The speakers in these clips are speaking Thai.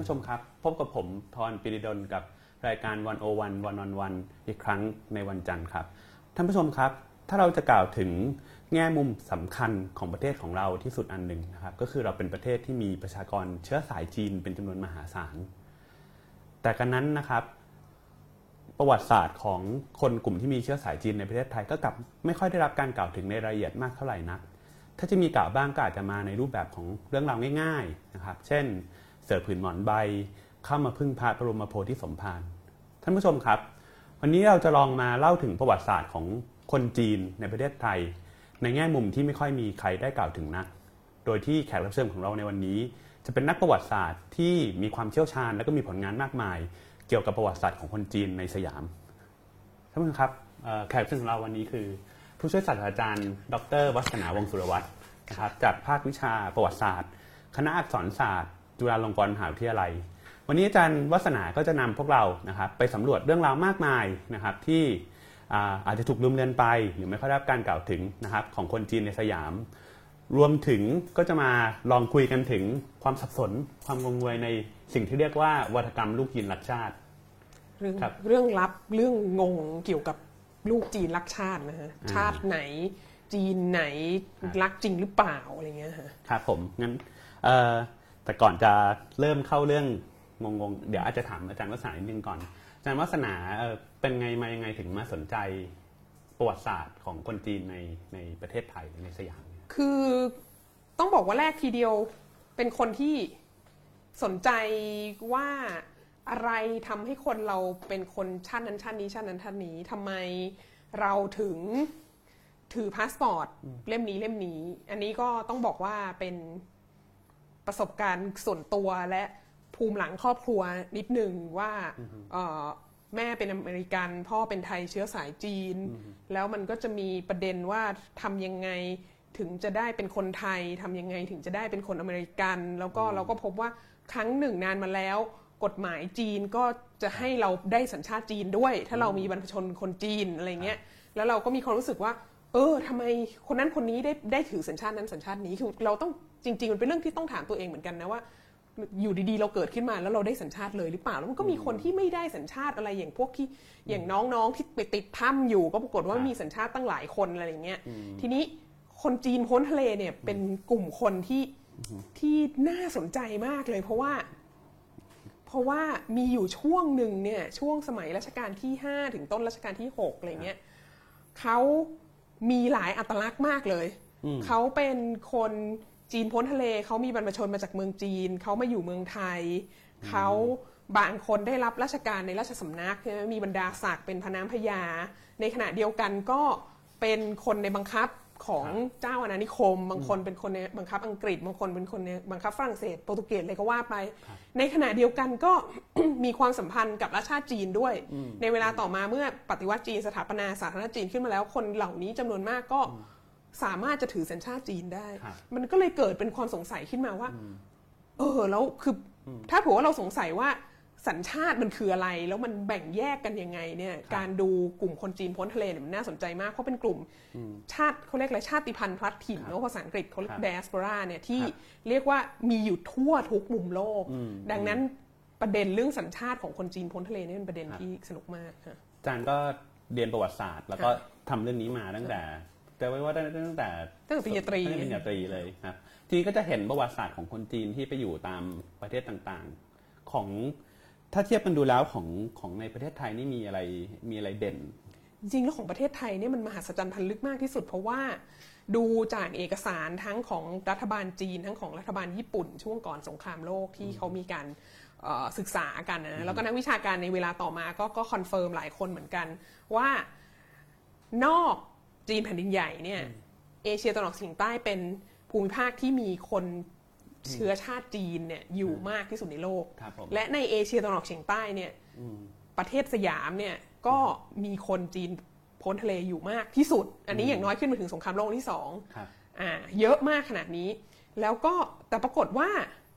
ผู้ชมครับพบกับผมธรปิริดลกับรายการ101 One on One อีกครั้งในวันจันทร์ครับท่านผู้ชมครับถ้าเราจะกล่าวถึงแง่มุมสำคัญของประเทศของเราที่สุดอันหนึ่งนะครับก็คือเราเป็นประเทศที่มีประชากรเชื้อสายจีนเป็นจำนวนมหาศาลแต่กันนั้นนะครับประวัติศาสตร์ของคนกลุ่มที่มีเชื้อสายจีนในประเทศไทยก็กลับไม่ค่อยได้รับการกล่าวถึงในรายละเอียดมากเท่าไหร่นักถ้าจะมีกล่าวบ้างก็อาจจะมาในรูปแบบของเรื่องราวง่ายๆนะครับเช่นเสือผืนหมอนใบเข้ามาพึ่งพระบรมโพธิสมภารท่านผู้ชมครับวันนี้เราจะลองมาเล่าถึงประวัติศาสตร์ของคนจีนในประเทศไทยในแง่มุมที่ไม่ค่อยมีใครได้กล่าวถึงนักโดยที่แขกรับเชิญของเราในวันนี้จะเป็นนักประวัติศาสตร์ที่มีความเชี่ยวชาญและก็มีผลงานมากมายเกี่ยวกับประวัติศาสตร์ของคนจีนในสยามท่านผู้ชมครับแขกรับเชิญของเราวันนี้คือผู้ช่วยศาสตราจารย์ดร.วัฒนาวงศ์สุรวัตรนะครับจากภาควิชาประวัติศาสตร์คณะอักษรศาสตร์จุฬาลงกรณ์มหาวิทยาลัยวันนี้อาจารย์วัฒนาก็จะนำพวกเรานะครับไปสำรวจเรื่องราวมากมายนะครับที่อาจจะถูกลืมเลือนไปหรือไม่ค่อยได้รับการกล่าวถึงนะครับของคนจีนในสยามรวมถึงก็จะมาลองคุยกันถึงความสับสนความงงงวยในสิ่งที่เรียกว่าวัฒกรรมลูกจีนรักชาติเรื่องลับเรื่องงงเกี่ยวกับลูกจีนรักชาตินะฮะชาติไหนจีนไหนรักจริงหรือเปล่าอะไรเงี้ยฮะครับผมงั้นแต่ก่อนจะเริ่มเข้าเรื่องงงๆเดี๋ยวอาจจะถามอาจารย์วัฒนานิดนึงก่อนอาจารย์วัฒนาเป็นไงมายังไงถึงมาสนใจประวัติศาสตร์ของคนจีนในประเทศไทยในสยามคือต้องบอกว่าแรกทีเดียวเป็นคนที่สนใจว่าอะไรทำให้คนเราเป็นคนชาตินั้นชาตินี้ชาตินั้นชาตินี้ทำไมเราถึงถือพาสปอร์ตเล่มนี้อันนี้ก็ต้องบอกว่าเป็นประสบการณ์ส่วนตัวและภูมิหลังครอบครัวนิดนึงว่าแม่เป็นอเมริกันพ่อเป็นไทยเชื้อสายจีนแล้วมันก็จะมีประเด็นว่าทำยังไงถึงจะได้เป็นคนไทยทำยังไงถึงจะได้เป็นคนอเมริกันแล้วก็เราก็พบว่าครั้งหนึ่งนานมาแล้วกฎหมายจีนก็จะให้เราได้สัญชาติจีนด้วยถ้าเรามีบรรพชนคนจีนอะไรเงี้ยแล้วเราก็มีความรู้สึกว่าทำไมคนนั้นคนนี้ได้ถือสัญชาตินั้นสัญชาตินี้คือเราต้องจริงๆมันเป็นเรื่องที่ต้องถามตัวเองเหมือนกันนะว่าอยู่ดีๆเราเกิดขึ้นมาแล้วเราได้สัญชาติเลยหรือเปล่าแล้วมันก็มีคนที่ไม่ได้สัญชาติอะไรอย่างพวกที่อย่างน้องๆที่ไปติดถ้ำอยู่ก็ปรากฏว่ามีสัญชาติตั้งหลายคนอะไรอย่างเงี้ยทีนี้คนจีนพ้นทะเลเนี่ยเป็นกลุ่มคนที่น่าสนใจมากเลยเพราะว่ามีอยู่ช่วงหนึ่งเนี่ยช่วงสมัยรัชกาลที่5ถึงต้นรัชกาลที่6อะไรเงี้ยเขามีหลายอัตลักษณ์มากเลยเขาเป็นคนจีนพ้นทะเลเขามีบรรพชนมาจากเมืองจีนเขามาอยู่เมืองไทยเขาบางคนได้รับราชการในราชสำนักมีบรรดาศักดิ์เป็นพระนามพญาในขณะเดียวกันก็เป็นคนในบังคับของเจ้าอาณานิคมบางคนเป็นคนในบังคับอังกฤษบางคนเป็นคนในบังคับฝรั่งเศสโปรตุเกสอะไรก็ว่าไปในขณะเดียวกันก็ มีความสัมพันธ์กับรัฐชาติจีนด้วยในเวลาต่อมาเมื่อปฏิวัติจีนสถาปนาสาธารณรัฐจีนขึ้นมาแล้วคนเหล่านี้จำนวนมากก็สามารถจะถือสัญชาติจีนได้มันก็เลยเกิดเป็นความสงสัยขึ้นมาว่าแล้วคือถ้าเผื่อว่าเราสงสัยว่าสัญชาติมันคืออะไรแล้วมันแบ่งแยกกันยังไงเนี่ยการดูกลุ่มคนจีนพ้นทะเลเนี่ยมันน่าสนใจมากเพราะเป็นกลุ่มชาติเขาเรียกอะไรชาติพันธุ์พลัดถิ่นเนาะภาษาอังกฤษเขาเรียก diaspora เนี่ยที่เรียกว่ามีอยู่ทั่วทุกมุมโลกดังนั้นประเด็นเรื่องสัญชาติของคนจีนพ้นทะเลนี่เป็นประเด็นที่สนุกมากค่ะอาจารย์ก็เรียนประวัติศาสตร์แล้วก็ทำเรื่องนี้มาตั้งแต่จะไว้ว่าตั้งแต่ปริญญาตรีเลยครับทีนี้ก็จะเห็นประวัติศาสตร์ของคนจีนที่ไปอยู่ตามประเทศต่างๆของถ้าเทียบกันดูแล้วของในประเทศไทยนี่มีอะไรเด่นจริงแล้วของประเทศไทยเนี่ยมันมหัศจรรย์พันลึกมากที่สุดเพราะว่าดูจากเอกสารทั้งของรัฐบาลจีนทั้งของรัฐบาลญี่ปุ่นช่วงก่อนสงครามโลกที่เขามีการศึกษากันนะแล้วก็นักวิชาการในเวลาต่อมาก็คอนเฟิร์มหลายคนเหมือนกันว่านอกจีนแผ่นดินใหญ่เนี่ยเอเชียตะวันออกเฉียงใต้เป็นภูมิภาคที่มีคนเชื้อชาติจีนเนี่ยอยู่มากที่สุดในโลกและในเอเชียตะวันออกเฉียงใต้เนี่ยประเทศสยามเนี่ยก็มีคนจีนพ้นทะเลอยู่มากที่สุดอันนี้อย่างน้อยขึ้นมาถึงสงครามโลกที่2เยอะมากขนาดนี้แล้วก็แต่ปรากฏว่า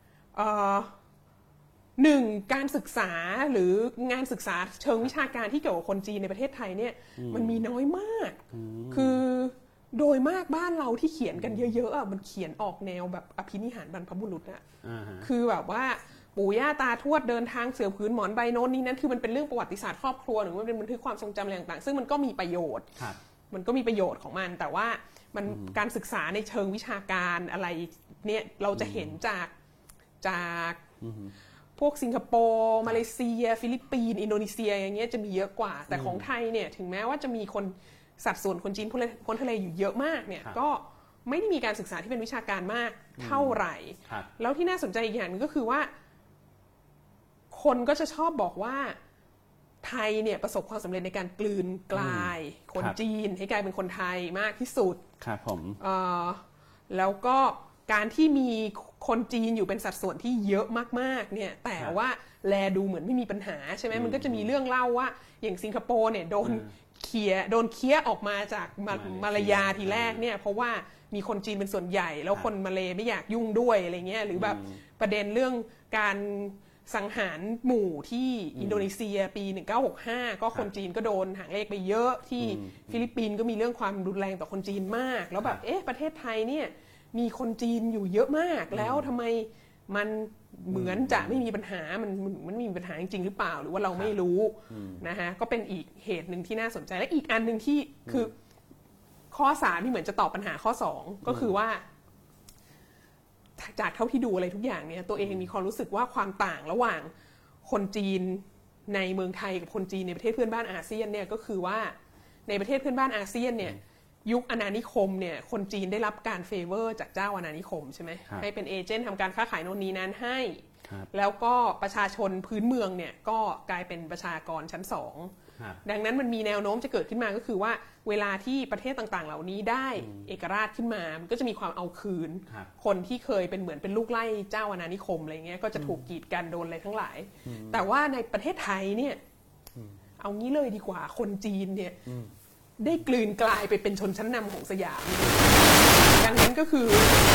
การศึกษาหรืองานศึกษาเชิงวิชาการที่เกี่ยวกับคนจีนในประเทศไทยเนี่ยมันมีน้อยมากคือโดยมากบ้านเราที่เขียนกันเยอะๆมันเขียนออกแนวแบบอภินิหารบรรพบุรุษอะคือแบบว่าปู่ย่าตาทวดเดินทางเสือผืนหมอนใบโน้นนี้นั้นคือมันเป็นเรื่องประวัติศาสตร์ครอบครัวหรือมันเป็นบันทึกความทรงจำอะไรต่างๆซึ่งมันก็มีประโยชน์มันก็มีประโยชน์ของมันแต่ว่ามันการศึกษาในเชิงวิชาการอะไรเนี่ยเราจะเห็นจากพวกสิงคโปร์มาเลเซียฟิลิปปินส์อินโดนีเซียอย่างเงี้ยจะมีเยอะกว่าแต่ของไทยเนี่ยถึงแม้ว่าจะมีคนสัดส่วนคนจีนพ้นทะเลอยู่เยอะมากเนี่ยก็ไม่ได้มีการศึกษาที่เป็นวิชาการมากเท่าไหร่แล้วที่น่าสนใจอีกอย่างนึงก็คือว่าคนก็จะชอบบอกว่าไทยเนี่ยประสบความสำเร็จในการกลืนกลายคนจีนให้กลายเป็นคนไทยมากที่สุดครับผมแล้วก็การที่มีคนจีนอยู่เป็นสัดส่วนที่เยอะมากๆเนี่ยแต่ว่าแลดูเหมือนไม่มีปัญหาใช่ไหมมันก็จะมีเรื่องเล่าว่าอย่างสิงคโปร์เนี่ยโดนเคี้ยออกมาจากมาลายาทีแรกเนี่ยเพราะว่ามีคนจีนเป็นส่วนใหญ่แล้วคนมาเลไม่อยากยุ่งด้วยอะไรเงี้ยหรือแบบประเด็นเรื่องการสังหารหมู่ที่อินโดนีเซียปี1965ก็คนจีนก็โดนหางเลขไปเยอะที่ฟิลิปปินส์ก็มีเรื่องความรุนแรงต่อคนจีนมากแล้วแบบประเทศไทยเนี่ยมีคนจีนอยู่เยอะมากแล้วทำไมมันเหมือนจะไม่มีปัญหามันมีปัญหาจริงๆหรือเปล่าหรือว่าเราไม่รู้นะฮะก็เป็นอีกเหตุหนึ่งที่น่าสนใจและอีกอันหนึ่งที่คือข้อ3ที่เหมือนจะตอบปัญหาข้อ2ก็คือว่าจากเท่าที่ดูอะไรทุกอย่างเนี่ยตัวเองมีความรู้สึกว่าความต่างระหว่างคนจีนในเมืองไทยกับคนจีนในประเทศเพื่อนบ้านอาเซียนเนี่ยก็คือว่าในประเทศเพื่อนบ้านอาเซียนเนี่ยยุคอาณานิคมเนี่ยคนจีนได้รับการเฟเวอร์จากเจ้าอาณานิคมใช่ไหมให้เป็นเอเจนต์ทำการค้าขายโน่นนี้นั้นให้แล้วก็ประชาชนพื้นเมืองเนี่ยก็กลายเป็นประชากรชั้น2ดังนั้นมันมีแนวโน้มจะเกิดขึ้นมาก็คือว่าเวลาที่ประเทศต่างๆเหล่านี้ได้เอกราชขึ้นมามันก็จะมีความเอาคืนคนที่เคยเป็นเหมือนเป็นลูกไล่เจ้าอาณานิคมอะไรเงี้ยก็จะถูกกีดกันโดนอะไรทั้งหลายแต่ว่าในประเทศไทยเนี่ยเอางี้เลยดีกว่าคนจีนเนี่ยได้กลืนกลายไปเป็นชนชั้นนำของสยามดังนั้นก็คือ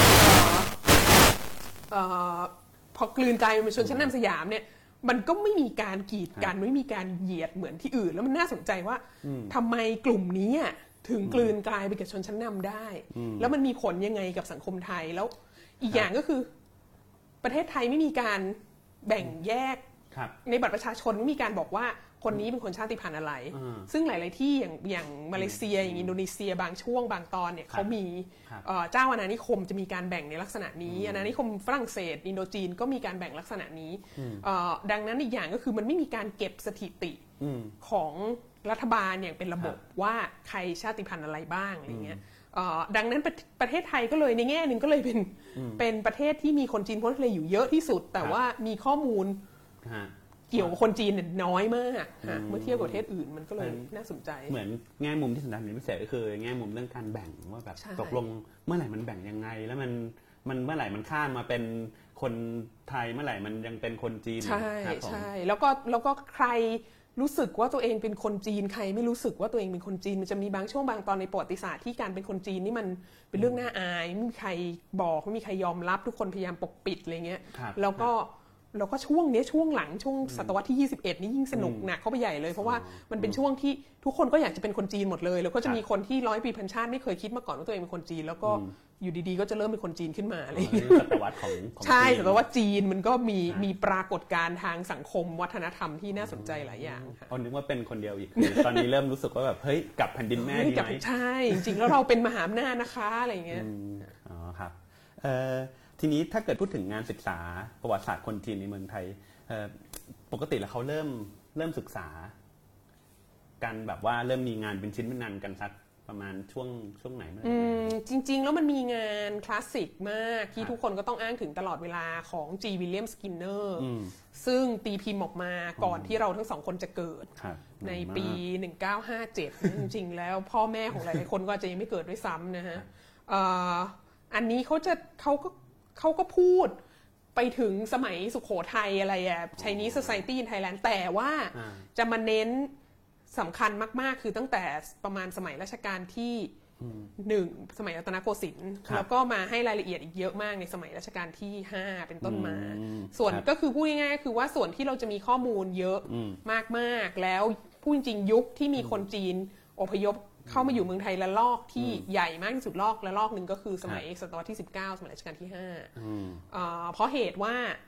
พอกลืนกลายเป็นชนชั้นนำสยามเนี่ยมันก็ไม่มีการกีดกันไม่มีการเหยียดเหมือนที่อื่นแล้วมันน่าสนใจว่าทำไมกลุ่มนี้ถึงกลืนกลายไปกับชนชั้นนำได้แล้วมันมีผลยังไงกับสังคมไทยแล้วอีกอย่างก็คือประเทศไทยไม่มีการแบ่งแยกในบัตรประชาชนไม่มีการบอกว่าคนนี้เป็นคนชาติพันธุ์อะไรซึ่งหลายๆที่อย่างมาเลเซียอย่างอินโดนีเซียบางช่วงบางตอนเนี่ยเขามีเจ้าอาณานิคมจะมีการแบ่งในลักษณะนี้อาณานิคมฝรั่งเศสอินโดจีนก็มีการแบ่งลักษณะนี้ดังนั้นอีกอย่างก็คือมันไม่มีการเก็บสถิติของรัฐบาลอย่างเป็นระบบว่าใครชาติพันธุ์อะไรบ้างอะไรเงี้ยดังนั้นประเทศไทยก็เลยในแง่นึงก็เลยเป็นประเทศที่มีคนจีนพ้นทะเลอยู่เยอะที่สุดแต่ว่ามีข้อมูลเกี่ยวกับคนจีนเนี่ยน้อยมากเมื่อเทียบกับประเทศอื่นมันก็เลยน่าสนใจเหมือนแง่มุมที่สำคัญเป็นพิเศษก็คือแง่มุมเรื่องการแบ่งว่าแบบตกลงเมื่อไหร่มันแบ่งยังไงแล้วมันเมื่อไหร่มันข้ามมาเป็นคนไทยเมื่อไหร่มันยังเป็นคนจีนใช่ใช่แล้วก็ใครรู้สึกว่าตัวเองเป็นคนจีนใครไม่รู้สึกว่าตัวเองเป็นคนจีนมันจะมีบางช่วงบางตอนในประวัติศาสตร์ที่การเป็นคนจีนนี่มันเป็นเรื่องน่าอายไม่มีใครบอกไม่มีใครยอมรับทุกคนพยายามปกปิดอะไรเงี้ยแล้วก็ช่วงนี้ช่วงหลังช่วงศตวรรษที่21นี่ยิ่งสนุกหนักเข้าไปใหญ่เลยเพราะว่ามันเป็นช่วงที่ทุกคนก็อยากจะเป็นคนจีนหมดเลยแล้วก็จะมีคนที่100 ปีพันชาติไม่เคยคิดมาก่อนว่าตัวเองเป็นคนจีนแล้วก็อยู่ดีๆก็จะเริ่มเป็นคนจีนขึ้นมาอะไรศตวรรษของใช่ศตวรรษจีนมันก็มีปรากฏการณ์ทางสังคมวัฒนธรรมที่น่าสนใจหลายอย่างค่ะนึกว่าเป็นคนเดียวอีกตอนนี้เริ่มรู้สึกว่าแบบเฮ้ยกลับแผ่นดินแม่ดีไหมใช่จริงๆแล้วเราเป็นมหาอำนาจนะคะอะไรเงี้ยอ๋อครับทีนี้ถ้าเกิดพูดถึงงานศึกษาประวัติศาสตร์คนจีนในเมืองไทยปกติแล้วเขาเริ่มศึกษากันแบบว่าเริ่มมีงานเป็นชิ้นเป็นอันกันสักประมาณช่วงไหนมั้ยจริงๆแล้วมันมีงานคลาสสิกมากที่ทุกคนก็ต้องอ้างถึงตลอดเวลาของ G. William Skinner ซึ่งตีพิมพ์ออกมาก่อนที่เราทั้งสองคนจะเกิดในปี1957จริงๆแล้วพ่อแม่ของหลายๆคนก็อาจจะยังไม่เกิดด้วยซ้ำนะฮะอันนี้เขาก็พูดไปถึงสมัยสุโขทัยอะไรChinese Society in Thailand แต่ว่าจะมาเน้นสำคัญมากๆคือตั้งแต่ประมาณสมัยรัชกาลที่1สมัยรัตนโกสินทร์แล้วก็มาให้รายละเอียดอีกเยอะมากในสมัยรัชกาลที่5เป็นต้นมาส่วนก็คือพูดง่ายๆคือว่าส่วนที่เราจะมีข้อมูลเยอะมากๆแล้วพูดจริงๆยุคที่มีคนจีนอพยพเข้ามาอยู่เมืองไทยละลอกที่ใหญ่มากที่สุดละลอกนึงก็คือสมัยศตวรรษที่19สมัยรัชกาลที่5เพราะเหตุว่า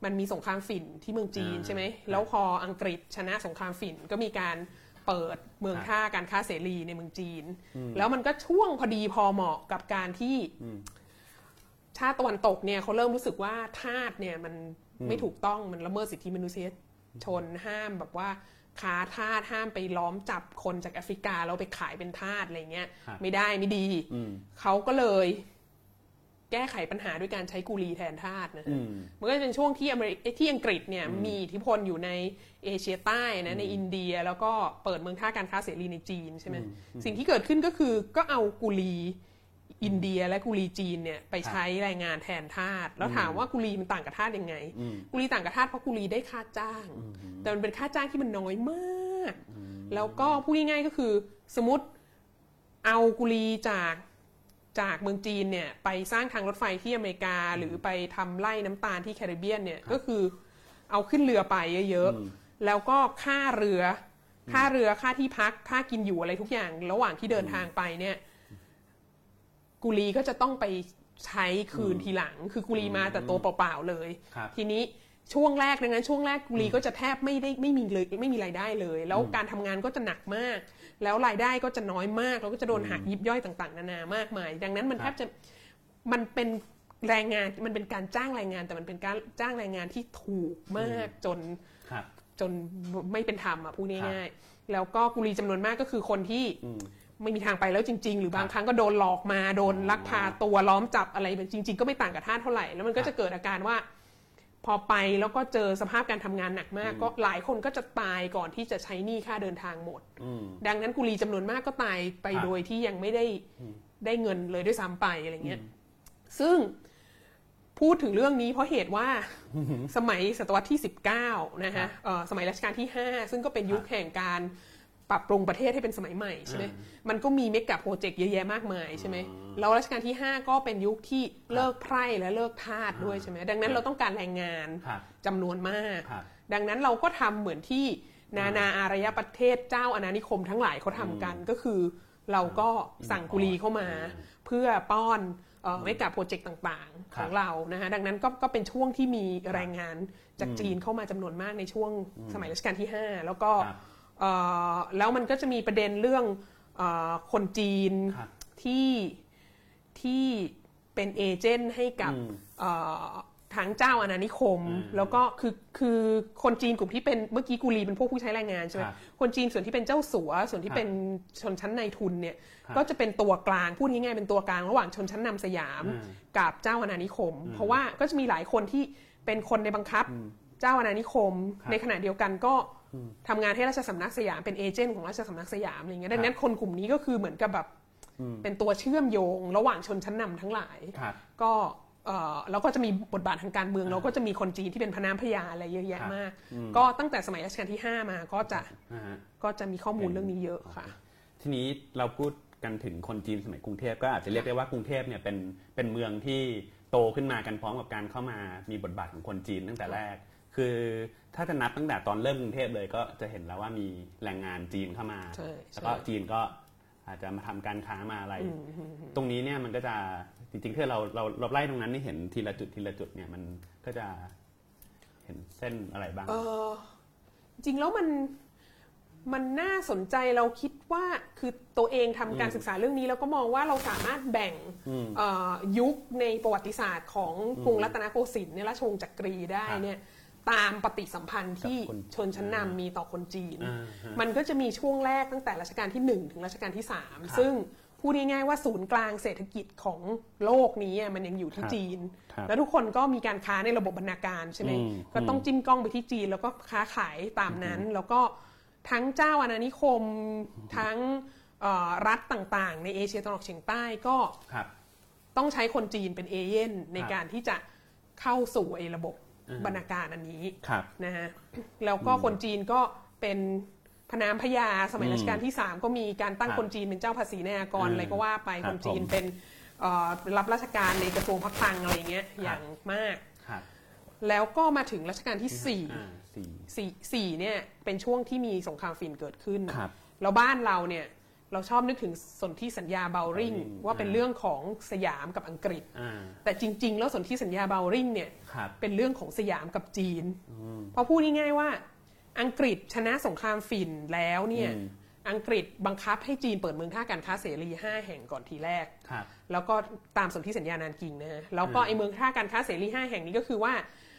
มันมีสงครามฝิ่นที่เมืองจีนใช่ไหมแล้วพออังกฤษชนะสงครามฝิ่นก็มีการเปิดเมืองท่าการค้าเสรีในเมืองจีนแล้วมันก็ช่วงพอดีพอเหมาะกับการที่ชาติตะวันตกเนี่ยเขาเริ่มรู้สึกว่าทาสเนี่ยมันไม่ถูกต้องมันละเมิดสิทธิมนุษยชนห้ามแบบว่าค้าทาสห้ามไปล้อมจับคนจากแอฟริกาแล้วไปขายเป็นทาสอะไรเงี้ยไม่ได้ไม่ดีเขาก็เลยแก้ไขปัญหาด้วยการใช้กุลีแทนทาสนะมันก็จะเป็นช่วงที่ที่อังกฤษเนี่ยมีอิทธิพลอยู่ในเอเชียใต้นะในอินเดียแล้วก็เปิดเมืองท่าการค้าเสรีในจีนใช่ไหมสิ่งที่เกิดขึ้นก็คือก็เอากุลีอินเดียและกุลีจีนเนี่ยไปใช้แรงงานแทนทาสแล้วถามว่ากุลีมันต่างกับทาสยังไงกุลีต่างกับทาสเพราะกุลีได้ค่าจ้างแต่มันเป็นค่าจ้างที่มันน้อยมากแล้วก็พูดง่ายๆก็คือสมมติเอากุลีจากเมืองจีนเนี่ยไปสร้างทางรถไฟที่อเมริกาหรือไปทำไร่น้ำตาลที่แคริบเบียนเนี่ยก็คือเอาขึ้นเรือไปเยอะๆแล้วก็ค่าเรือค่าที่พักค่ากินอยู่อะไรทุกอย่างระหว่างที่เดินทางไปเนี่ยกุลีก็จะต้องไปใช้คืนทีหลังคือกุลีมาแต่ตัวเปล่าๆเลยทีนี้ช่วงแรกดังนั้นช่วงแรกกุลีก็จะแทบไม่มีรายได้เลยแล้วการทำงานก็จะหนักมากแล้วรายได้ก็จะน้อยมากแล้วก็จะโดนหักยิบย่อยต่างๆนานามากมายดังนั้นมันแทบจะมันเป็นแรงงานมันเป็นการจ้างแรงงานแต่มันเป็นการจ้างแรงงานที่ถูกมากจนไม่เป็นธรรมอ่ะพูดง่ายๆแล้วก็กุลีจำนวนมากก็คือคนที่ไม่มีทางไปแล้วจริงๆหรือบางครั้งก็โดนหลอกมาโดนลักพาตัวล้อมจับอะไรจริงๆก็ไม่ต่างกับทาสเท่าไหร่แล้วมันก็จะเกิดอาการว่าพอไปแล้วก็เจอสภาพการทำงานหนักมากก็หลายคนก็จะตายก่อนที่จะใช้หนี้ค่าเดินทางหมดดังนั้นกุลีจำนวนมากก็ตายไปโดยที่ยังไม่ได้เงินเลยด้วยซ้ำไปอะไรเงี้ยซึ่งพูดถึงเรื่องนี้เพราะเหตุว่าสมัยศตวรรษที่19นะฮะสมัยรัชกาลที่5ซึ่งก็เป็นยุคแห่งการปรับปรุงประเทศให้เป็นสมัยใหม่ใช่ไหมมันก็มีเมกะโปรเจกต์เยอะแยะมากมายใช่ไหมแล้วรัชกาลที่5ก็เป็นยุคที่เลิกไพร่และเลิกทาสด้วยใช่ไหมดังนั้นเราต้องการแรงงานจำนวนมากดังนั้นเราก็ทำเหมือนที่นานาอารยประเทศเจ้าอาณานิคมทั้งหลายเขาทำกันก็คือเราก็สั่งกุลีเข้ามาเพื่อป้อนเมกะโปรเจกต์ต่างๆของเรานะฮะดังนั้นก็เป็นช่วงที่มีแรงงานจากจีนเข้ามาจำนวนมากในช่วงสมัยรัชกาลที่5แล้วก็แล้วมันก็จะมีประเด็นเรื่องคนจีนที่เป็นเอเจนต์ให้กับทั้งเจ้าอาณานิคมแล้วก็คือคนจีนกลุ่มที่เป็นเมื่อกี้กุลีเป็นพวกผู้ใช้แรงงานใช่ไหมคนจีนส่วนที่เป็นเจ้าสัวส่วนที่เป็นชนชั้นนายทุนเนี่ยก็จะเป็นตัวกลางพูดง่ายๆเป็นตัวกลางระหว่างชนชั้นนำสยามกับเจ้าอาณานิคมเพราะว่าก็จะมีหลายคนที่เป็นคนในบังคับเจ้าอาณานิคมในขณะเดียวกันก็ทำงานให้ราชสำนักสยามเป็นเอเจนต์ของราชสำนักสยามอะไรเงี้ยดังนั้นคนกลุ่มนี้ก็คือเหมือนกับแบบเป็นตัวเชื่อมโยงระหว่างชนชั้นนำทั้งหลายก็แล้วก็จะมีบทบาททางการเมืองแล้วก็จะมีคนจีนที่เป็นพระนามพญาอะไรเยอะแยะมากก็ตั้งแต่สมัยรัชกาลที่5มาก็จะมีข้อมูลเรื่องนี้เยอะค่ะทีนี้เราพูดกันถึงคนจีนสมัยกรุงเทพก็อาจจะเรียกได้ว่ากรุงเทพเนี่ยเป็นเมืองที่โตขึ้นมากันพร้อมกับการเข้ามามีบทบาทของคนจีนตั้งแต่แรกคือถ้าจะนับตั้งแต่ตอนเริ่มกรุงเทพเลยก็จะเห็นแล้วว่ามีแรงงานจีนเข้ามาแล้วก็จีนก็อาจจะมาทำการค้ามาอะไรตรงนี้เนี่ยมันก็จะจริงๆถ้าเราไล่ตรงนั้นนี่เห็นทีละจุดเนี่ยมันก็จะเห็นเส้นอะไรบ้างจริงแล้วมันน่าสนใจเราคิดว่าคือตัวเองทำการศึกษาเรื่องนี้แล้วก็มองว่าเราสามารถแบ่งยุคในประวัติศาสตร์ของกรุงรัตนโกสินทร์ในราชวงศ์จักรีได้เนี่ยตามปฏิสัมพันธ์ที่ชนชั้นนำมีต่อคนจีนมันก็จะมีช่วงแรกตั้งแต่รัชกาลที่1ถึงรัชกาลที่3ซึ่งพูดง่ายๆว่าศูนย์กลางเศรษฐกิจของโลกนี้มันยังอยู่ที่จีนแล้วทุกคนก็มีการค้าในระบบบรรณาการใช่ไหมก็ต้องจิ้มกล้องไปที่จีนแล้วก็ค้าขายตามนั้นแล้วก็ทั้งเจ้าอาณานิคมทั้งรัฐต่างๆในเอเชียตะวันออกเฉียงใต้ก็ต้องใช้คนจีนเป็นเอเย่นในการที่จะเข้าสู่ระบบบรรณาการอันนี้นะฮะแล้วก็คนจีนก็เป็นพระนามพญาสมัยรัชกาลที่3ก็มีการตั้งคนจีนเป็นเจ้าภาษีนายกรอะไรก็ว่าไปคนจีนเป็นรับราชการในกระทรวงพระคลังอะไรเงี้ยอย่างมากแล้วก็มาถึงรัชกาลที่4เนี่ยเป็นช่วงที่มีสงครามฝิ่นเกิดขึ้นแล้วบ้านเราเนี่ยเราชอบนึกถึงสนธิสัญญาเบลริงว่าเป็นเรื่องของสยามกับอังกฤษแต่จริงๆแล้วสนธิสัญญาเบลริงเนี่ยเป็นเรื่องของสยามกับจีนเพราะพูดง่ายๆว่าอังกฤษชนะสงครามฝิ่นแล้วเนี่ยอังกฤษบังคับให้จีนเปิดเมืองท่าการค้าเสรี5แห่งก่อนทีแรกแล้วก็ตามสนธิสัญญานานกิงนะฮะแล้วก็ไอ้เมืองท่าการค้าเสรี5แห่งนี้ก็คือว่า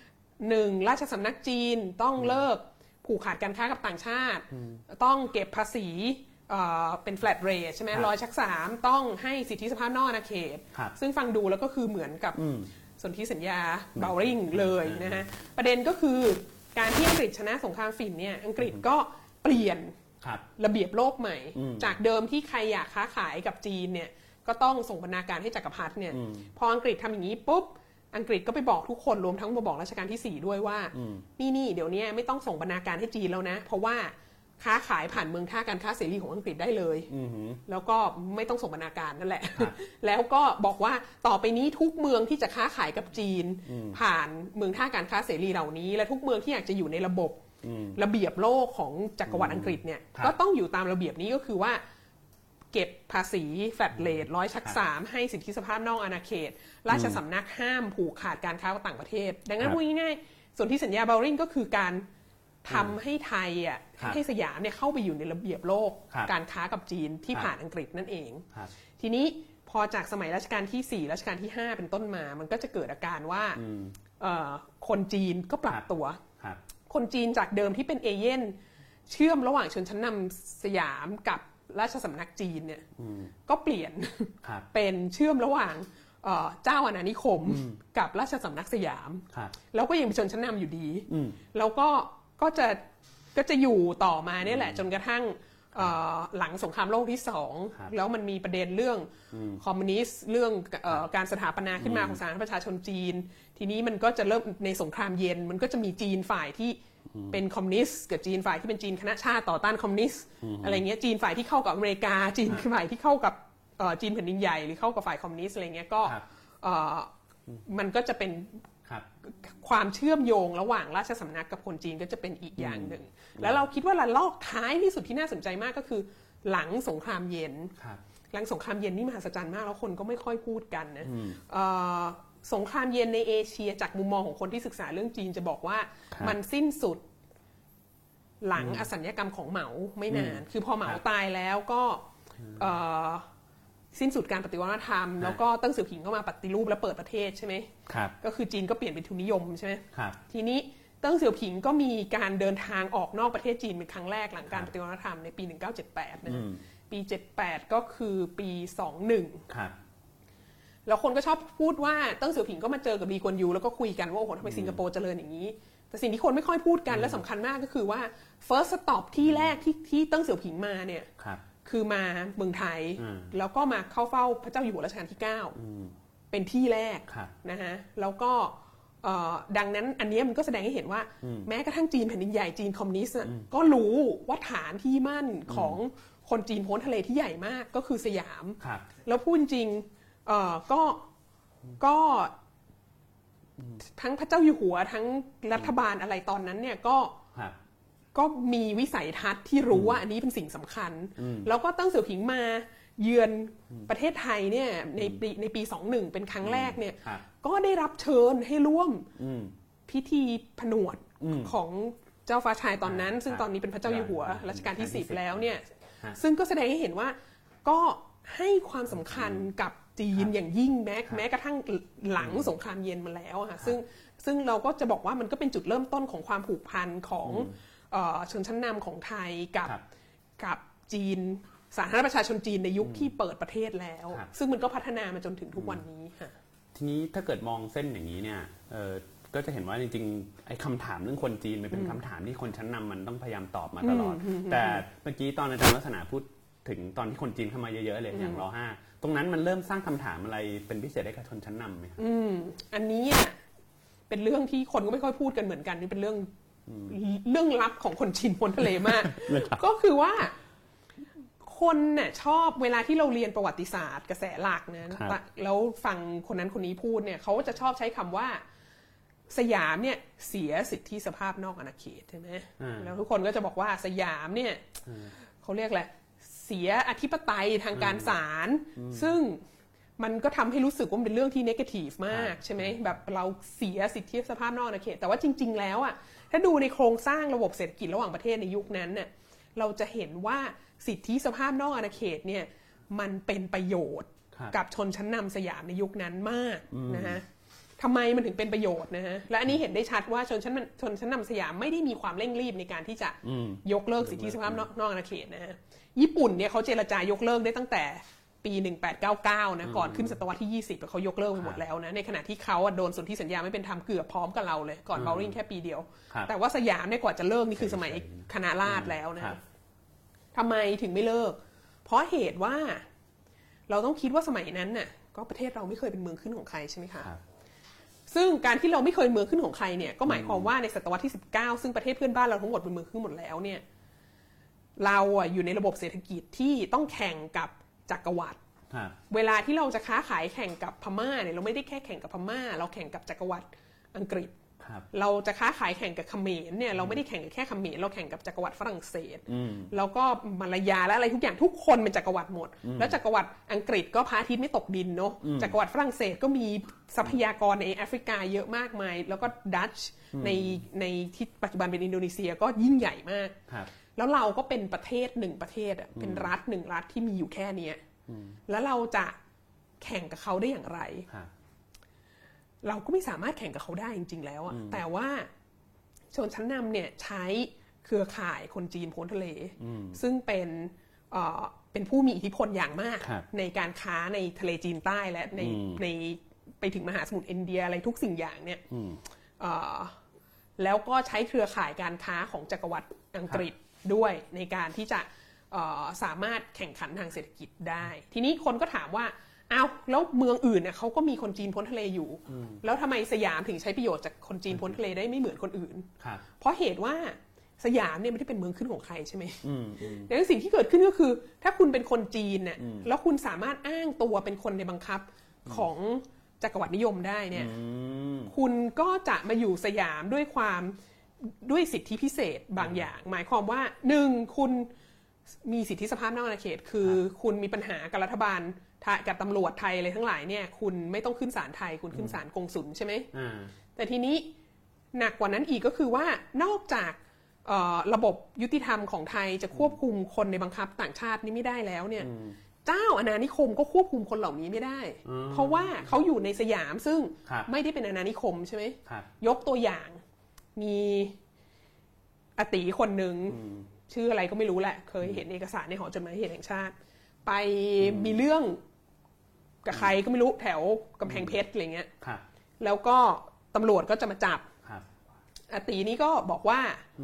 1ราชสำนักจีนต้องเลิกผูกขาดการค้ากับต่างชาติต้องเก็บภาษีเป็น flat rate ใช่ไหม100/3ต้องให้สิทธิสภาพนอกอาณาเขตซึ่งฟังดูแล้วก็คือเหมือนกับสนธิสัญญาเบลริงเลยนะฮะประเด็นก็คือการที่อังกฤษชนะสงครามฝิ่นเนี่ยอังกฤษก็เปลี่ยนระเบียบโลกใหม่จากเดิมที่ใครอยากค้าขายกับจีนเนี่ยก็ต้องส่งบรรณาการให้จักรพรรดิเนี่ยพออังกฤษทำอย่างนี้ปุ๊บอังกฤษก็ไปบอกทุกคนรวมทั้งมาบอกรัชกาลที่4ด้วยว่านี่เดี๋ยวนี้ไม่ต้องส่งบรรณาการให้จีนแล้วนะเพราะว่าค้าขายผ่านเมืองท่าการค้าเสรีของอังกฤษได้เลยแล้วก็ไม่ต้องส่งบรรณาการนั่นแหละแล้วก็บอกว่าต่อไปนี้ทุกเมืองที่จะค้าขายกับจีนผ่านเมืองท่าการค้าเสรีเหล่านี้และทุกเมืองที่อยากจะอยู่ในระบบระเบียบโลกของจักรวรรดิอังกฤษเนี่ยก็ต้องอยู่ตามระเบียบนี้ก็คือว่าเก็บภาษีแฟลตเรท100/3ให้สิทธิสภาพนอกอาณาเขตราชสำนักห้ามผูกขาดการค้ากับต่างประเทศดังนั้นพูดง่ายๆส่วนที่สัญญาเบลริงก็คือการทำให้ไทยให้สยามเนี่ยเข้าไปอยู่ในระเบียบโลกการค้ากับจีนที่ผ่านอังกฤษนั่นเองทีนี้พอจากสมัยรัชกาลที่4รัชกาลที่5เป็นต้นมามันก็จะเกิดอาการว่าคนจีนก็ปรับตัวคนจีนจากเดิมที่เป็นเอเย่นเชื่อมระหว่างชนชั้นนำสยามกับราชสำนักจีนเนี่ยก็เปลี่ยนเป็นเชื่อมระหว่างเจ้าอาณานิคมกับราชสำนักสยามแล้วก็ยังเป็นชนชั้นนำอยู่ดีแล้วก็จะอยู่ต่อมาเนี่ยแหละจนกระทั่งหลังสงครามโลกที่2แล้วมันมีประเด็นเรื่องคอมมิวนิสต์เรื่องการสถาปนาขึ้นมาของสาธารณรัฐประชาชนจีนทีนี้มันก็จะเริ่มในสงครามเย็นมันก็จะมีจีนฝ่ายที่เป็นคอมมิวนิสต์กับจีนฝ่ายที่เป็นจีนคณะชาติต่อต้านคอมมิวนิสต์อะไรเงี้ยจีนฝ่ายที่เข้ากับอเมริกาจีนฝ่ายที่เข้ากับจีนแผ่นดินใหญ่หรือเข้ากับฝ่ายคอมมิวนิสต์อะไรเงี้ยก็มันก็จะเป็นความเชื่อมโยงระหว่างราชสำนักกับคนจีนก็จะเป็นอีกอย่างหนึ่งแล้วเราคิดว่าระลอกท้ายที่สุดที่น่าสนใจมากก็คือหลังสงครามเย็นหลังสงครามเย็นนี่มหัศจรรย์มากแล้วคนก็ไม่ค่อยพูดกันนะสงครามเย็นในเอเชียจากมุมมองของคนที่ศึกษาเรื่องจีนจะบอกว่ามันสิ้นสุดหลังอสัญญกรรมของเหมาไม่นานคือพอเหมาตายแล้วก็สิ้นสุดการปฏิวัติธรรมแล้วก็เติ้งเสี่ยวผิงเข้ามาปฏิรูปและเปิดประเทศใช่ไหมก็คือจีนก็เปลี่ยนเป็นทุนนิยมใช่ไหมทีนี้เติ้งเสี่ยวผิงก็มีการเดินทางออกนอกประเทศจีนเป็นครั้งแรกหลังการปฏิวัติธรรมในปี1978นะปี78ก็คือปี21แล้วคนก็ชอบพูดว่าเติ้งเสี่ยวผิงก็มาเจอกับลีกวนยูแล้วก็คุยกันว่าโอ้โหทำไมสิงคโปร์เจริญอย่างนี้แต่สิ่งที่คนไม่ค่อยพูดกันและสำคัญมากก็คือว่า first stop ที่แรกที่เติ้งเสี่ยวผิงมาเนี่ยคือมาเมืองไทยแล้วก็มาเข้าเฝ้าพระเจ้าอยู่หัวรัชกาลที่9เป็นที่แรกนะฮะแล้วก็ดังนั้นอันนี้มันก็แสดงให้เห็นว่าแม้กระทั่งจีนแผ่นดินใหญ่จีนคอมมิวนิสต์ก็รู้ว่าฐานที่มั่นของคนจีนพ้นทะเลที่ใหญ่มากก็คือสยามแล้วพูดจริงก็ทั้งพระเจ้าอยู่หัวทั้งรัฐบาลอะไรตอนนั้นเนี่ยก็มีวิสัยทัศน์ที่รู้ว่าอันนี้เป็นสิ่งสำคัญแล้วก็เติ้งเสี่ยวผิงมาเยือนประเทศไทยเนี่ยในปี21เป็นครั้งแรกเนี่ยก็ได้รับเชิญให้ร่วมพิธีผนวดของเจ้าฟ้าชายตอนนั้นซึ่งตอนนี้เป็นพระเจ้าอยู่หัวรัชกาลที่10แล้วเนี่ยซึ่งก็แสดงให้เห็นว่าก็ให้ความสำคัญกับจีนอย่างยิ่งแม้กระทั่งหลังสงครามเย็นมาแล้วค่ะซึ่งเราก็จะบอกว่ามันก็เป็นจุดเริ่มต้นของความผูกพันของชนชั้นนำของไทยกับจีนสาธารณรัฐประชาชนจีนในยุคที่เปิดประเทศแล้วซึ่งมันก็พัฒนามาจนถึงทุกวันนี้ค่ะทีนี้ถ้าเกิดมองเส้นอย่างนี้เนี่ยก็จะเห็นว่าจริงๆไอ้คำถามเรื่องคนจีนมันเป็นคำถามที่คนชั้นนำมันต้องพยายามตอบมาตลอดแต่เมื่อกี้ตอนอาจารย์วัฒนาพูดถึงตอนที่คนจีนเข้ามาเยอะๆเลยอย่างร.5ตรงนั้นมันเริ่มสร้างคำถามอะไรเป็นพิเศษให้กับชนชั้นนำไหมครับอันนี้เป็นเรื่องที่คนก็ไม่ค่อยพูดกันเหมือนกันนี่เป็นเรื่องลับของคนจีนพ้นทะเลมาก ก็คือว่าคนเนี่ยชอบเวลาที่เราเรียนประวัติศาสตร์กระแสหลักนะแล้วฟังคนนั้นคนนี้พูดเนี่ยเขาจะชอบใช้คำว่าสยามเนี่ยเสียสิทธิสภาพนอกอาณาเขตใช่ไหมแล้วทุกคนก็จะบอกว่าสยามเนี่ยเขาเรียกอะไรเสียอธิปไตยทางการศาลซึ่งมันก็ทำให้รู้สึกว่ามันเป็นเรื่องที่เนกาทีฟมากใช่ไหมแบบเราเสียสิทธิสภาพนอกอาณาเขตแต่ว่าจริงๆแล้วอ่ะถ้าดูในโครงสร้างระบบเศรษฐกิจระหว่างประเทศในยุคนั้นน่ะเราจะเห็นว่าสิทธิสภาพนอกอาณาเขตเนี่ยมันเป็นประโยชน์กับชนชั้นนำสยามในยุคนั้นมากนะฮะทำไมมันถึงเป็นประโยชน์นะฮะและอันนี้เห็นได้ชัดว่าชนชั้นนำสยามไม่ได้มีความเร่งรีบในการที่จะยกเลิกสิทธิสภาพนอกอาณาเขตนะฮะญี่ปุ่นเนี่ยเขาเจรจายกเลิกได้ตั้งแต่ปี1899นะก่อนขึ้นศตวรรษที่20เขายกเลิกไปหมดแล้วนะในขณะที่เขาโดนสนธิสัญญาไม่เป็นธรรมเกือบพร้อมกับเราเลยก่อนเบลลิงแค่ปีเดียวแต่ว่าสยามเนี่ยกว่าจะเลิกนี่คือสมัยคณะราษฎรแล้วนะทำไมถึงไม่เลิกเพราะเหตุว่าเราต้องคิดว่าสมัยนั้นน่ะก็ประเทศเราไม่เคยเป็นเมืองขึ้นของใครใช่ไหมคะซึ่งการที่เราไม่เคยเมืองขึ้นของใครเนี่ยก็หมายความว่าในศตวรรษที่19ซึ่งประเทศเพื่อนบ้านเราทั้งหมดเป็นเมืองขึ้นหมดแล้วเนี่ยเราอยู่ในระบบเศรษฐกิจที่ต้องแข่งกับจักรวรรดิเวลาที่เราจะค้าขายแข่งกับพม่าเนี่ยเราไม่ได้แค่แข่งกับพม่าเราแข่งกับจักรวรรดิอังกฤษเราจะค้าขายแข่งกับเขมรเนี่ยเราไม่ได้แข่งกับแค่เขมรเราแข่งกับจักรวรรดิฝรั่งเศสแล้วก็มาลายาและอะไรทุกอย่างทุกคนเป็นจักรวรรดิหมดแล้วจักรวรรดิอังกฤษก็พระอาทิตย์ไม่ตกดินเนาะจักรวรรดิฝรั่งเศสก็มีทรัพยากรในแอฟริกาเยอะมากมายแล้วก็ดัตช์ในที่ปัจจุบันเป็นอินโดนีเซียก็ยิ่งใหญ่มากแล้วเราก็เป็นประเทศหนึ่งประเทศเป็นรัฐหนึ่งรัฐที่มีอยู่แค่นี้แล้วเราจะแข่งกับเขาได้อย่างไรเราก็ไม่สามารถแข่งกับเขาได้จริงๆแล้วอะแต่ว่าชนชั้นนำเนี่ยใช้เครือข่ายคนจีนพ้นทะเลซึ่งเป็นผู้มีอิทธิพลอย่างมากในการค้าในทะเลจีนใต้และในไปถึงมหาสมุทรอินเดียอะไรทุกสิ่งอย่างเนี่ยแล้วก็ใช้เครือข่ายการค้าของจักรวรรดิอังกฤษด้วยในการที่จะสามารถแข่งขันทางเศรษฐกิจได้ทีนี้คนก็ถามว่าอ้าวแล้วเมืองอื่นเนี่ยเขาก็มีคนจีนพ้นทะเลอยู่แล้วทำไมสยามถึงใช้ประโยชน์จากคนจีนพ้นทะเลได้ไม่เหมือนคนอื่นเพราะเหตุว่าสยามเนี่ยไม่ได้เป็นเมืองขึ้นของใครใช่ไหมดังนั้นสิ่งที่เกิดขึ้นก็คือถ้าคุณเป็นคนจีนเนี่ยแล้วคุณสามารถอ้างตัวเป็นคนในบังคับของจักรวรรดินิยมได้เนี่ยคุณก็จะมาอยู่สยามด้วยสิทธิพิเศษบางอย่างหมายความว่า1คุณมีสิทธิสภาพนอกอาณาเขตคือคุณมีปัญหากับรัฐบาลกับตำรวจไทยอะไรทั้งหลายเนี่ยคุณไม่ต้องขึ้นศาลไทยคุณขึ้นศาลกงสุลใช่ไหมแต่ทีนี้หนักกว่านั้นอีกก็คือว่านอกจากระบบยุติธรรมของไทยจะควบคุมคนในบังคับต่างชาตินี่ไม่ได้แล้วเนี่ยเจ้าอาณานิคมก็ควบคุมคนเหล่านี้ไม่ได้เพราะว่าเขาอยู่ในสยามซึ่งไม่ได้เป็นอาณานิคมใช่ไหมยกตัวอย่างมีอติคนหนึ่งชื่ออะไรก็ไม่รู้แหละเคยเห็นเอกสารในหอจดหมายเหตุแห่งชาติไปมีเรื่องกับใครก็ไม่รู้แถวกำแพงเพชรอะไรเงี้ยแล้วก็ตำรวจก็จะมาจับอาตีนี้ก็บอกว่า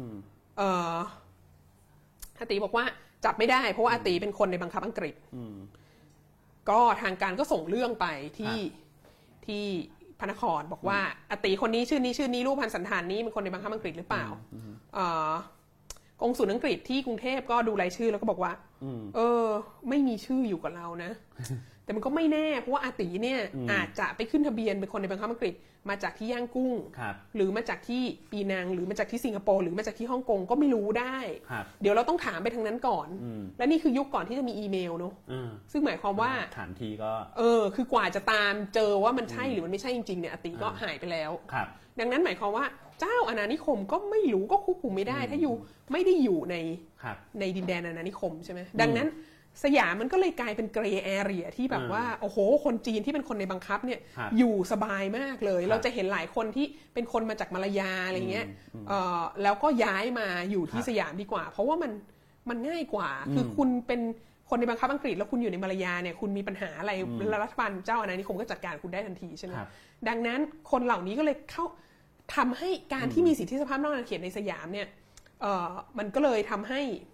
อาตีบอกว่าจับไม่ได้เพราะว่าอาตีเป็นคนในบังคับอังกฤษก็ทางการก็ส่งเรื่องไปที่พระนครบอกว่าอาตีคนนี้ชื่อนี้รูปพรรณสันฐานนี้เป็นคนในบังคับอังกฤษหรือเปล่ากงสุลอังกฤษที่กรุงเทพก็ดูรายชื่อแล้วก็บอกว่าไม่มีชื่ออยู่กับเรานะ แต่มันก็ไม่แน่เพราะว่าอาตีเนี่ยอาจจะไปขึ้นทะเบียนเป็นคนในบังคับอังกฤษมาจากที่ย่างกุ้งหรือมาจากที่ปีนังหรือมาจากที่สิงคโปร์หรือมาจากที่ฮ่องกงก็ไม่รู้ได้เดี๋ยวเราต้องถามไปทางนั้นก่อนและนี่คือยุคก่อนที่จะมีอีเมลเนอะซึ่งหมายความว่าถามทีก็คือกว่าจะตามเจอว่ามันใช่หรือมันไม่ใช่จริงๆเนี่ยอาตีก็หายไปแล้วดังนั้นหมายความว่าเจ้าอาณานิคมก็ไม่รู้ก็ควบคุมไม่ได้ถ้าอยู่ไม่ได้อยู่ในดินแดนอาณานิคมใช่ไหมดังนั้นสยามมันก็เลยกลายเป็นเกรย์แอเรียที่แบบว่าโอ้โหคนจีนที่เป็นคนในบังคับเนี่ยอยู่สบายมากเลยเราจะเห็นหลายคนที่เป็นคนมาจากมาลายาอะไรเงี้ยแล้วก็ย้ายมาอยู่ที่สยามดีกว่าเพราะว่ามันง่ายกว่าคือคุณเป็นคนในบังคับอังกฤษแล้วคุณอยู่ในมาลายาเนี่ยคุณมีปัญหาอะไรรัฐบาลเจ้าอาณานิคมก็จัดการคุณได้ทันทีใช่ไหมดังนั้นคนเหล่านี้ก็เลยทำให้การที่มีสิทธิสภาพนอกอาณาเขตในสยามเนี่ยมันก็เลยทำ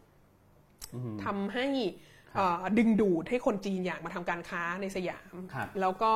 ให้ดึงดูดให้คนจีนอยากมาทำการค้าในสยามแล้วก็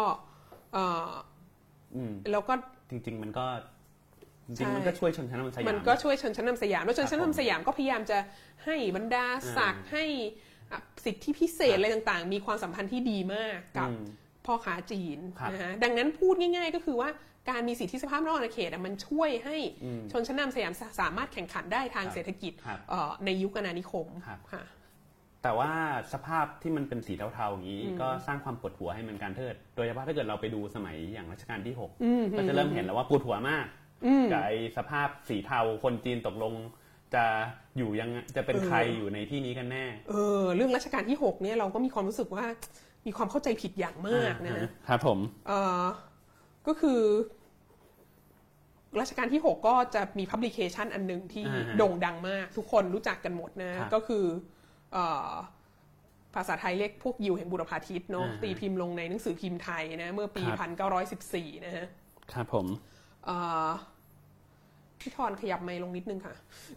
จริงๆมันก็ช่วยชนชั้นนำสยามมันก็ช่วยชนชั้นนำสยามแล้วชนชั้นนำสยามก็พยายามจะให้บรรดาศักดิ์ให้สิทธิพิเศษอะไรต่างๆมีความสัมพันธ์ที่ดีมากกับพ่อค้าจีนนะฮะดังนั้นพูดง่ายๆก็คือว่าการมีสิทธิสภาพนอกอาณาเขตมันช่วยให้ชนชั้นนำสยามสามารถแข่งขันได้ทางเศรษฐกิจในยุคอาณานิคมค่ะแต่ว่าสภาพที่มันเป็นสีเทาๆอย่างนี้ก็สร้างความปวดหัวให้เหมือนกันโดยเฉพาะถ้าเกิดเราไปดูสมัยอย่างรัชกาลที่6ก็จะเริ่มเห็นแล้วว่าปวดหัวมากกับไอ้สภาพสีเทาคนจีนตกลงจะอยู่ยังจะเป็นใครอยู่ในที่นี้กันแน่เรื่องรัชกาลที่6เนี่ยเราก็มีความรู้สึกว่ามีความเข้าใจผิดอย่างมากนะครับผมก็คือรัชกาลที่6ก็จะมีพับลิเคชันอันนึงที่โด่งดังมากทุกคนรู้จักกันหมดนะก็คือภาษาไทยเรียกพวกยิวแห่งบุรพาทิตย์เนาะตีพิมพ์ลงในหนังสือพิมพ์ไทยนะเมื่อปี1914นะฮะครับผมพี่ธรขยับไมค์ลงนิดนึงค่ะ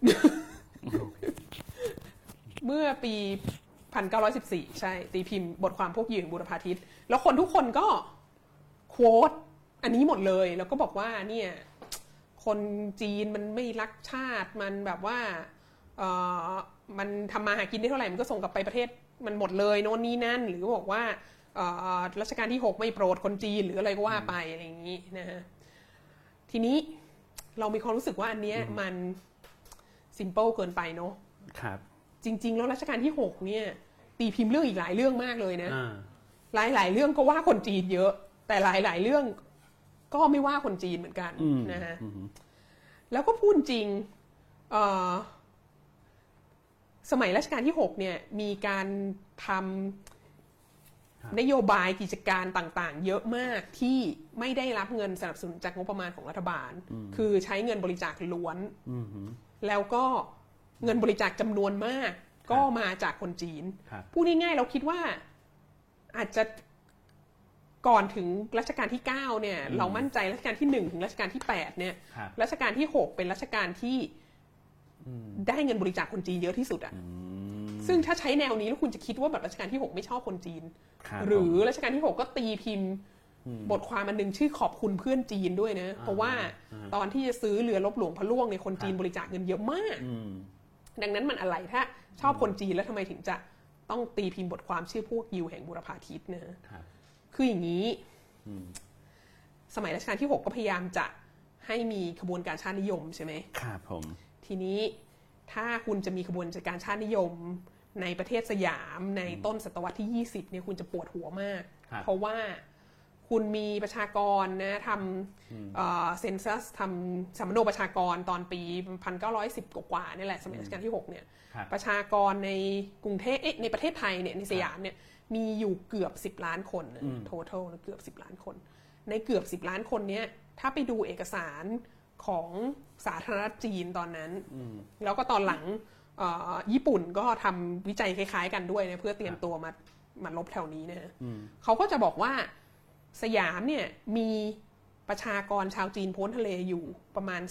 เมื่อปี1914ใช่ตีพิมพ์บทความพวกยิวแห่งบุรพาทิตย์แล้วคนทุกคนก็โค้ดอันนี้หมดเลยแล้วก็บอกว่าเนี่ยคนจีนมันไม่รักชาติมันแบบว่ามันทำมาหากินได้เท่าไหร่มันก็ส่งกลับไปประเทศมันหมดเลยโน่นนี่นั่นหรือบอกว่ารัชกาลที่6ไม่โปรดคนจีนหรืออะไรก็ว่าไปอะไรอย่างนี้นะฮะทีนี้เรามีความรู้สึกว่าอันเนี้ยมันซิมเปิลเกินไปเนาะครับจริงๆแล้วรัชกาลที่6เนี่ยตีพิมพ์เรื่องอีกหลายเรื่องมากเลยนะหลายๆเรื่องก็ว่าคนจีนเยอะแต่หลายๆเรื่องก็ไม่ว่าคนจีนเหมือนกันนะฮะแล้วก็พูดจริงสมัยรัชกาลที่6เนี่ยมีการทำนโยบายกิจการต่างๆเยอะมากที่ไม่ได้รับเงินสนับสนุนจากงบประมาณของรัฐบาลคือใช้เงินบริจาคล้วนแล้วก็เงินบริจาคจำนวนมากก็มาจากคนจีนพูดง่ายๆเราคิดว่าอาจจะก่อนถึงรัชกาลที่9เนี่ยเรามั่นใจรัชกาลที่1ถึงรัชกาลที่8เนี่ยรัชกาลที่6เป็นรัชกาลที่ได้เงินบริจาคคนจีนเยอะที่สุดอ่ะซึ่งถ้าใช้แนวนี้แล้วคุณจะคิดว่าแบบรัชกาลที่6ไม่ชอบคนจีนหรือรัชกาลที่6ก็ตีพิมพ์บทความอันนึงชื่อขอบคุณเพื่อนจีนด้วยนะเพราะว่าตอนที่จะซื้อเรือรบหลวงพระล่วงในคนจีนบริจาคเงินเยอะมากดังนั้นมันอะไรถ้าชอบคนจีนแล้วทำไมถึงจะต้องตีพิมพ์บทความชื่อพวกยิวแห่งบุรพาทิตย์นะคืออย่างนี้สมัยรัชกาลที่6ก็พยายามจะให้มีขบวนการชาตินิยมใช่ไหมครับผมทีนี้ถ้าคุณจะมีขบวนการชาตินิยมในประเทศสยามในต้นศตวรรษที่20เนี่ยคุณจะปวดหัวมากเพราะว่าคุณมีประชากรนะทำเซนซัสทำสัมมโนประชากรตอนปี1910กว่านี่แหละสมัยรัชกาลที่6เนี่ยประชากรในกรุงเทพในประเทศไทยเนี่ยในสยามเนี่ยมีอยู่เกือบ10ล้านคนtotal เกือบ10ล้านคนในเกือบ10ล้านคนเนี้ยถ้าไปดูเอกสารของสาธารณรัฐจีนตอนนั้นแล้วก็ตอนหลังญี่ปุ่นก็ทำวิจัยคล้ายๆกันด้วยนะเพื่อเตรียมตัวมาลบแถวนี้นะเขาก็จะบอกว่าสยามเนี่ยมีประชากรชาวจีนพ้นทะเลอยู่ประมาณ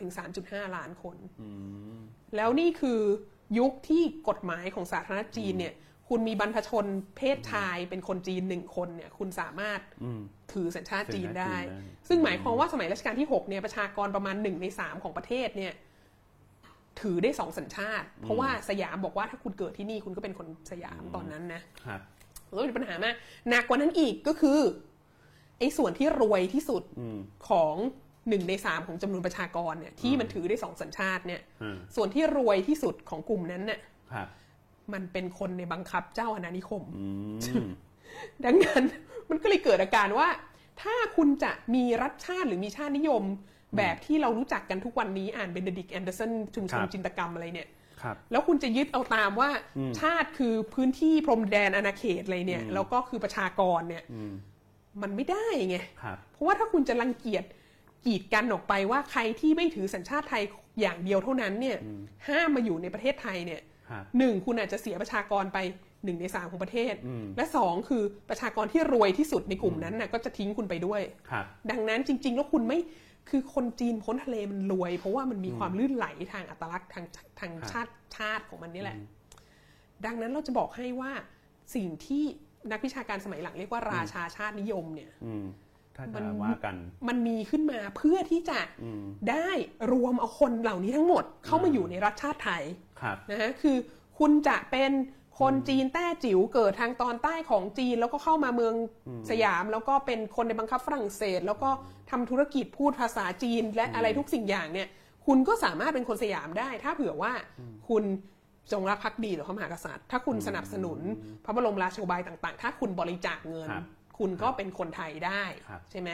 3-3.5 ล้านคนแล้วนี่คือยุคที่กฎหมายของสาธารณรัฐจีนเนี่ยคุณมีบรรพชนเพศชายเป็นคนจีน1คนเนี่ยคุณสามารถถือสัญชาติจีนได้ซึ่งหมายความว่าสมัยรัชกาลที่6เนี่ยประชากรประมาณ1ใน3ของประเทศเนี่ยถือได้2สัญชาติเพราะว่าสยามบอกว่าถ้าคุณเกิดที่นี่คุณก็เป็นคนสยามตอนนั้นนะครับแล้วมีปัญหามากหนักกว่านั้นอีกก็คือไอ้ส่วนที่รวยที่สุดของ1ใน3ของจำนวนประชากรเนี่ยที่มันถือได้2สัญชาติเนี่ยส่วนที่รวยที่สุดของกลุ่มนั้นเนี่ยมันเป็นคนในบังคับเจ้าอาณานิคมดังนั้นมันก็เลยเกิดอาการว่าถ้าคุณจะมีรัฐชาติหรือมีชาตินิยมแบบที่เรารู้จักกันทุกวันนี้อ่านเบนเดดิกต์แอนเดอร์สันชุมชนจินตกรรมอะไรเนี่ยแล้วคุณจะยึดเอาตามว่าชาติคือพื้นที่พรมแดนอาณาเขตอะไรเนี่ยแล้วก็คือประชากรเนี่ยมันไม่ได้ไงเพราะว่าถ้าคุณจะรังเกียจกีดกันออกไปว่าใครที่ไม่ถือสัญชาติไทยอย่างเดียวเท่านั้นเนี่ยห้ามมาอยู่ในประเทศไทยเนี่ย1คุณอาจจะเสียประชากรไป1ใน3ของประเทศและ2คือประชากรที่รวยที่สุดในกลุ่มนั้นน่ะก็จะทิ้งคุณไปด้วยดังนั้นจริงๆแล้วคุณไม่คือคนจีนพ้นทะเลมันรวยเพราะว่ามันมีความลื่นไหลทางอัตลักษณ์ทางชาติของมันนี่แหละดังนั้นเราจะบอกให้ว่าสิ่งที่นักวิชาการสมัยหลังเรียกว่าราชาชาตินิยมเนี่ยมันมีขึ้นมาเพื่อที่จะได้รวมเอาคนเหล่านี้ทั้งหมดเข้ามาอยู่ในรัฐชาติไทยนะฮะคือคุณจะเป็นคนจีนแต้จิ๋วเกิดทางตอนใต้ของจีนแล้วก็เข้ามาเมืองสยามแล้วก็เป็นคนในบังคับฝรั่งเศสแล้วก็ทำธุรกิจพูดภาษาจีนและอะไรทุกสิ่งอย่างเนี่ยคุณก็สามารถเป็นคนสยามได้ถ้าเผื่อว่าคุณจงรักภักดีต่อพระมหากษัตริย์ถ้าคุณสนับสนุนพระบรมราโชบายต่างๆถ้าคุณบริจาคเงินคุณก็เป็นคนไทยได้ใช่ไหม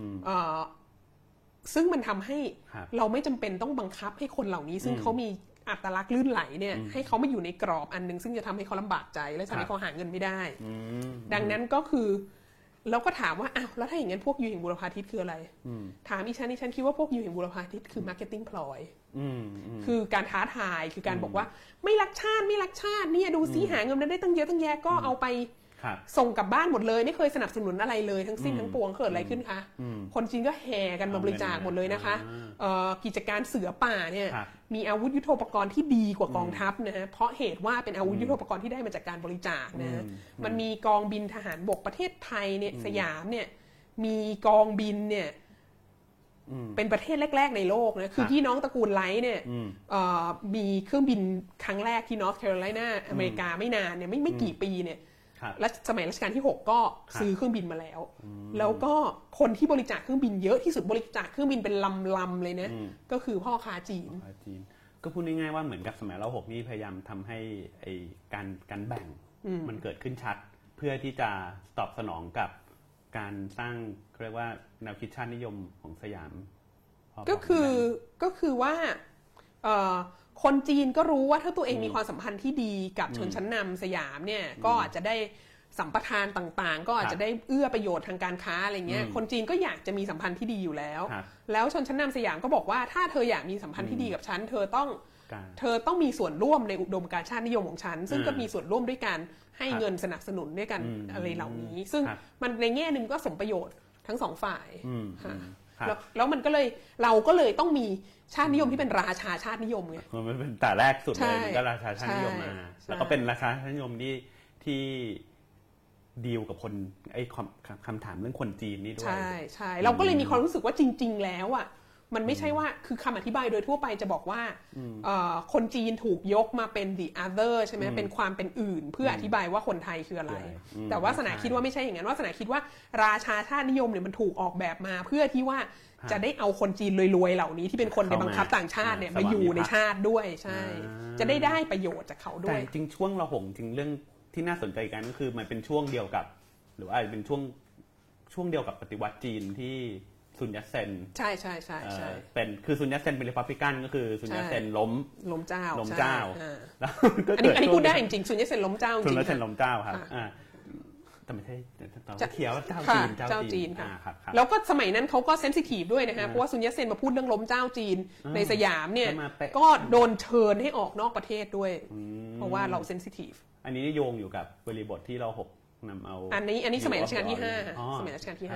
ซึ่งมันทำให้เราไม่จำเป็นต้องบังคับให้คนเหล่านี้ซึ่งเขามีอัตลักษณ์ลื่นไหลเนี่ยให้เขามาอยู่ในกรอบอันนึงซึ่งจะทำให้เขาลำบากใจและทำให้เขาหาเงินไม่ได้ดังนั้นก็คือเราก็ถามว่าอ้าวแล้วถ้าอย่างนั้นพวกยูหินบุรพาทิตย์คืออะไรถามอีฉันคิดว่าพวกยูหินบุรพาทิตย์คือ marketing ploy คือการท้าทายคือการบอกว่าไม่รักชาติเนี่ยดูซิหาเงินได้ตั้งเยอะตั้งแยะก็เอาไปส่งกลับบ้านหมดเลยไม่เคยสนับสนุนอะไรเลยทั้งสิ้นทั้งปวงเกิดอะไรขึ้นคะคนจีนก็แห่กันมาบริจาคหมดเลยนะคะกิจการเสือป่าเนี่ยมีอาวุธยุทโธปกรณ์ที่ดีกว่ากองทัพนะฮะเพราะเหตุว่าเป็นอาวุธยุทโธปกรณ์ที่ได้มาจากการบริจาคนะฮะมันมีกองบินทหารบกประเทศไทยเนี่ยสยามเนี่ยมีกองบินเนี่ยเป็นประเทศแรกๆในโลกนะคือพี่น้องตระกูลไลท์เนี่ยมีเครื่องบินครั้งแรกที่นอร์ทแคโรไลนาอเมริกาไม่นานเนี่ยไม่กี่ปีเนี่ยและสมัยรัชกาลที่6ก็ซื้อเครื่องบินมาแล้วแล้วก็คนที่บริจาคเครื่องบินเยอะที่สุดบริจาคเครื่องบินเป็นลำๆเลยนะก็คือพ่อค้าจีนก็พูดง่ายๆว่าเหมือนกับสมัยเรา6นี่พยายามทำให้การแบ่งมันเกิดขึ้นชัดเพื่อที่จะตอบสนองกับการสร้างเรียกว่าแนวคิดชาตินิยมของสยามก็คือว่าคนจีนก็รู้ว่าถ้าตัวเองมีความสัมพันธ์ที่ดีกับชนชั้นนำสยามเนี่ยก็อาจจะได้สัมปทานต่างๆก็อาจจะได้เอื้อประโยชน์ทางการค้าอะไรเงี้ยคนจีนก็อยากจะมีสัมพันธ์ที่ดีอยู่แล้วแล้วชนชั้นนำสยามก็บอกว่าถ้าเธออยากมีสัมพันธ์ที่ดีกับฉันเธอต้องมีส่วนร่วมในอุดมการณ์ชาตินิยมของฉันซึ่งก็มีส่วนร่วมด้วยการให้เงินสนับสนุนด้วยกันอะไรเหล่านี้ซึ่งมันในแง่นึงก็สมประโยชน์ทั้งสองฝ่ายแล้วมันก็เลยเราก็เลยต้องมีชาตินิยมที่เป็นราชาชาตินิยมไงมันเป็นแต่แรกสุดเลยมันก็ราชาชาตินิยมมาแล้วก็เป็นราชาชาตินิยมที่ดีลกับคนไอ้คำถามเรื่องคนจีนนี่ด้วยใช่เราก็เลยมีความรู้สึกว่าจริงๆแล้วอ่ะมันไม่ใช่ว่าคือคำอธิบายโดยทั่วไปจะบอกว่าคนจีนถูกยกมาเป็น the other ใช่ไหมเป็นความเป็นอื่นเพื่ออธิบายว่าคนไทยคืออะไรแต่วาสนาคิดว่าไม่ใช่อย่างนั้นวาสนาคิดว่าราชาชาตินิยมเนี่ยมันถูกออกแบบมาเพื่อที่ว่าจะได้เอาคนจีนรวยๆเหล่านี้ที่เป็นคนในบังคับต่างชาติเนี่ยมาอยู่ในชาติด้วยใช่จะได้ประโยชน์จากเขาด้วยแต่จริงช่วงเราหงจริงเรื่องที่น่าสนใจกันก็คือมันเป็นช่วงเดียวกับหรือว่าเป็นช่วงเดียวกับปฏิวัติจีนที่ซุนยัตเซนใช่เป็นคือซุนยัตเซนเป็นรีพับลิกันก็คือซุนยัตเซนล้มเจ้าแล้วอันนี้พูดได้จริงๆซุนยัตเซนล้มเจ้าจริงซุนยัตเซนล้มเจ้าครับแต่ไม่ใช่เขียวเจ้าจีนค่ะแล้วก็สมัยนั้นเขาก็เซนซิทีฟด้วยนะคะเพราะว่าซุนยัตเซนมาพูดเรื่องล้มเจ้าจีนในสยามเนี่ยก็โดนเชิญให้ออกนอกประเทศด้วยเพราะว่าเราเซนซิทีฟอันนี้โยงอยู่กับบริบทที่เรา6นำเอาอันนี้สมัยรัชกาลที่5สมัยรัชกาลที่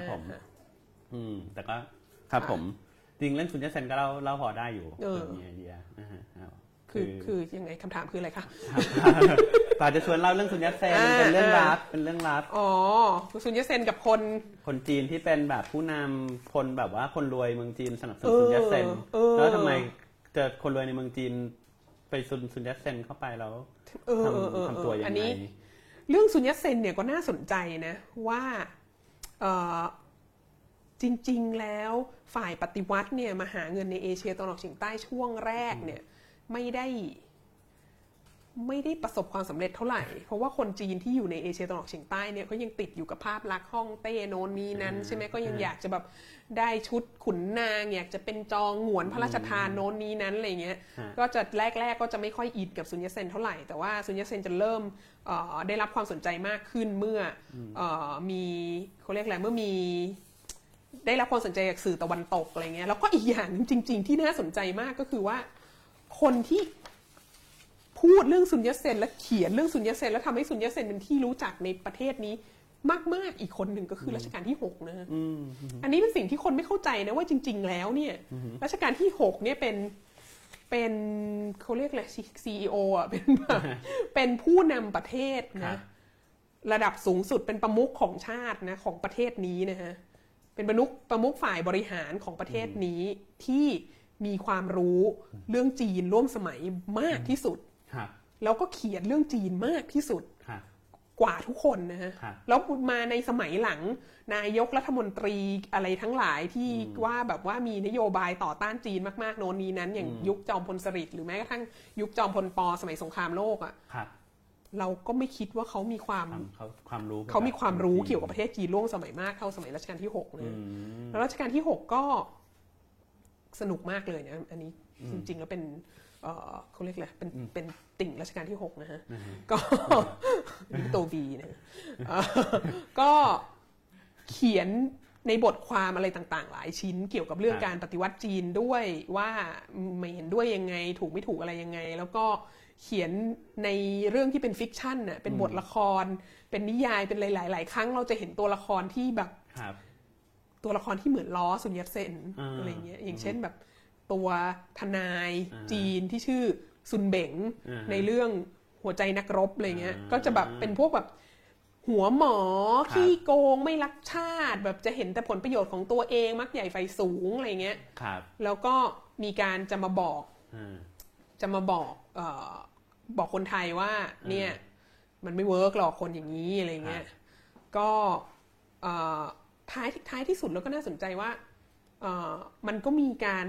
5แต่ก็ครับผมจริงเรื่องซุนยัตเซนก็เล่าพอได้อยู่มีไอเดียคือยังไงคำถามคืออะไรคะป่าจะชวนเล่าเรื่องซุนยัตเซนเป็นเรื่องลับอ๋อซุนยัตเซนกับคนจีนที่เป็นแบบผู้นำคนแบบว่าคนรวยเมืองจีนสนับสนุนซุนยัตเซนแล้วทำไมเจอคนรวยในเมืองจีนไปซุนยัตเซนเข้าไปแล้วทำตัวยังไงเรื่องซุนยัตเซนเนี่ยก็น่าสนใจนะว่าจริงๆแล้วฝ่ายปฏิวัติเนี่ยมาหาเงินในเอเชียตะวันออกเฉียงใต้ช่วงแรกเนี่ยไม่ได้ประสบความสำเร็จเท่าไหร่เพราะว่าคนจีนที่อยู่ในเอเชียตะวันออกเฉียงใต้เนี่ยเขายังติดอยู่กับภาพลักษณ์ฮ่องเต้โน่นนี้นั้นใช่ไหมก็ยังอยากจะแบบได้ชุดขุนนางอยากจะเป็นจองหงวนพระราชทานโน่นนี้นั้นอะไรเงี้ยก็จะแรกๆก็จะไม่ค่อยอินกับซุนยัตเซนเท่าไหร่แต่ว่าซุนยัตเซนจะเริ่มได้รับความสนใจมากขึ้นเมื่อมีเขาเรียกอะไรเมื่อมีได้รับความสนใจจากสื่อตะวันตกอะไรเงี้ยแล้วก็อีกอย่างจริงๆที่น่าสนใจมากก็คือว่าคนที่พูดเรื่องซุนยัตเซนและเขียนเรื่องซุนยัตเซนแล้วทำให้ซุนยัตเซนเป็นที่รู้จักในประเทศนี้มากๆอีกคนหนึ่งก็คือรัชกาลที่6นะอันนี้เป็นสิ่งที่คนไม่เข้าใจนะว่าจริงๆแล้วเนี่ยรัชกาลที่6เนี่ยเป็นเขาเรียกอะไร CEO อ่ะเป็นผู้นำประเทศนะระดับสูงสุดเป็นประมุขของชาตินะของประเทศนี้นะฮะเป็นประมุขฝ่ายบริหารของประเทศนี้ที่มีความรู้เรื่องจีนร่วมสมัยมากที่สุดแล้วก็เขียนเรื่องจีนมากที่สุดกว่าทุกคนนะฮะแล้วมาในสมัยหลังนายกรัฐมนตรีอะไรทั้งหลายที่ว่าแบบว่ามีนโยบายต่อต้านจีนมากๆโน่นนี้นั้นอย่างยุคจอมพลสฤษดิ์หรือแม้กระทั่งยุคจอมพลป.สมัยสงครามโลกอ่ะเราก็ไม่คิดว่าเขามีความรู้เกี่ยวกับประเทศจีนล่วงสมัยมากเท่าสมัยรัชกาลที่6นะแล้วรัชกาลที่6ก็สนุกมากเลยนะอันนี้จริงๆแล้วเป็นเขาเรียกอะไรเป็นติ่งรัชกาลที่6นะฮะก็ตัววีนะก็เขียนในบทความอะไรต่างๆหลายชิ้นเกี่ยวกับเรื่องการปฏิวัติจีนด้วยว่าไม่เห็นด้วยยังไงถูกไม่ถูกอะไรยังไงแล้วก็เขียนในเรื่องที่เป็นฟิกชันน่ะเป็นบทละครเป็นนิยายเป็นหลายๆครั้งเราจะเห็นตัวละครที่แบบตัวละครที่เหมือนล้อซุนยัตเซนอะไรเงี้ยอย่างเช่นแบบตัวทนายจีนที่ชื่อซุนเป๋งในเรื่องหัวใจนักรบอะไรเงี้ยก็จะแบบเป็นพวกแบบหัวหมอขี้โกงไม่รักชาติแบบจะเห็นแต่ผลประโยชน์ของตัวเองมักใหญ่ไฟสูงอะไรเงี้ยแล้วก็มีการจะมาบอกบอกคนไทยว่าเนี่ยมันไม่เวิร์กหรอกคนอย่างนี้อะไรเงี้ยก็ท้ายที่สุดแล้วก็น่าสนใจว่ามันก็มีการ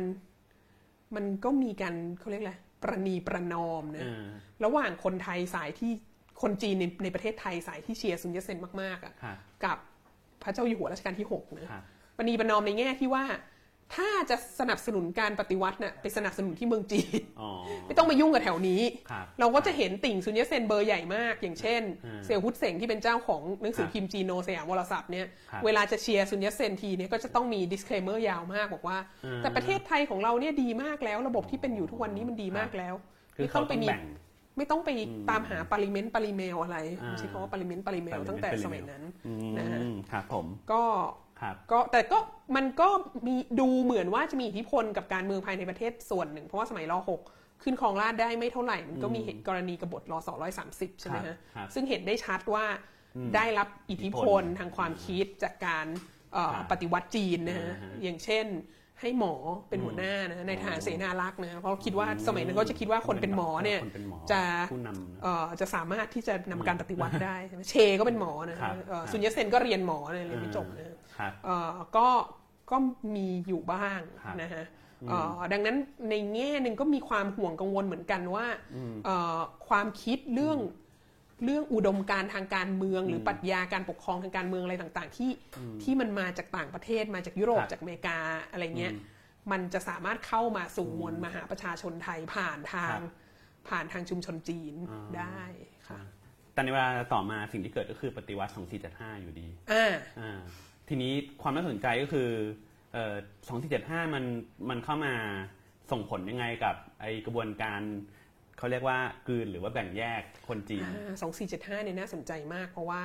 เขาเรียกอะไรประนีประนอมนะระหว่างคนไทยสายที่คนจีนในประเทศไทยสายที่เชียร์ซุนยัตเซนมากๆอ่ะกับพระเจ้าอยู่หัวรัชกาลที่6นะประนีประนอมในแง่ที่ว่าถ้าจะสนับสนุนการปฏิวัติน่ะไปสนับสนุนที่เมืองจีนไม่ต้องมายุ่งกับแถวนี้เราก็จะเห็นติ่งซุนยัตเซนเบอร์ใหญ่มากอย่างเช่นเสี่ยวฮุดเส็งที่เป็นเจ้าของหนังสือพิมพ์จีโนสยามวารสารเนี่ยเวลาจะเชียร์ซุนยัตเซนทีเนี่ยก็จะต้องมี disclaimer ยาวมากบอกว่าแต่ประเทศไทยของเราเนี่ยดีมากแล้วระบบที่เป็นอยู่ทุกวันนี้มันดีมากแล้วไม่ต้องไปตามหาปริเมนต์ปริเมลอะไรไม่ใช่คำว่าปริเมนต์ปริเมลตั้งแต่สมัยนั้นนะฮะครับผมก็แต่ก็มันก็มีดูเหมือนว่าจะมีอิทธิพลกับการเมืองภายในประเทศส่วนหนึ่งเพราะว่าสมัยร.6ขึ้นครองราชย์ได้ไม่เท่าไหร่มันก็มีเหตุกรณีกบฏร.230ใช่ไหมฮะซึ่งเห็นได้ชัดว่าได้รับอิทธิพลทางความคิดจากการปฏิวัติจีนนะฮะอย่างเช่นให้หมอเป็นหัวหน้านะในทหารเสนารักษ์นะเพราะคิดว่าสมัยนั้นก็จะคิดว่าคนเป็นหมอเนี่ยจะสามารถที่จะนำการปฏิวัติได้เชก็เป็นหมอนะซุนยัตเซนก็เรียนหมอเรียนไม่จบนะก็มีอยู่บ้างนะฮะดังนั้นในแง่หนึ่งก็มีความห่วงกังวลเหมือนกันว่าความคิดเรื่องอุดมการณ์ทางการเมืองหรือปรัชญาการปกครองทางการเมืองอะไรต่างๆที่มันมาจากต่างประเทศมาจากยุโรปจากอเมริกาอะไรเงี้ยมันจะสามารถเข้ามาสู่มวลมหาประชาชนไทยผ่านทางชุมชนจีนได้ค่ะแต่ในเวลาต่อมาสิ่งที่เกิดก็คือปฏิวัติ2475อยู่ดีทีนี้ความน่าสนใจก็คือ2475มันเข้ามาส่งผลยังไงกับไอกระบวนการเขาเรียกว่ากลืนหรือว่าแบ่งแยกคนจีน 2475เนี่ยน่าสนใจมากเพราะว่า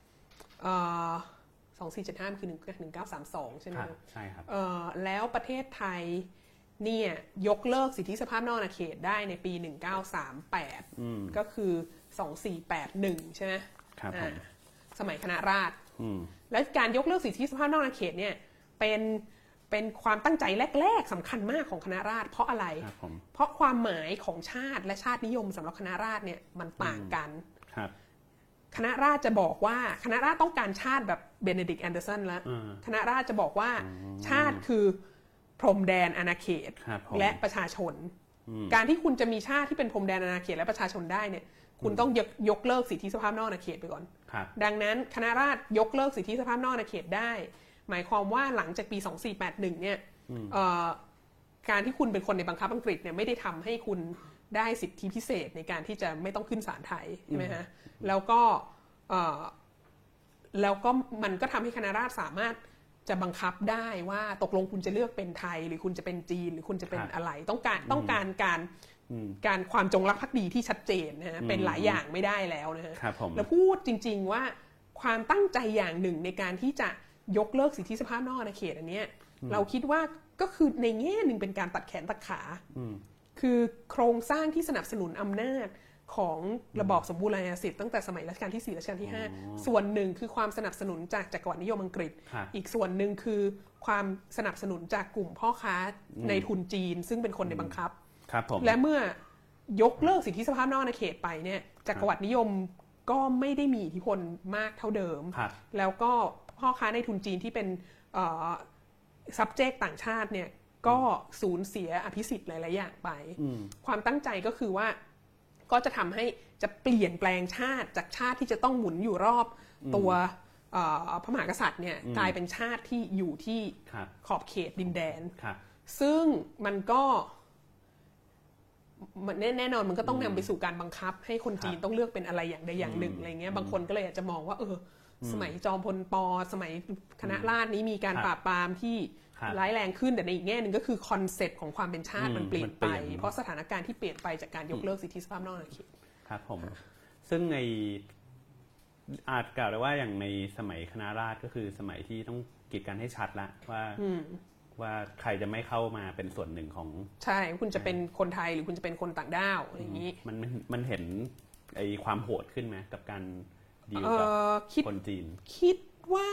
2475มันคือ1932ใช่ไหมครับใช่ครับแล้วประเทศไทยเนี่ยยกเลิกสิทธิสภาพนอกอาณาเขตได้ในปี1938ก็คือ2481ใช่ไหมครับสมัยคณะราษฎรแล้วการยกเลิกสิทธิสภาพนอกอาณาเขตเนี่ยเป็นความตั้งใจแรกๆสำคัญมากของคณะราษฎรเพราะอะไรเพราะความหมายของชาติและชาตินิยมสำหรับคณะราษฎรเนี่ยมันต่างกันคณะราษฎรจะบอกว่าคณะราษฎรต้องการชาติแบบเบเนดิกต์แอนเดอร์สันแล้วคณะราษฎรจะบอกว่าชาติคือพรมแดนอาณาเขตและประชาชนการที่คุณจะมีชาติที่เป็นพรมแดนอาณาเขตและประชาชนได้เนี่ยคุณต้องยกเลิกสิทธิสภาพนอกอาณาเขตไปก่อนดังนั้นคณะราษฎรยกเลิกสิทธิสภาพนอกอาณาเขตได้หมายความว่าหลังจากปี2481เนี่ยการที่คุณเป็นคนในบังคับอังกฤษเนี่ยไม่ได้ทำให้คุณได้สิทธิพิเศษในการที่จะไม่ต้องขึ้นศาลไทยใช่ไหมฮะแล้วก็มันก็ทำให้คณะราษฎรสามารถจะบังคับได้ว่าตกลงคุณจะเลือกเป็นไทยหรือคุณจะเป็นจีนหรือคุณจะเป็นอะไรต้องการการความจงรักภักดีที่ชัดเจนนะฮะเป็นหลายอย่างไม่ได้แล้วนะฮะแล้วพูดจริงๆว่าความตั้งใจอย่างหนึ่งในการที่จะยกเลิกสิทธิสภาพนอกอาณาเขตอันนี้เราคิดว่าก็คือในแง่หนึ่งเป็นการตัดแขนตัดขาคือโครงสร้างที่สนับสนุนอำนาจของระบอบสมบูรณาญาสิทธิ์ตั้งแต่สมัยรัชกาลที่4รัชกาลที่5ส่วนหนึ่งคือความสนับสนุนจากจักรวรรดินิยมอังกฤษอีกส่วนหนึ่งคือความสนับสนุนจากกลุ่มพ่อค้าในทุนจีนซึ่งเป็นคนในบังคับและเมื่อยกเลิกสิทธิสภาพนอกอาณาเขตไปเนี่ยจักรวรรดินิยมก็ไม่ได้มีอิทธิพลมากเท่าเดิมแล้วก็พ่อค้าในทุนจีนที่เป็นsubject ต่างชาติเนี่ยก็สูญเสียอภิสิทธิ์หลายๆอย่างไปความตั้งใจก็คือว่าก็จะทำให้จะเปลี่ยนแปลงชาติจากชาติที่จะต้องหมุนอยู่รอบตัวพระมหากษัตริย์เนี่ยกลายเป็นชาติที่อยู่ที่ขอบเขตดินแดนซึ่งมันก็แน่นอนมันก็ต้องนำไปสู่การบังคับให้คนจีนต้องเลือกเป็นอะไรอย่างใดอย่างหนึ่งอะไรเงี้ยบางคนก็เลยอาจจะมองว่าสมัยจอมพลป.สมัยคณะราษฎรนี้มีการปราบปรามที่ร้ายแรงขึ้นแต่ในอีกแง่หนึ่งก็คือคอนเซ็ปต์ของความเป็นชาติมันเปลี่ยนไปเพราะสถานการณ์ที่เปลี่ยนไปจากการยกเลิกสิทธิสภาพนอกอาณาเขตครับผมซึ่งในอาจกล่าวได้ว่าอย่างในสมัยคณะราษฎรก็คือสมัยที่ต้องกีดกันให้ชัดละว่าใครจะไม่เข้ามาเป็นส่วนหนึ่งของใช่คุณจะเป็นคนไทยหรือคุณจะเป็นคนต่างด้าวอะไรอย่างนี้มันเห็นไอ้ความโหดขึ้นไหมกับการดีลกับคนจีนคิดว่า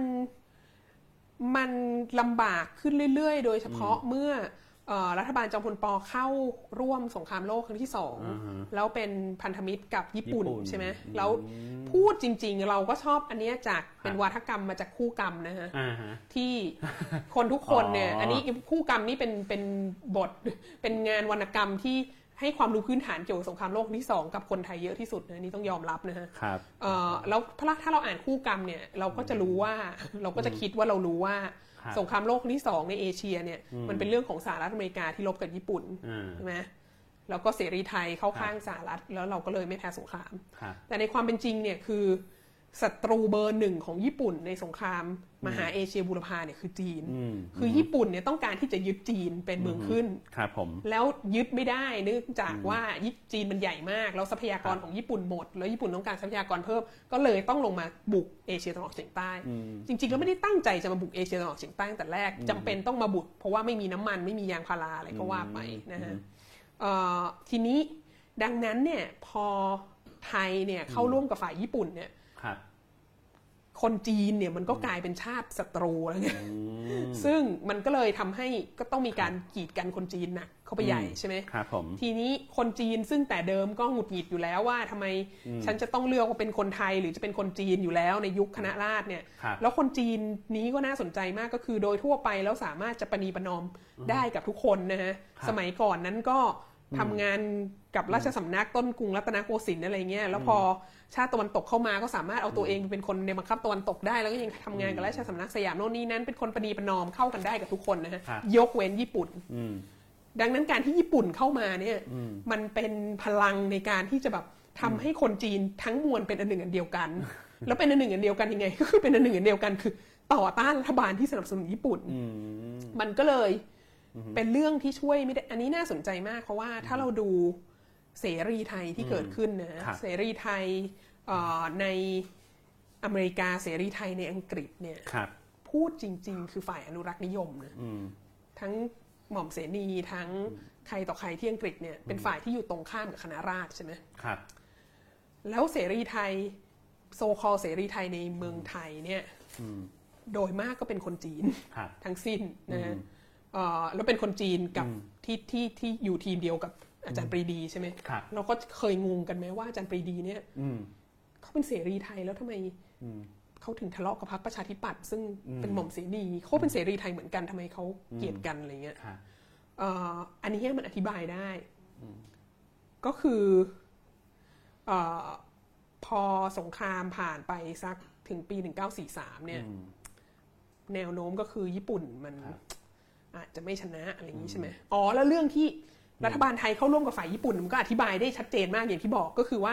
มันลำบากขึ้นเรื่อยๆโดยเฉพาะเมื่อรัฐบาลจอมพลป.เข้าร่วมสงครามโลกครั้งที่2แล้วเป็นพันธมิตรกับญี่ปุ่นใช่ไหมแล้วพูดจริงๆเราก็ชอบอันนี้จากเป็นวาทกรรมมาจากคู่กรรมนะฮะที่คนทุกคนเนี่ยอันนี้คู่กรรมนี่เป็นบทเป็นงานวรรณกรรมที่ให้ความรู้พื้นฐานเกี่ยวกับสงครามโลกที่2กับคนไทยเยอะที่สุดนะนี่ต้องยอมรับนะฮะแล้วถ้าเราอ่านคู่กรรมเนี่ยเราก็จะรู้ว่าเราก็จะคิดว่าเรารู้ว่าสงครามโลกที่2ในเอเชียเนี่ยมันเป็นเรื่องของสหรัฐอเมริกาที่รบกับญี่ปุ่นใช่ไหมแล้วก็เสรีไทยเข้าข้างสหรัฐแล้วเราก็เลยไม่แพ้สงครามแต่ในความเป็นจริงเนี่ยคือศัตรูเบอร์1ของญี่ปุ่นในสงครามมหาเอเชียบูรพาเนี่ยคือจีนคือญี่ปุ่นเนี่ยต้องการที่จะยึดจีนเป็นเมืองขึ้นครับผมแล้วยึดไม่ได้เนื่องจากว่าจีนมันใหญ่มากแล้วทรัพยากรของญี่ปุ่นหมดแล้วญี่ปุ่นต้องการทรัพยากรเพิ่มก็เลยต้องลงมาบุกเอเชียตะวันออกเฉียงใต้จริงๆก็ไม่ได้ตั้งใจจะมาบุกเอเชียตะวันออกเฉียงใต้ตั้งแต่แรกจำเป็นต้องมาบุกเพราะว่าไม่มีน้ำมันไม่มียางพาราอะไรก็ว่าไปนะฮะทีนี้ดังนั้นเนี่ยพอไทยเนี่ยเข้าร่วมกับฝ่ายญี่ปุ่นเนี่ยคนจีนเนี่ยมันก็กลายเป็นชาติศัตรูแล้วไงซึ่งมันก็เลยทำให้ก็ต้องมีการกีดกันคนจีนหนักเข้าไปใหญ่ใช่ไหมครับผมทีนี้คนจีนซึ่งแต่เดิมก็หงุดหงิดอยู่แล้วว่าทำไมฉันจะต้องเลือกว่าเป็นคนไทยหรือจะเป็นคนจีนอยู่แล้วในยุคคณะราษฎรเนี่ยแล้วคนจีนนี้ก็น่าสนใจมากก็คือโดยทั่วไปแล้วสามารถจะประนีประนอมได้กับทุกคนนะฮะสมัยก่อนนั้นก็ทำงานกับราชสำนักต้นกรุงรัตนโกสินทร์อะไรเงี้ยแล้วพอชาติตะวันตกเข้ามาก็สามารถเอาตัวเองเป็นคนในบังคับตะวันตกได้แล้วก็ยังทำงานกับราชสำนักสยามโน่นนี่นั้นเป็นคนประนีประนอมเข้ากันได้กับทุกคนนะฮะยกเว้นญี่ปุ่นดังนั้นการที่ญี่ปุ่นเข้ามาเนี่ยมันเป็นพลังในการที่จะแบบทำให้คนจีนทั้งมวลเป็นอันหนึ่งอันเดียวกันแล้วเป็นอันหนึ่งอันเดียวกันยังไงก็คือเป็นอันหนึ่งอันเดียวกันคือต่อต้านรัฐบาลที่สนับสนุนญี่ปุ่นมันก็เลยเป็นเรื่องที่ช่วยไม่ได้อันนี้น่าสนใจมากเพราะว่าถ้าเราดูเสรีไทยที่เกิดขึ้นนะเสรีไทยในอเมริกาเสรีไทยในอังกฤษเนี่ยพูดจริงๆคือฝ่ายอนุรักษ์นิยมนะทั้งหม่อมเสนีทั้งใครต่อใครที่อังกฤษเนี่ยเป็นฝ่ายที่อยู่ตรงข้ามกับคณะราษฎรใช่ไหมครับแล้วเสรีไทยโซคอลเสรีไทยในเมืองไทยเนี่ยโดยมากก็เป็นคนจีนทั้งสิ้นนะแล้วเป็นคนจีนกับที่อยู่ทีมเดียวกับอาจารย์ปรีดีใช่ไหมเราก็เคยงงกันไหมว่าอาจารย์ปรีดีเนี่ยเขาเป็นเสรีไทยแล้วทำไมเขาถึงทะเลาะกับพรรคประชาธิปัตย์ซึ่งเป็นหม่อมเสนีเขาเป็นเสรีไทยเหมือนกันทำไมเขาเกลียดกันอะไรเงี้ยอันนี้มันอธิบายได้ก็คือพอสงครามผ่านไปสักถึงปี1943เนี่ยแนวโน้มก็คือญี่ปุ่นมันอาจจะไม่ชนะอะไรอย่างนี้ใช่ไหมแล้วเรื่องที่รัฐบาลไทยเข้าร่วมกับฝ่ายญี่ปุ่นมันก็อธิบายได้ชัดเจนมากอย่างที่บอกก็คือว่า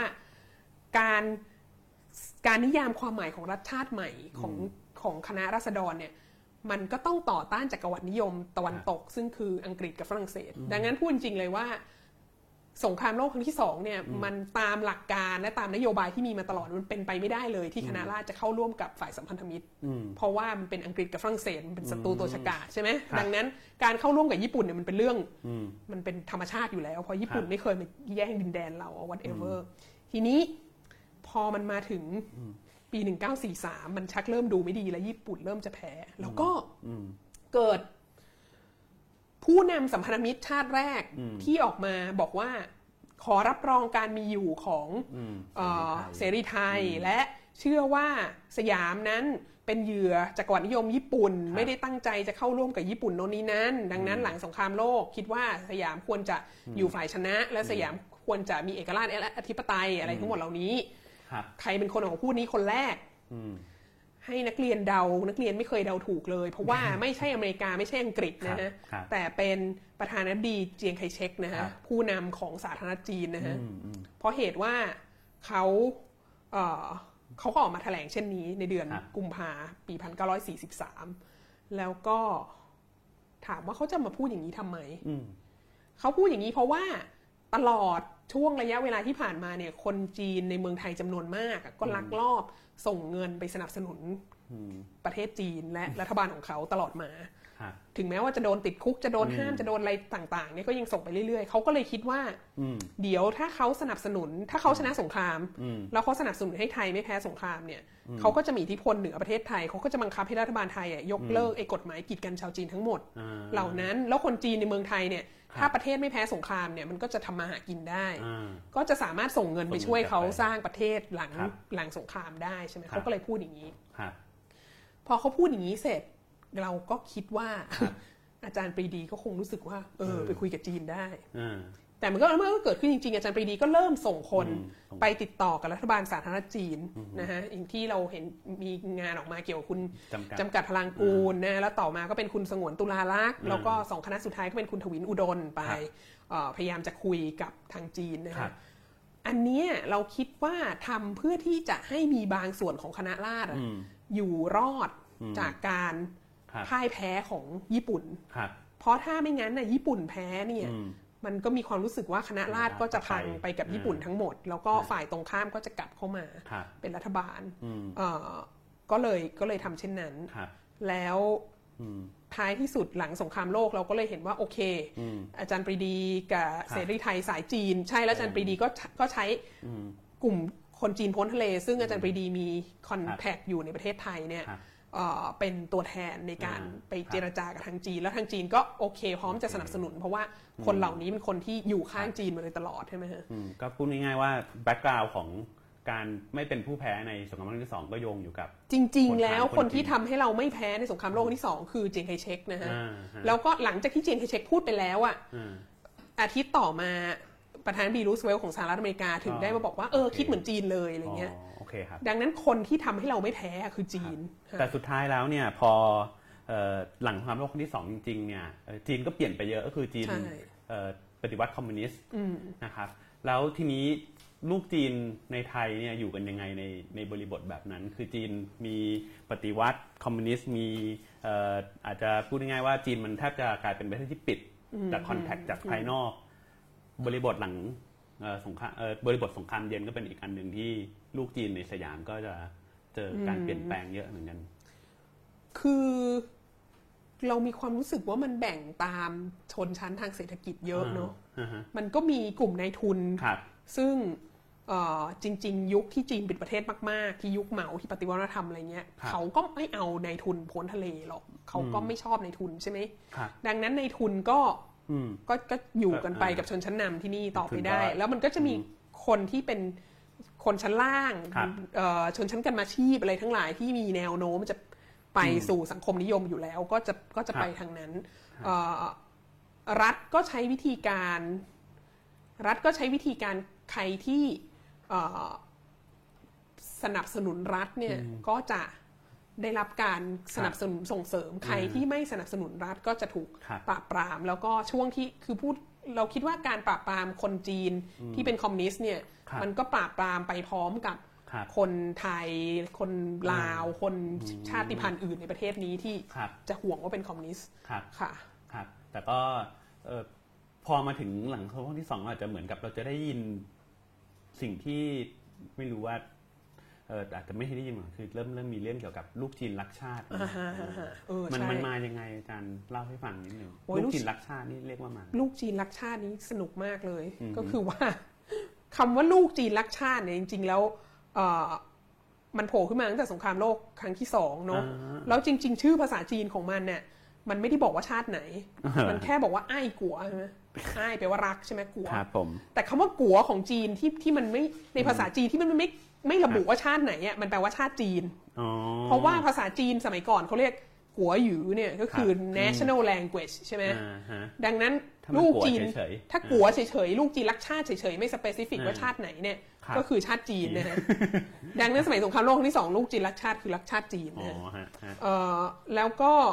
การนิยามความหมายของรัฐชาติใหม่ของคณะราษฎรเนี่ยมันก็ต้องต่อต้านจักรวรรดินิยมตะวันตกซึ่งคืออังกฤษกับฝรั่งเศสดังนั้นพูดจริงเลยว่าสงครามโลกครั้งที่2เนี่ยมันตามหลักการและตามนโยบายที่มีมาตลอดมันเป็นไปไม่ได้เลยที่คณะราษฎรจะเข้าร่วมกับฝ่ายสัมพันธมิตรเพราะว่ามันเป็นอังกฤษกับฝรั่งเศสมันเป็นศัตรูตัวฉกาจใช่ไหมดังนั้นการเข้าร่วมกับญี่ปุ่นเนี่ยมันเป็นเรื่องมันเป็นธรรมชาติอยู่แล้วเพราะญี่ปุ่นไม่เคยมาแย่งดินแดนเรา whatever ทีนี้พอมันมาถึงปี1943มันชักเริ่มดูไม่ดีแล้วญี่ปุ่นเริ่มจะแพ้แล้วก็เกิดผู้นำสัมพันธมิตรชาติแรกที่ออกมาบอกว่าขอรับรองการมีอยู่ของเสรีไทยและเชื่อว่าสยามนั้นเป็นเหยื่อจักรวรรดินิยมญี่ปุ่นไม่ได้ตั้งใจจะเข้าร่วมกับญี่ปุ่นโน่นนี้นั้นดังนั้นหลังสงครามโลกคิดว่าสยามควรจะอยู่ฝ่ายชนะและสยามควรจะมีเอกราชและอธิปไตยอะไรทั้งหมดเหล่านี้ใครเป็นคนออกมาพูดนี้คนแรกให้นักเรียนเดานักเรียนไม่เคยเดาถูกเลยเพราะว่าไม่ใช่อเมริกาไม่ใช่อังกฤษนะฮะแต่เป็นประธานาธิบดีเจียงไคเชกนะฮะผู้นำของสาธารณรัฐจีนนะฮะเพราะเหตุว่าเขาก็ออกมาแถลงเช่นนี้ในเดือนกุมภาพันธ์ปี 1943แล้วก็ถามว่าเขาจะมาพูดอย่างนี้ทำไมเขาพูดอย่างนี้เพราะว่าตลอดช่วงระยะเวลาที่ผ่านมาเนี่ยคนจีนในเมืองไทยจำนวนมากก็ลักลอบส่งเงินไปสนับสนุนประเทศจีนและรัฐบาลของเขาตลอดมาถึงแม้ว่าจะโดนติดคุกจะโดนห้ามจะโดนอะไรต่างๆเนี่ยก็ยังส่งไปเรื่อยๆเขาก็เลยคิดว่าเดี๋ยวถ้าเขาสนับสนุนถ้าเขาชนะสงครามแล้วเขาสนับสนุนให้ไทยไม่แพ้สงครามเนี่ยเขาก็จะมีอิทธิพลเหนือประเทศไทยเขาก็จะบังคับให้รัฐบาลไทยยกเลิกไอ้กฎหมายกีดกันชาวจีนทั้งหมดเหล่านั้นแล้วคนจีนในเมืองไทยเนี่ยถ้าประเทศไม่แพ้สงครามเนี่ยมันก็จะทำมาหากินได้ก็จะสามารถส่งเงินไปช่วยเขาสร้างประเทศหลังสงครามได้ใช่ไหมเขาก็เลยพูดอย่างนี้พอเขาพูดอย่างนี้เสร็จเราก็คิดว่าอาจารย์ปรีดีก็คงรู้สึกว่าไปคุยกับจีนได้แต่เมื่อเกิดขึ้นจริงๆอาจารย์ปรีดีก็เริ่มส่งคนไปติดต่อกับรัฐบาลสาธารณรัฐจีนนะฮะอย่างที่เราเห็นมีงานออกมาเกี่ยวกับคุณจำกัดพลังกูลนะแล้วต่อมาก็เป็นคุณสงวนตุลาลักษณ์แล้วก็2คณะสุดท้ายก็เป็นคุณทวินอุดมไปพยายามจะคุยกับทางจีนนะฮะอันนี้เราคิดว่าทำเพื่อที่จะให้มีบางส่วนของคณะราษฎรอยู่รอดจากการพ่ายแพ้ของญี่ปุ่นเพราะถ้าไม่งั้นน่ะญี่ปุ่นแพ้เนี่ยมันก็มีความรู้สึกว่าคณะราษฎรก็จะพังไปกับญี่ปุ่นทั้งหมดแล้วก็ฝ่ายตรงข้ามก็จะกลับเข้ามาเป็นรัฐบาลก็เลยทำเช่นนั้นแล้วท้ายที่สุดหลังสงครามโลกเราก็เลยเห็นว่าโอเคอาจารย์ปรีดีกับเสรีไทยสายจีนใช่แล้วอาจารย์ปรีดีก็ใช้กลุ่มคนจีนพ้นทะเลซึ่งอาจารย์ปรีดีมีคอนแทคอยู่ในประเทศไทยเนี่ยเป็นตัวแทนในการไปเจรจากับทางจีนแล้วทางจีนก็โอเคพร้อมจะสนับสนุนเพราะว่าคนเหล่านี้เป็นคนที่อยู่ข้างจีนมาโดยตลอดใช่ไหมฮะก็พูดง่ายๆว่าแบ็กกราวด์ของการไม่เป็นผู้แพ้ในสงครามโลกที่2ก็โยงอยู่กับจริงๆแล้วคนที่ทำให้เราไม่แพ้ในสงครามโลกที่2คือเจียงไคเชกนะฮะแล้วก็หลังจากที่เจียงไคเชกพูดไปแล้วอาทิตย์ต่อมาประธานาธิบดีรูสเวลต์ของสหรัฐอเมริกาถึงได้มาบอกว่าคิดเหมือนจีนเลยอะไรเงี้ยดังนั้นคนที่ทำให้เราไม่แพ้คือจีนแต่สุดท้ายแล้วเนี่ยพอหลังสงครามโลกครั้งที่2จริงๆเนี่ยจีนก็เปลี่ยนไปเยอะก็คือจีนปฏิวัติคอมมิวนิสต์นะครับแล้วทีนี้ลูกจีนในไทยเนี่ยอยู่กันยังไงในบริบทแบบนั้นคือจีนมีปฏิวัติคอมมิวนิสต์มีอาจจะพูดง่ายๆว่าจีนมันแทบจะกลายเป็นประเทศที่ปิดจากคอนแทคจากภายนอกบริบทหลังสงครามบริบทสงครามเย็นก็เป็นอีกอันหนึ่งที่ลูกจีนในสยามก็จะเจอการเปลี่ยนแปลงเยอะเหมือนกันคือเรามีความรู้สึกว่ามันแบ่งตามชนชั้นทางเศรษฐกิจเยอะเนาะมันก็มีกลุ่มนายทุนซึ่งจริงๆยุคที่จีนเป็นประเทศมากๆที่ยุคเหมาที่ปฏิวัติธรรมอะไรเงี้ยเขาก็ไม่เอานายทุนพ้นทะเลหรอกเขาก็ไม่ชอบนายทุนใช่ไหมดังนั้นนายทุนก็อยู่กันไปกับชนชั้นนำที่นี่ต่อไปได้แล้วมันก็จะมีคนที่เป็นคนชั้นล่างชนชั้นกรรมาชีพอะไรทั้งหลายที่มีแนวโน้มจะไปสู่สังคมนิยมอยู่แล้วก็จะไปทางนั้นรัฐก็ใช้วิธีการใครที่สนับสนุนรัฐเนี่ยก็จะได้รับการสนับสนุนส่งเสริมใครที่ไม่สนับสนุนรัฐก็จะถูกปราบปรามแล้วก็ช่วงที่คือเราคิดว่าการปราบปรามคนจีนที่เป็นคอมมิวนิสต์เนี่ยมันก็ปราบปรามไปพร้อมกับคนไทยคนลาวคนชาติพันธุ์อื่นในประเทศนี้ที่จะห่วงว่าเป็นคอมมิวนิสต์ค่ะครับแต่ก็พอมาถึงหลังสงครามที่2อาจจะเหมือนกับเราจะได้ยินสิ่งที่ไม่รู้ว่าอาจจะไม่ได้ยินหรอกคือเริ่มมีเรื่องเกี่ยวกับลูกจีนรักชาติมันมายังไงอาจารย์เล่าให้ฟังนิดนึงลูกจีนรักชาตินี่เรียกว่ามันลูกจีนรักชาตินี้สนุกมากเลยก็คือว่าคำว่าลูกจีนรักชาติเนี่ยจริงๆแล้วมันโผล่ขึ้นมาตั้งแต่สงครามโลกครั้งที่2เนาะแล้วจริงๆชื่อภาษาจีนของมันเนี่ยมันไม่ได้บอกว่าชาติไหนมันแค่บอกว่าไอ้กัวใช่ไหมอ้ายแปลว่ารักใช่ไหมกัวครับผมแต่คำว่ากัวของจีนที่มันไม่ในภาษาจีนที่มันไม่ระบุว่าชาติไหนอ่ะมันแปลว่าชาติจีนเพราะว่าภาษาจีนสมัยก่อนเขาเรียกกัวหยูเนี่ยก็คือ national language ใช่ไหมดังนั้นลูกจีนถ้ากัวเฉยๆลูกจีนรักชาติเฉยๆไม่ specific ว่าชาติไหนเนี่ยก็คือชาติจีนนะฮะดังนั้นสมัยสงครามโลกครั้งที่2ลูกจีนรักชาติคือรักชาติจีนนะแล้ว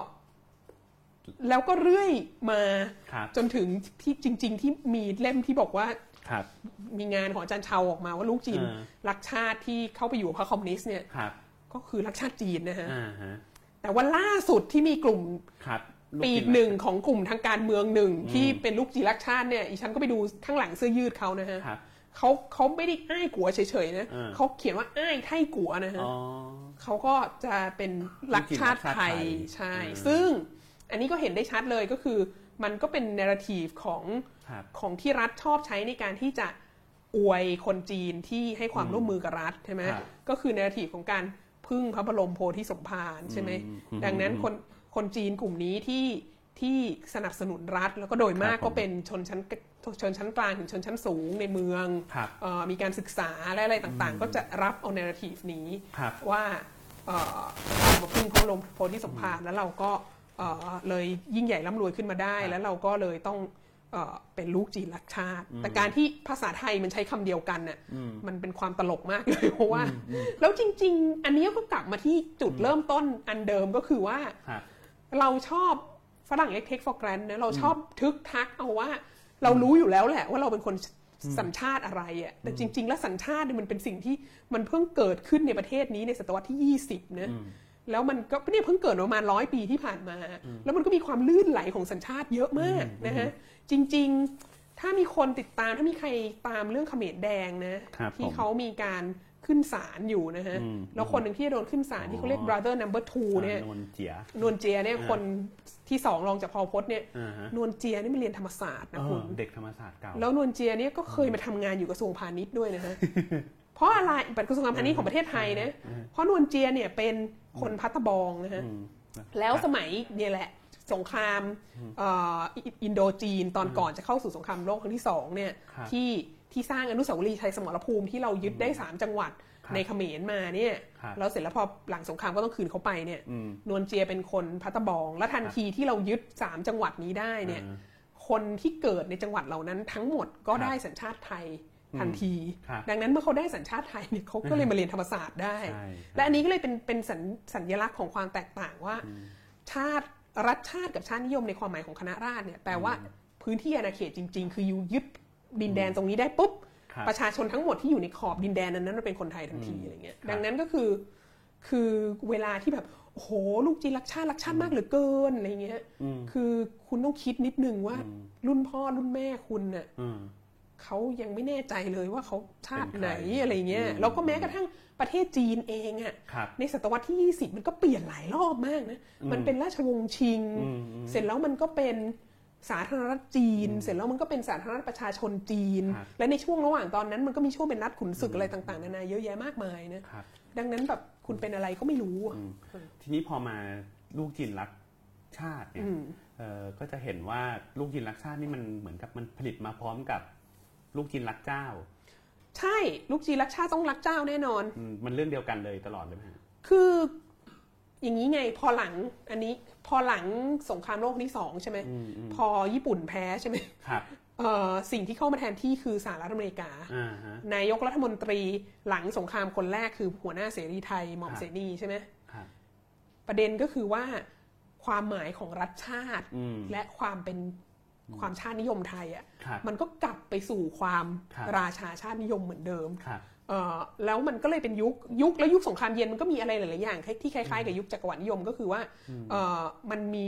ก็เรื่อยมาจนถึงที่จริงๆที่มีเล่มที่บอกว่ามีงานของอาจารย์เชาออกมาว่าลูกจีนรักชาติที่เข้าไปอยู่กับพรรคคอมมิวนิสต์เนี่ยก็คือรักชาติจีนนะฮะแต่ว่าล่าสุดที่มีกลุ่มปีกหนึ่งของกลุ่มทางการเมืองหนึ่งที่เป็นลูกจีนรักชาติเนี่ยอีฉันก็ไปดูข้างหลังเสื้อยืดเขานะฮะเขาไม่ได้อ้ายกัวเฉยๆนะเขาเขียนว่าอ้ายไทกัวนะฮะเขาก็จะเป็นรักชาติไทยใช่ซึ่งอันนี้ก็เห็นได้ชัดเลยก็คือมันก็เป็นเนราทีฟของที่รัฐชอบใช้ในการที่จะอวยคนจีนที่ให้ความร่วมมือกับรัฐใช่ไหมก็คือเนราทีฟของการพึ่งพระบรมโพธิสมภารใช่ไหมดังนั้นคนจีนกลุ่มนี้ที่สนับสนุนรัฐแล้วก็โดยมากก็เป็นชนชั้นกลางถึงชนชั้นสูงในเมืองมีการศึกษาและอะไรต่างๆก็จะรับเอาเนราทีฟนี้ว่ามาพึ่งพระบรมโพธิสมภารแล้วเราก็เลยยิ่งใหญ่ร่ำรวยขึ้นมาได้แล้วเราก็เลยต้องเป็นลูกจีนรักชาติแต่การที่ภาษาไทยมันใช้คำเดียวกันน่ะมันเป็นความตลกมากเลยเพราะว่าแล้วจริงๆอันนี้ก็กลับมาที่จุดเริ่มต้นอันเดิมก็คือว่าเราชอบฝรั่งเรียก take for granted นะเราชอบทึกทักเอาว่าเรารู้อยู่แล้วแหละว่าเราเป็นคนสัญชาติอะไรอ่ะแต่จริงๆแล้วสัญชาติมันเป็นสิ่งที่มันเพิ่งเกิดขึ้นในประเทศนี้ในศตวรรษที่20นะแล้วมันก็เนี่ยเพิ่งเกิดประมาณ100 ปีที่ผ่านมาแล้วมันก็มีความลื่นไหลของสัญชาติเยอะมากนะฮะจริงๆถ้ามีคนติดตามถ้ามีใครตามเรื่องเขมรแดงนะที่เขามีการขึ้นศาลอยู่นะฮะแล้วคนหนึ่งที่โดนขึ้นศาลที่เขาเรียก brother number 2เนี่ยนวลเจียเนี่ยคนที่2รองจากพอลพจน์เนี่ยนวลเจียนี่มาเรียนธรรมศาสตร์นะคุณเด็กธรรมศาสตร์เก่าแล้วนวลเจียเนี่ยก็เคยมาทำงานอยู่กระทรวงพาณิชย์ด้วยนะฮะเพราะอะไรบัตรกระทรวงการพาณิชย์ของประเทศไทยนะเพราะนวลเจียเนี่ยเป็นคนพัทบองนะฮะแล้วสมัยเนี่ยแหละสงครามอินโดจีนตอนก่อนจะเข้าสู่สงครามโลกครั้งที่2เนี่ยที่สร้างอนุสาวรีย์ชัยสมรภูมิที่เรายึดได้3จังหวัดในเขมรมาเนี่ยแล้วเสร็จแล้วพอหลังสงครามก็ต้องคืนเขาไปเนี่ยนวลเจียเป็นคนพัทบองแล้วทันทีที่เรายึด3จังหวัดนี้ได้เนี่ยคนที่เกิดในจังหวัดเหล่านั้นทั้งหมดก็ได้สัญชาติไทยทันทีดังนั้นเมื่อเขาได้สัญชาติไทยเนี่ยเขาก็เลยมาเรียนธรรมศาสตร์ได้และอันนี้ก็เลยเป็นสัญลักษณ์ของความแตกต่างว่าชาติรัฐชาติกับชาตินิยมในความหมายของคณะราษฎรเนี่ยแปลว่าพื้นที่อาณาเขตจริงๆคืออยู่ยึดดินแดนตรงนี้ได้ปุ๊บประชาชนทั้งหมดที่อยู่ในขอบดินแดนนั้นเป็นคนไทยทันทีอะไรเงี้ยดังนั้นก็คือเวลาที่แบบโอ้โหลูกจีนรักชาติมากเหลือเกินอะไรเงี้ยคือคุณต้องคิดนิดนึงว่ารุ่นพ่อรุ่นแม่คุณน่ะเขายังไม่แน่ใจเลยว่าเขาชาติไหนอะไรเงี้ยแล้วก็แม้กระทั่งประเทศจีนเองอ่ะในศตวรรษที่20มันก็เปลี่ยนหลายรอบมากนะมันเป็นราชวงศ์ชิงเสร็จแล้วมันก็เป็นสาธารณรัฐจีนเสร็จแล้วมันก็เป็นสาธารณรัฐประชาชนจีนและในช่วงระหว่างตอนนั้นมันก็มีช่วงเป็นรัฐขุนศึกอะไรต่างๆนานาเยอะแยะมากมายนะดังนั้นแบบคุณเป็นอะไรก็ไม่รู้ทีนี้พอมาลูกจีนรักชาติเนี่ยก็จะเห็นว่าลูกจีนรักชาตินี่มันเหมือนกับมันผลิตมาพร้อมกับลูกจีนรักเจ้าใช่ลูกจีนรักชาติต้องรักเจ้าแน่นอนมันเรื่องเดียวกันเลยตลอดเลยไหมคืออย่างนี้ไงพอหลังสงครามโลกที่2ใช่ไหมพอญี่ปุ่นแพ้ใช่ไหมครับสิ่งที่เข้ามาแทนที่คือสหรัฐอเมริกานายกรัฐมนตรีหลังสงครามคนแรกคือหัวหน้าเสรีไทยหม่อมเสนีใช่ไหมประเด็นก็คือว่าความหมายของรัฐชาติและความชาตินิยมไทยอ่ะมันก็กลับไปสู่ความราชาชาตินิยมเหมือนเดิมแล้วมันก็เลยเป็นยุคแล้วยุคสงครามเย็นมันก็มีอะไรหลายๆอย่างที่คล้ายๆกับยุคจักรวรรดินิยมก็คือว่ามันมี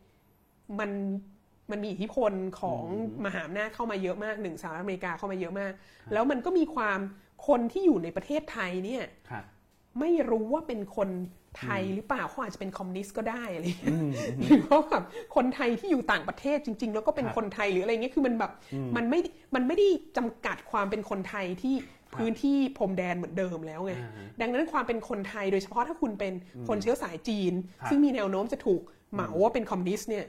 อิทธิพลของมหาอำนาจเข้ามาเยอะมากสหรัฐอเมริกาเข้ามาเยอะมากแล้วมันก็มีความคนที่อยู่ในประเทศไทยเนี่ยไม่รู้ว่าเป็นคนไทยหรือเปล่าเขาอาจจะเป็นคอมมิวนิสต์ก็ได้อะไรหรือว่าแบบคนไทยที่อยู่ต่างประเทศจริงๆแล้วก็เป็นคนไทยหรืออะไรเงี้ยคือมันแบบมันไม่ได้จำกัดความเป็นคนไทยที่พื้นที่พรมแดนเหมือนเดิมแล้วไงดังนั้นความเป็นคนไทยโดยเฉพาะถ้าคุณเป็นคนเชื้อสายจีนซึ่งมีแนวโน้มจะถูกเหมาว่าเป็นคอมมิวนิสต์เนี่ย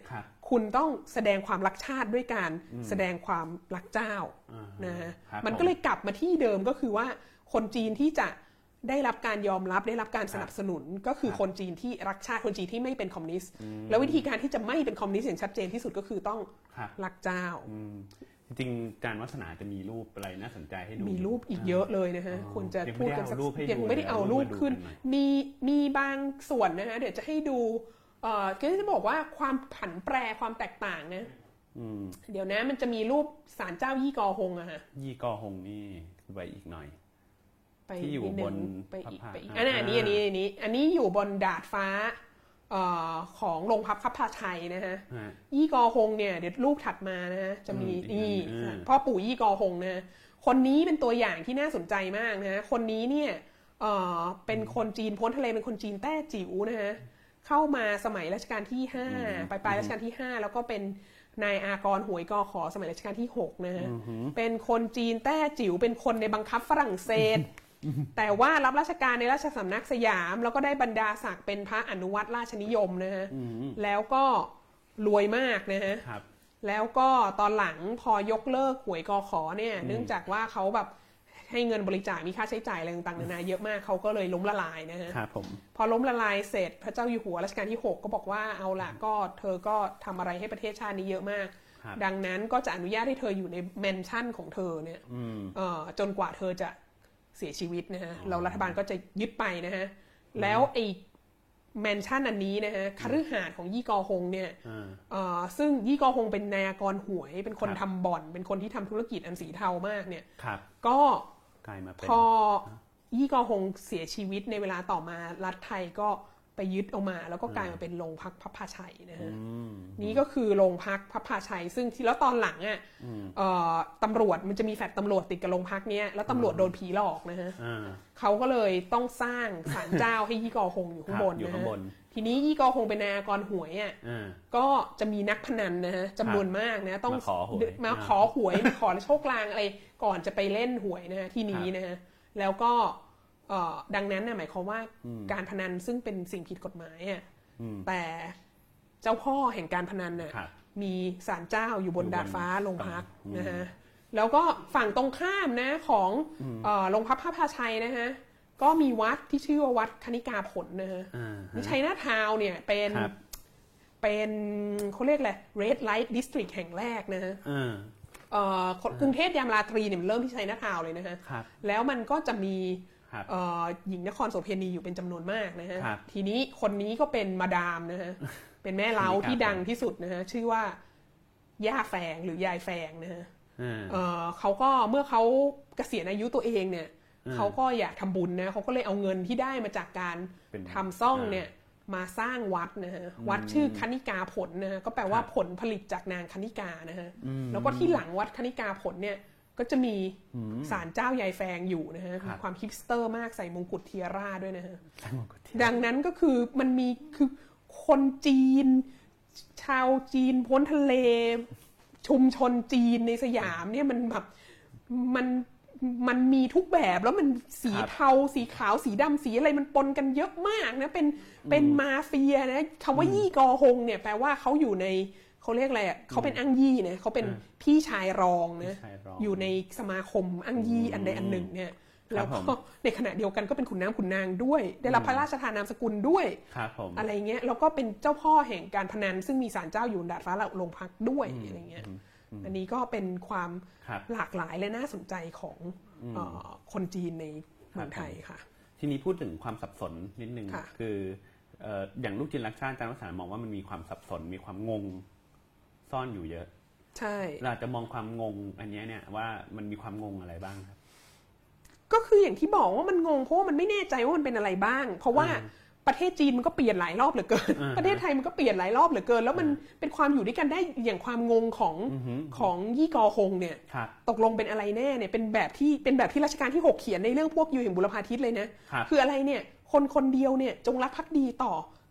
คุณต้องแสดงความรักชาติด้วยการแสดงความรักเจ้านะฮะมันก็เลยกลับมาที่เดิมก็คือว่าคนจีนที่จะได้รับการยอมรับได้รับการสนับสนุนก็คือคนจีนที่รักชาติคนจีนที่ไม่เป็นคอมมิวนิสต์แล้ววิธีการที่จะไม่เป็นคอมมิวนิสต์อย่างชัดเจนที่สุดก็คือต้องรักเจ้าจริงๆการวัฒนาจะมีรูปอะไรน่าสนใจให้ดูมีรูปอีกเยอะเลยนะฮะควรจะพูดกันสักยังไม่ได้เอารูปขึ้นมีบางส่วนนะฮะเดี๋ยวจะให้ดูก็จะบอกว่าความผันแปรความแตกต่างนะเดี๋ยวนะมันจะมีรูปศาลเจ้ายี่กอฮงอะฮะยี่กอฮงนี่ไปอีกหน่อยที่อยู่บนไปอีกอันนี้อยู่บนดาดฟ้าของโรงพักพับพาชัยนะฮะยี่กอฮงเนี่ยเดี๋ยวรูปถัดมานะฮะจะมีนี่พ่อปู่ยี่กอฮงนะคนนี้เป็นตัวอย่างที่น่าสนใจมากนะคนนี้เนี่ยเป็นคนจีนพ้นทะเลเป็นคนจีนแต้จิ๋วนะฮะเข้ามาสมัยรัชกาลที่5ปลายรัชกาลที่5แล้วก็เป็นนายอากรหวยกอขอสมัยรัชกาลที่6นะฮะเป็นคนจีนแต้จิ๋วเป็นคนในบังคับฝรั่งเศสแต่ว่ารับราชการในราชสำนักสยามแล้วก็ได้บรรดาศักดิ์เป็นพระอนุวัตรราชนิยมนะฮะแล้วก็รวยมากนะฮะแล้วก็ตอนหลังพอยกเลิกหวยกอขอเนี่ยเนื่องจากว่าเขาแบบให้เงินบริจาคมีค่าใช้จ่ายอะไรต่างๆนานาเยอะมากเขาก็เลยล้มละลายนะฮะพอล้มละลายเสร็จพระเจ้าอยู่หัวรัชกาลที่6ก็บอกว่าเอาล่ะก็เธอก็ทำอะไรให้ประเทศชาตินี้เยอะมากดังนั้นก็จะอนุญาตให้เธออยู่ในแมนชั่นของเธอเนี่ยจนกว่าเธอจะเสียชีวิตนะฮะเรารัฐบาลก็จะยึดไปนะฮะแล้วไอ้แมนชั่นอันนี้นะฮะคฤหาสน์ของยี่กอฮงเนี่ยซึ่งยี่กอฮงเป็นนายกรหวยเป็นคนทำบ่อนเป็นคนที่ทำธุรกิจอันสีเทามากเนี่ยก็พอยี่กอฮงเสียชีวิตในเวลาต่อมารัฐไทยก็ไปยึดเอามาแล้วก็กลายมาเป็นโรงพักพับพาชัยนะฮะนี่ก็คือโรงพักพับพาชัยซึ่งที่แล้วตอนหลังอ่ะตำรวจมันจะมีแฟลตตำรวจติดกับโรงพักเนี้ยแล้วตำรวจโดนผีหลอกนะฮะเขาก็เลยต้องสร้างศาลเจ้าให้ยี่กอฮงอยู่ข้างบนนะฮะทีนี้ยี่กอฮงเป็นนายกรหวยอ่ะก็จะมีนักพนันนะฮะจำนวนมากนะต้องมาขอหวยมาขอโชคลางอะไรก่อนจะไปเล่นหวยนะฮะที่นี้นะฮะแล้วก็ดังนั้นน่ะหมายความว่าการพนันซึ่งเป็นสิ่งผิดกฎหมายอ่ะแต่เจ้าพ่อแห่งการพนันน่ะมีศาลเจ้าอยู่บนดาดฟ้าโรงพักนะฮะแล้วก็ฝั่งตรงข้ามนะของโรงพักพระพาชัยนะฮะก็มีวัดที่ชื่อว่าวัดคณิกาผลนะฮะในชัยนาทาวน์เนี่ยเป็นเขาเรียกอะไร Red Light District แห่งแรกนะฮะกรุงเทพยามราตรีเนี่ยมันเริ่มที่ชัยนาทาวน์เลยนะฮะแล้วมันก็จะมีหญิงนครโสเภณีอยู่เป็นจำนวนมากนะฮะทีนี้คนนี้ก็เป็นมาดามนะฮะเป็นแม่เล้าที่ดังที่สุดนะฮะชื่อว่าย่าแฝงหรือยายแฝงนะฮะเขาก็เมื่อเขาเกษียณอายุตัวเองเนี่ยเขาก็อยากทำบุญนะเขาก็เลยเอาเงินที่ได้มาจากการทำซ่องเนี่ยมาสร้างวัดนะฮะวัดชื่อคณิกาผลนะฮะก็แปลว่าผลผลิตจากนางคณิกานะฮะแล้วก็ที่หลังวัดคณิกาผลเนี่ยก็จะมีศาลเจ้ายายแฟงอยู่นะฮะมีความฮิปสเตอร์มากใส่มงกุฎเทียร่าด้วยนะฮะดังนั้นก็คือมันมีคือคนจีนชาวจีนพ้นทะเลชุมชนจีนในสยามเนี่ยมันแบบมันมีทุกแบบแล้วมันสีเทาสีขาวสีดำสีอะไรมันปนกันเยอะมากนะเป็นมาเฟียนะคำว่ายี่กอฮงเนี่ยแปลว่าเขาอยู่ในเขาเรียกอะไรอ่ะเขาเป็นอั้งยี่เนี่ยเขาเป็นพี่ชายรองนะอยู่ในสมาคมอั้งยี่อันใดอันหนึ่งเนี่ยแล้วก็ในขณะเดียวกันก็เป็นขุนน้ำขุนนางด้วยได้รับพระราชทานนามสกุลด้วยอะไรเงี้ยแล้วก็เป็นเจ้าพ่อแห่งการพนันซึ่งมีศาลเจ้าอยู่ดาดฟ้าโรงพักด้วยอะไรเงี้ยอันนี้ก็เป็นความหลากหลายและน่าสนใจของคนจีนในเมืองไทยค่ะทีนี้พูดถึงความสับสนนิดนึงคืออย่างลูกจีนรักชาติอาจารย์วสันต์มองว่ามันมีความสับสนมีความงงซ่อนอยู่เยอะใช่เราจะมองความงงอันนี้เนี่ยว่ามันมีความงงอะไรบ้างครับก็คืออย่างที่บอกว่ามันงงเพราะว่ามันไม่แน่ใจว่ามันเป็นอะไรบ้างเพราะว่าประเทศจีนมันก็เปลี่ยนหลายรอบเหลือเกินประเทศไทยมันก็เปลี่ยนหลายรอบเหลือเกินแล้วมันเป็นความอยู่ด้วยกันได้อย่างความงงของยี่กอฮงเนี่ยตกลงเป็นอะไรแน่เนี่ยเป็นแบบที่รัชกาลที่6เขียนในเรื่องพวกยูแห่งบุรพาทิตย์เลยนะคืออะไรเนี่ยคนเดียวเนี่ยจงรักภักดีต่อ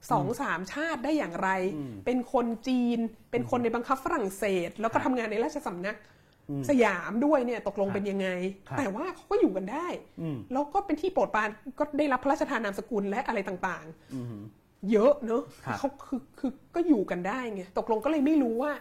2-3 ชาติได้อย่างไรเป็นคนจีนเป็นคนในบังคับฝรั่งเศสแล้วก็ทำงานในราชสำนักสยามด้วยเนี่ยตกลงเป็นยังไงแต่ว่าเขาก็อยู่กันได้แล้วก็เป็นที่โปรดปรานก็ได้รับพระราชทานนามสกุลและอะไรต่างเยอะเนอะเขาคือก็อยู่กันได้ไงตกลงก็เลยไม่รู้ว่า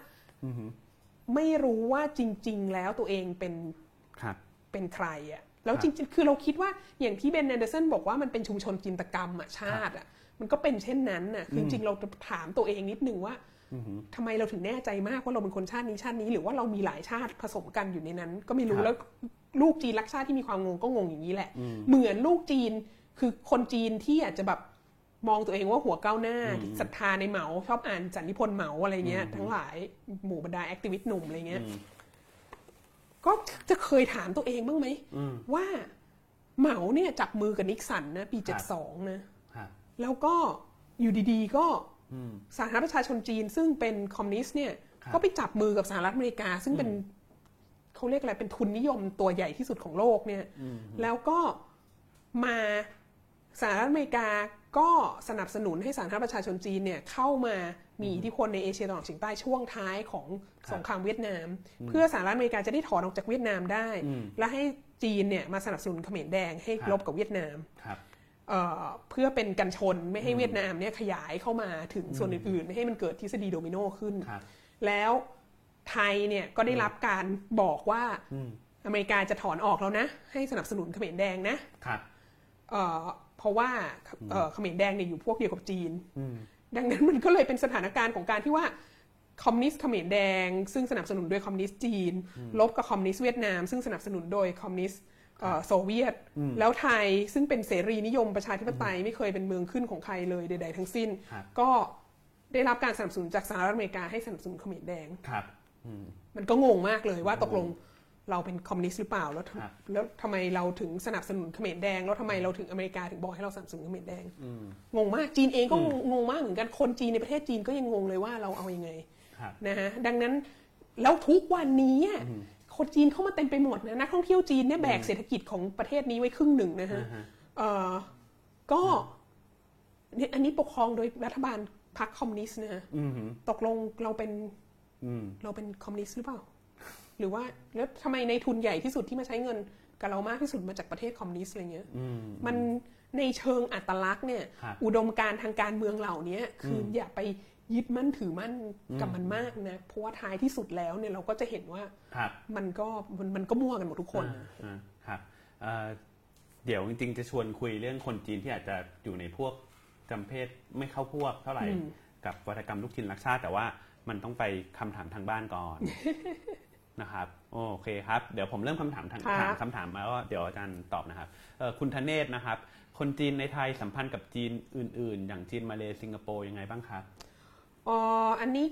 จริงๆแล้วตัวเองเป็นใครอ่ะแล้วจริงๆคือเราคิดว่าอย่างที่เบน แอนเดอร์สันบอกว่ามันเป็นชุมชนจินตกรรมชาติอ่ะมันก็เป็นเช่นนั้นน่ะคือจริงๆเราถามตัวเองนิดนึงว่าทำไมเราถึงแน่ใจมากว่าเราเป็นคนชาตินี้หรือว่าเรามีหลายชาติผสมกันอยู่ในนั้นก็ไม่รู้แล้วลูกจีนรักชาติที่มีความงงก็งงอย่างนี้แหละเหมือนลูกจีนคือคนจีนที่อาจจะแบบมองตัวเองว่าหัวก้าวหน้าศรัทธาในเหมาชอบอ่านสันนิพนธ์เหมาอะไรเงี้ยทั้งหลายหมู่บรรดาแอคทิวิสต์หนุ่มอะไรเงี้ยก็จะเคยถามตัวเองบ้างไหมว่าเหมาเนี่ยจับมือกับนิกสันนะปี72นะแล้วก็อยู่ดีๆก็สาธารณรัฐประชาชนจีนซึ่งเป็นคอมมิวนิสต์เนี่ยก็ไปจับมือกับสหรัฐอเมริกาซึ่งเป็นเขาเรียกอะไรเป็นทุนนิยมตัวใหญ่ที่สุดของโลกเนี่ยแล้วก็มาสหรัฐอเมริกาก็สนับสนุนให้สาธารณรัฐประชาชนจีนเนี่ยเข้ามามีอิทธิพลในเอเชียตะวันออกเฉียงใต้ช่วงท้ายของสงครามเวียดนามเพื่อสหรัฐอเมริกาจะได้ถอนออกจากเวียดนามได้และให้จีนเนี่ยมาสนับสนุนเขมรแดงให้รบกับเวียดนามเพื่อเป็นกันชนไม่ให้เวียดนามเนี่ยขยายเข้ามาถึงส่วนอื่นๆไม่ให้มันเกิดทฤษฎีโดมิโนขึ้นแล้วไทยเนี่ยก็ได้รับการบอกว่าอเมริกาจะถอนออกแล้วนะให้สนับสนุนเขมรแดงนะเพราะว่าเขมรแดงเนี่ยอยู่พวกเดียวกับจีนดังนั้นมันก็เลยเป็นสถานการณ์ของการที่ว่าคอมมิวนิสต์เขมรแดงซึ่งสนับสนุนโดยคอมมิวนิสต์จีนลบกับคอมมิวนิสต์เวียดนามซึ่งสนับสนุนโดยคอมมิวนิสต์โซเวียตแล้วไทยซึ่งเป็นเสรีนิยมประชาธิปไตยไม่เคยเป็นเมืองขึ้นของใครเลยใดๆทั้งสิ้นก็ได้รับการสนับสนุนจากสหรัฐอเมริกาให้สนับสนุนเขมรแดงมันก็งงมากเลยว่าตกลงเราเป็นคอมมิวนิสต์หรือเปล่าแล้วทำไมเราถึงสนับสนุนเขมรแดงแล้วทำไมเราถึงอเมริกาถึงบอกให้เราสนับสนุนเขมรแดงงงมากจีนเองก็งงมากเหมือนกันคนจีนในประเทศจีนก็ยังงงเลยว่าเราเอายังไงนะฮะดังนั้นแล้วทุกวันนี้คนจีนเข้ามาเต็มไปหมดนะนักท่องเที่ยวจีนเนี่ยแบกเศรษฐกิจของประเทศนี้ไว้ครึ่งหนึ่งนะฮะก็อันนี้ปกครองโดยรัฐบาลพรรคคอมมิวนิสต์นะฮะตกลงเราเป็นคอมมิวนิสต์หรือเปล่าหรือว่าแล้วทำไมในทุนใหญ่ที่สุดที่มาใช้เงินกับเรามากที่สุดมาจากประเทศคอมมิวนิสต์อะไรเงี้ยมันในเชิงอัตลักษณ์เนี่ยอุดมการณ์ทางการเมืองเหล่านี้คืออย่าไปยึดมั่นถือมั่นกับมันมากนะเพราะว่าท้ายที่สุดแล้วเนี่ยเราก็จะเห็นว่ามันก็มั่วกันหมดทุกคนครับเดี๋ยวจริงๆจะชวนคุยเรื่องคนจีนที่อาจจะอยู่ในพวกจำเพศไม่เข้าพวกเท่าไหร่กับวัฒกรรมลูกชิ้นรักชาติแต่ว่ามันต้องไปคำถามทางบ้านก่อนนะครับโอเคครับเดี๋ยวผมเริ่มคำถามมาแล้วเดี๋ยวอาจารย์ตอบนะครับคุณธเนศนะครับคนจีนในไทยสัมพันธ์กับจีนอื่นๆอย่างจีนมาเลสิงคโปร์ยังไงบ้างครับอันนี้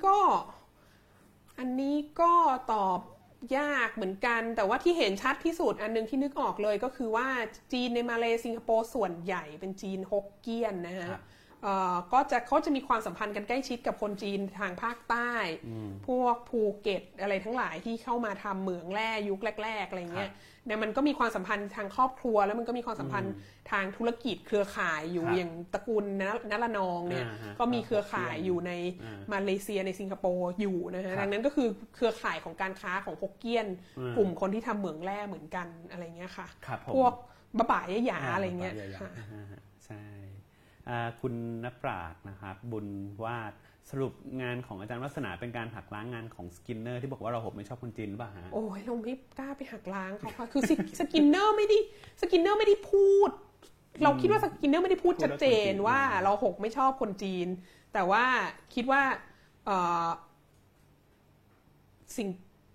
ก็ตอบยากเหมือนกันแต่ว่าที่เห็นชัดที่สุดอันนึงที่นึกออกเลยก็คือว่าจีนในมาเลสิงคโปร์ส่วนใหญ่เป็นจีนฮกเกี้ยนนะฮะเขาจะมีความสัมพันธ์กันใกล้ชิดกับคนจีนทางภาคใต้พวกภูเก็ตอะไรทั้งหลายที่เข้ามาทำเหมืองแร่ยุคแรกๆอะไรเงี้ยเนี่ยมันก็มีความสัมพันธ์ทางครอบครัวแล้วมันก็มีความสัมพันธ์ทางธุรกิจเครือข่ายอยู่อย่างตระกูลนรนองเนี่ยก็มีเครือข่ายอยู่ในมาเลเซียในสิงคโปร์อยู่นะฮะดังนั้นก็คือเครือข่ายของการค้าของฮกเกี้ยนกลุ่มคนที่ทำเหมืองแร่เหมือนกันอะไรเงี้ยค่ะพวกบะบ่ายหยาอะไรเงี้ยใช่คุณณปราชญ์นะครับบุญวาดสรุปงานของอาจารย์วัฒนาเป็นการหักล้างงานของสกินเนอร์ที่บอกว่าเราไม่ชอบคนจีนหรือเปล่าฮะโอ้ยเราไม่กล้าไปหักล้างเขาค่ะคือสกินเนอร์ไม่ได้พูดเราคิดว่าสกินเนอร์ไม่ได้พูดชัดเจนว่าเราไม่ชอบคนจีนแต่ว่าคิดว่าสิ่ง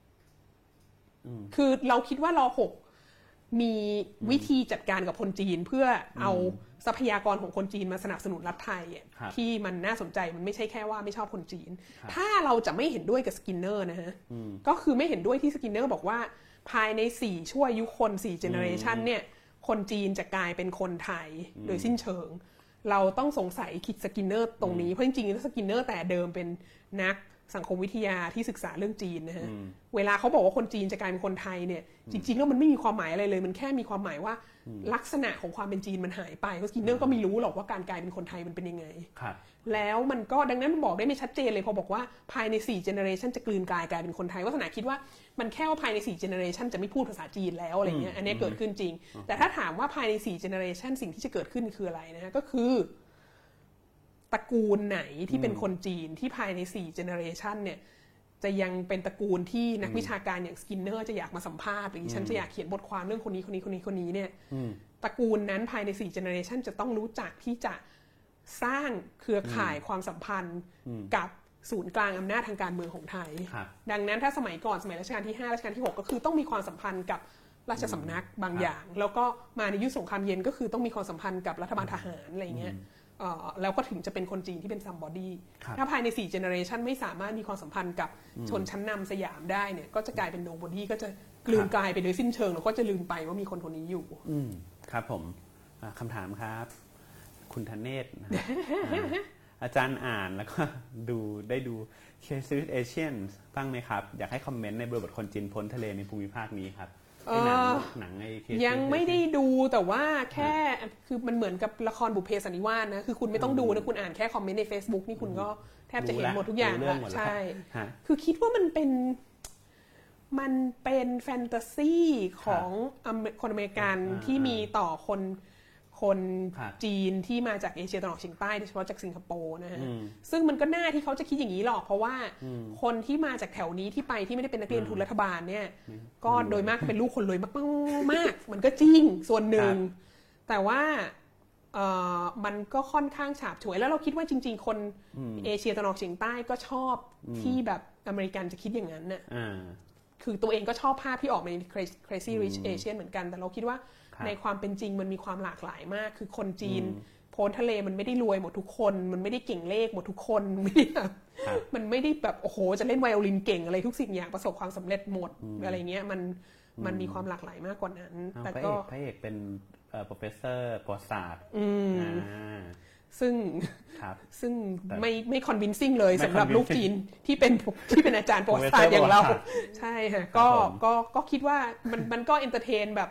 คือเราคิดว่าเรามีวิธีจัดการกับคนจีนเพื่อเอาทรัพยากรของคนจีนมาสนับสนุนรัฐไทยที่มันน่าสนใจมันไม่ใช่แค่ว่าไม่ชอบคนจีนถ้าเราจะไม่เห็นด้วยกับสกินเนอร์นะฮะก็คือไม่เห็นด้วยที่สกินเนอร์บอกว่าภายใน4ชั่วอายุคน4เจเนอเรชันเนี่ยคนจีนจะกลายเป็นคนไทยโดยสิ้นเชิงเราต้องสงสัยคิดสกินเนอร์ตรงนี้เพราะจริงๆแล้วสกินเนอร์แต่เดิมเป็นนักสังคมวิทยาที่ศึกษาเรื่องจีนนะฮะเวลาเขาบอกว่าคนจีนจะกลายเป็นคนไทยเนี่ยจริงๆแล้วมันไม่มีความหมายอะไรเลยมันแค่มีความหมายว่าลักษณะของความเป็นจีนมันหายไปเพราะสกินเนอร์ก็ไม่รู้หรอกว่าการกลายเป็นคนไทยมันเป็นยังไงแล้วมันก็ดังนั้นมันบอกได้ไม่ชัดเจนเลยพอบอกว่าภายใน4เจเนอเรชันจะกลืนกลายเป็นคนไทยวัฒนาคิดว่ามันแค่ว่าภายใน4เจเนอเรชันจะไม่พูดภาษาจีนแล้วอะไรเงี้ยอันนี้เกิดขึ้นจริงแต่ถ้าถามว่าภายใน4เจเนอเรชันสิ่งที่จะเกิดขึ้นคืออะไรนะฮะก็คือตระกูลไหนที่เป็นคนจีนที่ภายใน4 generation เนี่ยจะยังเป็นตระกูลที่นักวิชาการอย่างสกินเนอร์จะอยากมาสัมภาษณ์หรือฉันจะอยากเขียนบทความเรื่องคนนี้เนี่ยตระกูลนั้นภายใน4 generation จะต้องรู้จักที่จะสร้างเครือข่ายความสัมพันธ์กับศูนย์กลางอำนาจทางการเมืองของไทยดังนั้นถ้าสมัยก่อนสมัยรัชกาลที่5รัชกาลที่6ก็คือต้องมีความสัมพันธ์กับราชสำนักบางอย่างแล้วก็มาในยุคสงครามเย็นก็คือต้องมีความสัมพันธ์กับรัฐบาลทหารอะไรเงี้ยแล้วก็ถึงจะเป็นคนจีนที่เป็นซัมบอดี้ถ้าภายใน4 generation ไม่สามารถมีความสัมพันธ์กับชนชั้นนำสยามได้เนี่ยก็จะกลายเป็นโนบอดี้ก็จะกลืนกลายไปโดยสิ้นเชิงแล้วก็จะลืมไปว่ามีคนนี้อยู่ครับผมคำถามครับคุณธเนศอาจารย์อ่านแล้วก็ได้ดู Crazy Asians บ้างไหมครับอยากให้คอมเมนต์ในบทคนจีนพ้นทะเลในภูมิภาคนี้ครับหนังยังไม่ได้ดูแต่ว่าแค่คือมันเหมือนกับละครบุพเพสันนิวาสนะคือคุณไม่ต้องดูนะคุณอ่านแค่คอมเมนต์ใน Facebook นี่คุณก็แทบจะเห็นหมดทุกอย่างแล้วใช่คือคิดว่ามันเป็นแฟนตาซีของคนอเมริกันที่มีต่อคนจีนที่มาจากเอเชียตะวันออกเฉียงใต้โดยเฉพาะจากสิงคโปร์นะฮะซึ่งมันก็น่าที่เขาจะคิดอย่างนี้หรอกเพราะว่าคนที่มาจากแถวนี้ที่ไปที่ไม่ได้เป็นนักเรียนทุนรัฐบาลเนี่ยก็โดยมากเป็นลูกคนรวยมากๆมันก็จริงส่วนหนึ่งแต่ว่ามันก็ค่อนข้างฉาบฉวยแล้วเราคิดว่าจริงๆคนเอเชียตะวันออกเฉียงใต้ก็ชอบที่แบบอเมริกันจะคิดอย่างนั้นน่ะคือตัวเองก็ชอบภาพที่ออกมาใน Crazy Rich Asian เหมือนกันแต่เราคิดว่าในความเป็นจริงมันมีความหลากหลายมากคือคนจีนพ้นทะเลมันไม่ได้รวยหมดทุกคนมันไม่ได้เก่งเลขหมดทุกคนมันไม่ได้แบบโอ้โหจะเล่นไวโอลินเก่งอะไรทุกสิ่งอย่างประสบความสำเร็จหมดอะไรเงี้ยมันมีความหลากหลายมากกว่านั้นแต่ก็พระเอกเป็นprofessor ประวัติศาสตร์ซึ่งไม่ convincing เลยสำหรับลูกจีนที่เป็นอาจารย์ประวัติศาสตร์อย่างเราใช่ค่ะก็คิดว่ามันก็เอนเตอร์เทนแบบ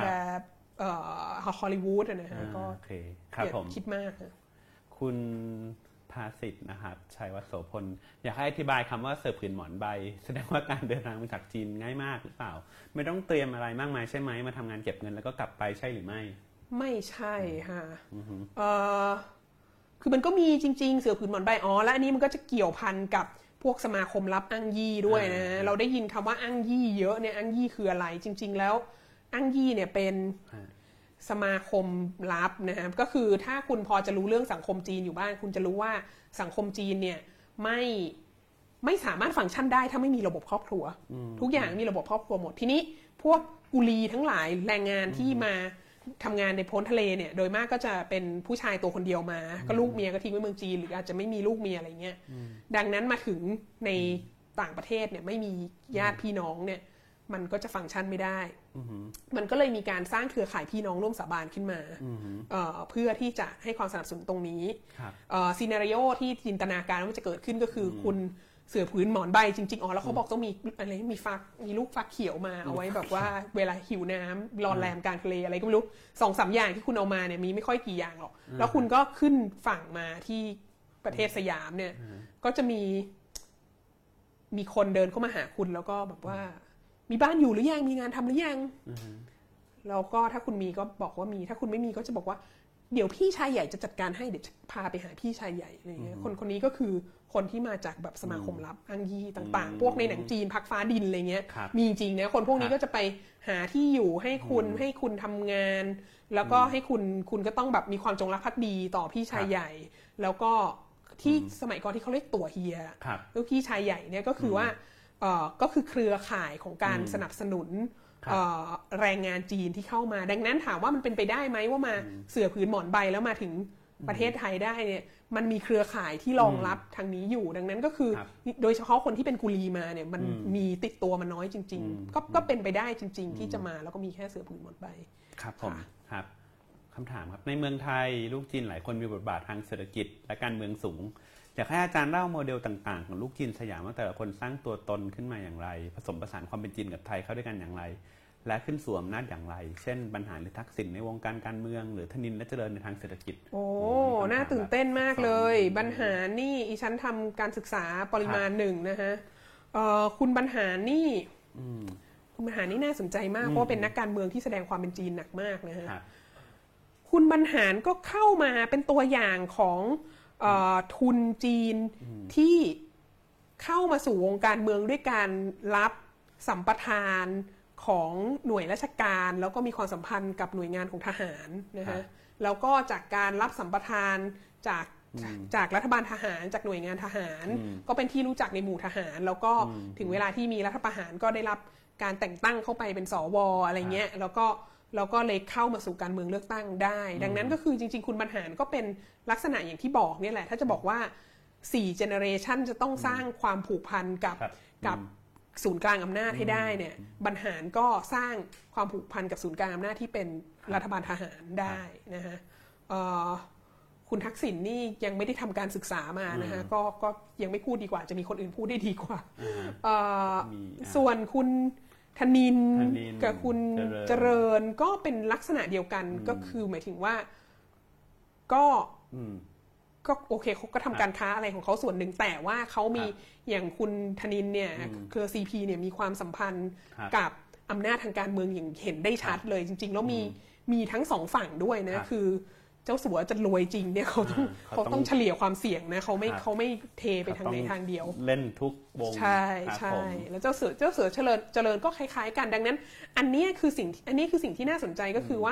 ฮอลลีวูดนะฮะก็คิดมากคุณภาสิทธิ์นะครับชัยวัฒน์โสพลอยากให้อธิบายคำว่าเสือผืนหมอนใบแสดงว่าการเดินทางมาจากจีนง่ายมากหรือเปล่าไม่ต้องเตรียมอะไรมากมายใช่ไหมมาทำงานเก็บเงินแล้วก็กลับไปใช่หรือไม่ไม่ใช่ค่ะคือมันก็มีจริงๆเสือผืนหมอนใบและอันนี้มันก็จะเกี่ยวพันกับพวกสมาคมลับอั้งยี่ด้วยนะเราได้ยินคำว่าอั้งยี่เยอะเนี่ยอั้งยี่คืออะไรจริงๆแล้วอั้งยี่เนี่ยเป็นสมาคมลับนะฮะก็คือถ้าคุณพอจะรู้เรื่องสังคมจีนอยู่บ้างคุณจะรู้ว่าสังคมจีนเนี่ยไม่สามารถฟังก์ชันได้ถ้าไม่มีระบบครอบครัวทุกอย่างมีระบบครอบครัวหมดทีนี้พวกกุลีทั้งหลายแรงงานที่มาทำงานในพ้นทะเลเนี่ยโดยมากก็จะเป็นผู้ชายตัวคนเดียวมาก็ลูกเมียก็ทิ้งไว้เมืองจีนหรืออาจจะไม่มีลูกเมียอะไรเงี้ยดังนั้นมาถึงในต่างประเทศเนี่ยไม่มีญาติพี่น้องเนี่ยมันก็จะฟังก์ชันไม่ได้มันก็เลยมีการสร้างเครือข่ายพี่น้องร่วมสาบานขึ้นมาเพื่อที่จะให้ความสนับสนุนตรงนี้ซีนาริโอที่จินตนาการว่ามันจะเกิดขึ้นก็คือคุณเสือผืนหมอนใบจริงๆแล้วเขาบอกต้องมีอะไรมีลูกฟักเขียวมาเอาไว้แบบว่าเวลาหิวน้ำรอนแรมกลางทะเลอะไรก็ไม่รู้ 2-3 อย่างที่คุณเอามาเนี่ยมีไม่ค่อยกี่อย่างหรอกแล้วคุณก็ขึ้นฝั่งมาที่ประเทศสยามเนี่ยก็จะมีคนเดินเข้ามาหาคุณแล้วก็แบบว่ามีบ้านอยู่หรือยังมีงานทำหรือยังแล้วก็ถ้าคุณมีก็บอกว่ามีถ้าคุณไม่มีก็จะบอกว่าเดี๋ยวพี่ชายใหญ่จะจัดการให้เดี๋ยวพาไปหาพี่ชายใหญ่อะไรเงี้ยคนนี้ก็คือคนที่มาจากแบบสมาคมลับอั้งยี่ต่างๆพวกในหนังจีนพักฟ้าดินอะไรเงี้ยมีจริงนะคนพวกนี้ก็จะไปหาที่อยู่ให้คุณทำงานแล้วก็ให้คุณก็ต้องแบบมีความจงรักภักดีต่อพี่ชายใหญ่แล้วก็ที่สมัยก่อนที่เขาเรียกตั๋วเฮียแล้วพี่ชายใหญ่เนี่ยก็คือว่าก็คือเครือข่ายของการสนับสนุนแรงงานจีนที่เข้ามาดังนั้นถามว่ามันเป็นไปได้ไหมว่ามาเสื่อผืนหมอนใบแล้วมาถึงประเทศไทยได้เนี่ยมันมีเครือข่ายที่รองรับทางนี้อยู่ดังนั้นก็คือโดยเฉพาะคนที่เป็นกุลีมาเนี่ยมันมีติดตัวมันน้อยจริงๆก็เป็นไปได้จริงๆที่จะมาแล้วก็มีแค่เสื่อผืนหมอนใบครับผมครับคำถามครับในเมืองไทยลูกจีนหลายคนมีบทบาททางเศรษฐกิจและการเมืองสูงอยากให้อาจารย์เล่าโมเดลต่างๆของลูกจีนสยามว่าแต่ละคนสร้างตัวตนขึ้นมาอย่างไรผสมผสานความเป็นจีนกับไทยเข้าด้วยกันอย่างไรและขึ้นสู่อำนาจอย่างไรเช่นบรรหารหรือทักษิณในวงการการเมืองหรือธนินทร์และเจริญในทางเศรษฐกิจน่าตื่นเต้นมากเลยบรรหารนี่อีฉันทำการศึกษาปริมาณหนึ่งนะฮะคุณบรรหารนี่คุณบรรหารนี่น่าสนใจมากเพราะเป็นนักการเมืองที่แสดงความเป็นจีนหนักมากนะฮะคุณบรรหารก็เข้ามาเป็นตัวอย่างของทุนจีนที่เข้ามาสู่วงการเมืองด้วยการรับสัมปทานของหน่วยราชการแล้วก็มีความสัมพันธ์กับหน่วยงานของทหารนะฮะแล้วก็จากการรับสัมปทานจากรัฐบาลทหารจากหน่วยงานทหารก็เป็นที่รู้จักในหมู่ทหารแล้วก็ถึงเวลาที่มีรัฐประหารก็ได้รับการแต่งตั้งเข้าไปเป็นสวอะไรเงี้ยแล้วก็เลยเข้ามาสู่การเมืองเลือกตั้งได้ดังนั้นก็คือจริงๆคุณบรรหารก็เป็นลักษณะอย่างที่บอกเนี่ยแหละถ้าจะบอกว่า4 generation จะต้องสร้างความผูกพันกับศูนย์กลางอำนาจให้ได้เนี่ยบรรหารก็สร้างความผูกพันกับศูนย์กลางอำนาจที่เป็นรัฐบาลทหารได้นะฮะคุณทักษิณนี่ยังไม่ได้ทำการศึกษามานะฮะก็ยังไม่พูดดีกว่าจะมีคนอื่นพูดได้ดีกว่าส่วนคุณธนินกับคุณเจริญก็เป็นลักษณะเดียวกันก็คือหมายถึงว่าก็โอเคเขาก็ทำการค้าอะไรของเขาส่วนหนึ่งแต่ว่าเขามีอย่างคุณธนินเนี่ยเครือ CP เนี่ยมีความสัมพันธ์กับอำนาจทางการเมืองอย่างเห็นได้ชัดเลยจริงๆแล้วมีทั้งสองฝั่งด้วยนะคือเจ้าสัวจะรวยจริงเนี่ยเขาต้องเฉลี่ยความเสี่ยงนะเขาไม่เทไปทางใดทางเดียวเล่นทุกวงใช่แล้วเจ้าเสือเจริญก็คล้ายๆกันดังนั้นอันนี้คือสิ่งที่น่าสนใจก็คือว่า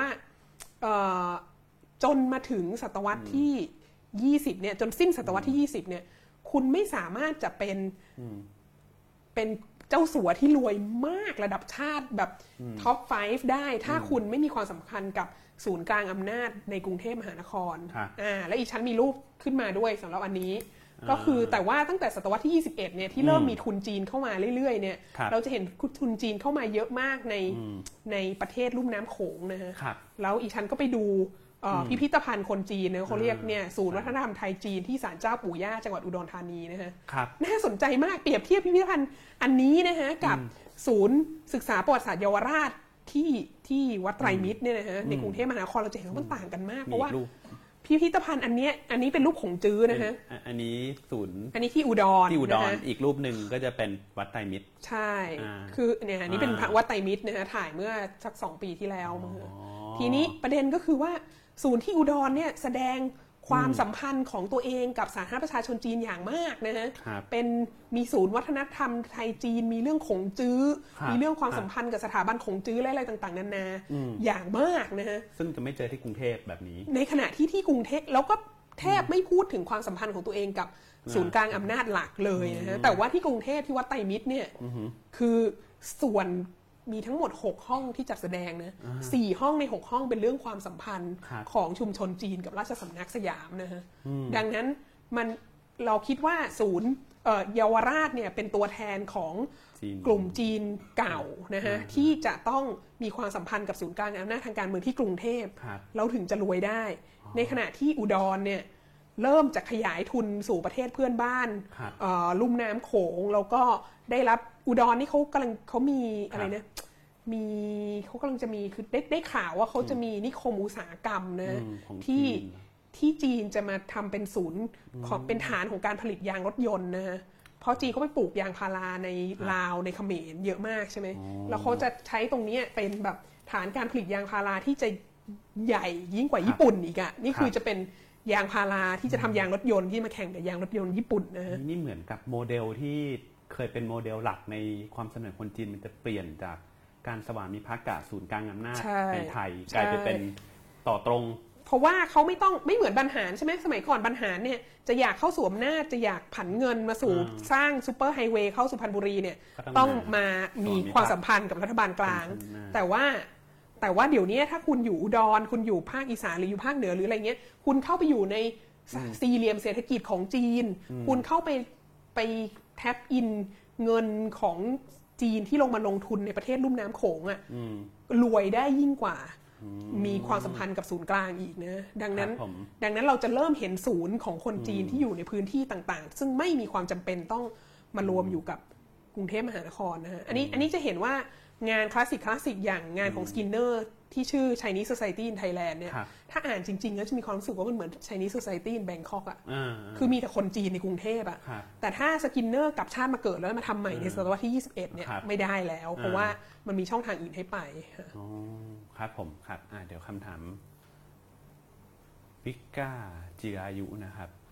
จนมาถึงศตวรรษที่20เนี่ยจนสิ้นศตวรรษที่20เนี่ยคุณไม่สามารถจะเป็นเจ้าสัวที่รวยมากระดับชาติแบบท็อป 5ได้ถ้าคุณไม่มีความสำคัญกับศูนย์กลางอำนาจในกรุงเทพมหานครและอีกชั้นมีรูปขึ้นมาด้วยสำหรับอันนี้ก็คือแต่ว่าตั้งแต่ศตวรรษที่21เนี่ยที่เริ่มมีทุนจีนเข้ามาเรื่อยๆเนี่ยเราจะเห็นทุนจีนเข้ามาเยอะมากในประเทศลุ่มน้ำโขงนะฮะแล้วอีกชั้นก็ไปดูพิพิธภัณฑ์คนจีนนะเขาเรียกเนี่ยศูนย์วัฒนธรรมไทยจีนที่ศาลเจ้าปู่ย่าจังหวัดอุดรธานีนะฮะน่าสนใจมากเปรียบเทียบพิพิธภัณฑ์อันนี้นะฮะกับศูนย์ศึกษาประวัติศาสตร์เยาวราชที่วัดไตรมิตรเนี่ยนะฮะในกรุงเทพมหานครเราจะเห็นว่ามันต่างกันมากเพราะว่าพิพิธภัณฑ์อันนี้เป็นรูปของจื้อนะฮะอันนี้ศูนย์อันนี้ที่อุดรอีกรูปหนึ่งก็จะเป็นวัดไตรมิตรใช่คือเนี่ยอันนี้เป็นวัดไตรมิตรนะฮะถ่ายเมื่อสัก2 ปีที่แล้วมั้งทีนี้ประเด็นก็คือว่าศูนย์ที่อุดรเนี่ยแสดงความสัมพันธ์ของตัวเองกับสาธารณประชาชนจีนอย่างมากนะฮะมีศูนย์วัฒนธรรมไทยจีนมีเรื่องขงจื้อมีเรื่องความสัมพันธ์กับสถาบันขงจื้ออะไรต่างๆนานาอย่างมากนะฮะซึ่งจะไม่เจอที่กรุงเทพแบบนี้ในขณะที่กรุงเทพแล้วก็แทบไม่พูดถึงความสัมพันธ์ของตัวเองกับศูนย์กลางอำนาจหลักเลยนะฮะแต่ว่าที่กรุงเทพที่วัดไตรมิตรเนี่ยคือส่วนมีทั้งหมด6ห้องที่จัดแสดงนะ4ห้องใน6ห้องเป็นเรื่องความสัมพันธ์ของชุมชนจีนกับราชสำนักสยามนะฮะดังนั้นเราคิดว่าศูนย์เยาวราชเนี่ยเป็นตัวแทนของกลุ่มจีนเก่านะฮะที่จะต้องมีความสัมพันธ์กับศูนย์กลางอำนาจทางการเมืองที่กรุงเทพเราถึงจะรวยได้ในขณะที่อุดรเนี่ยเริ่มจะขยายทุนสู่ประเทศเพื่อนบ้านลุ่มน้ำโขงแล้วก็ได้รับอุดรนี่เขามีอะไรนะเขากำลังจะมีคือได้ข่าวว่าเขาจะมีนิคมอุตสาหกรรมนะที่จีนจะมาทำเป็นศูนย์ของเป็นฐานของการผลิตยางรถยนต์นะฮะเพราะจีนเขาไปปลูกยางพาราในลาวในเขมรเยอะมากใช่ไหมแล้วเขาจะใช้ตรงนี้เป็นแบบฐานการผลิตยางพาราที่จะใหญ่ยิ่งกว่าญี่ปุ่นอีกอ่ะนี่คือจะเป็นยางพาราที่จะทำยางรถยนต์ที่มาแข่งกับยางรถยนต์ญี่ปุ่นนะฮะนี่เหมือนกับโมเดลที่เคยเป็นโมเดลหลักในความเสนอคนจีนมันจะเปลี่ยนจากการสวามิภักดิ์กับศูนย์กลางอำนาจในไทยกลายไปเป็นต่อตรงเพราะว่าเขาไม่เหมือนบรรหารใช่ไหมสมัยก่อนบรรหารเนี่ยจะอยากเข้าสู่อำนาจจะอยากผันเงินมาสู่สร้างซูเปอร์ไฮเวย์เข้าสุพรรณบุรีเนี่ยต้องมามีความสัมพันธ์กับรัฐบาลกลางแต่ว่าเดี๋ยวนี้ถ้าคุณอยู่อุดรคุณอยู่ภาคอีสานหรืออยู่ภาคเหนือหรืออะไรเงี้ยคุณเข้าไปอยู่ในสี่เหลี่ยมเศรษฐกิจของจีนคุณเข้าไปแท็ปอินเงินของจีนที่ลงมาลงทุนในประเทศลุ่มน้ำโขงอ่ะรวยได้ยิ่งกว่ามีความสัมพันธ์กับศูนย์กลางอีกนะดังนั้นเราจะเริ่มเห็นศูนย์ของคนจีนที่อยู่ในพื้นที่ต่างๆซึ่งไม่มีความจำเป็นต้องมารวมอยู่กับกรุงเทพมหานครนะฮะอันนี้จะเห็นว่างานคลาสสิกอย่างงานของ Skinner ที่ชื่อ Chinese Society in Thailand เนี่ยถ้าอ่านจริงๆแล้วจะมีความรู้สึกว่ามันเหมือน Chinese Society in Bangkok อ่ะคือมีแต่คนจีนในกรุงเทพอ่ะแต่ถ้า Skinner กลับชาติมาเกิดแล้วมาทำใหม่ในศตวรรษที่21เนี่ยไม่ได้แล้วเพราะว่ามันมีช่องทางอื่นให้ไปครับผมครับเดี๋ยวคำถามวิก้าจิรายุนะครับ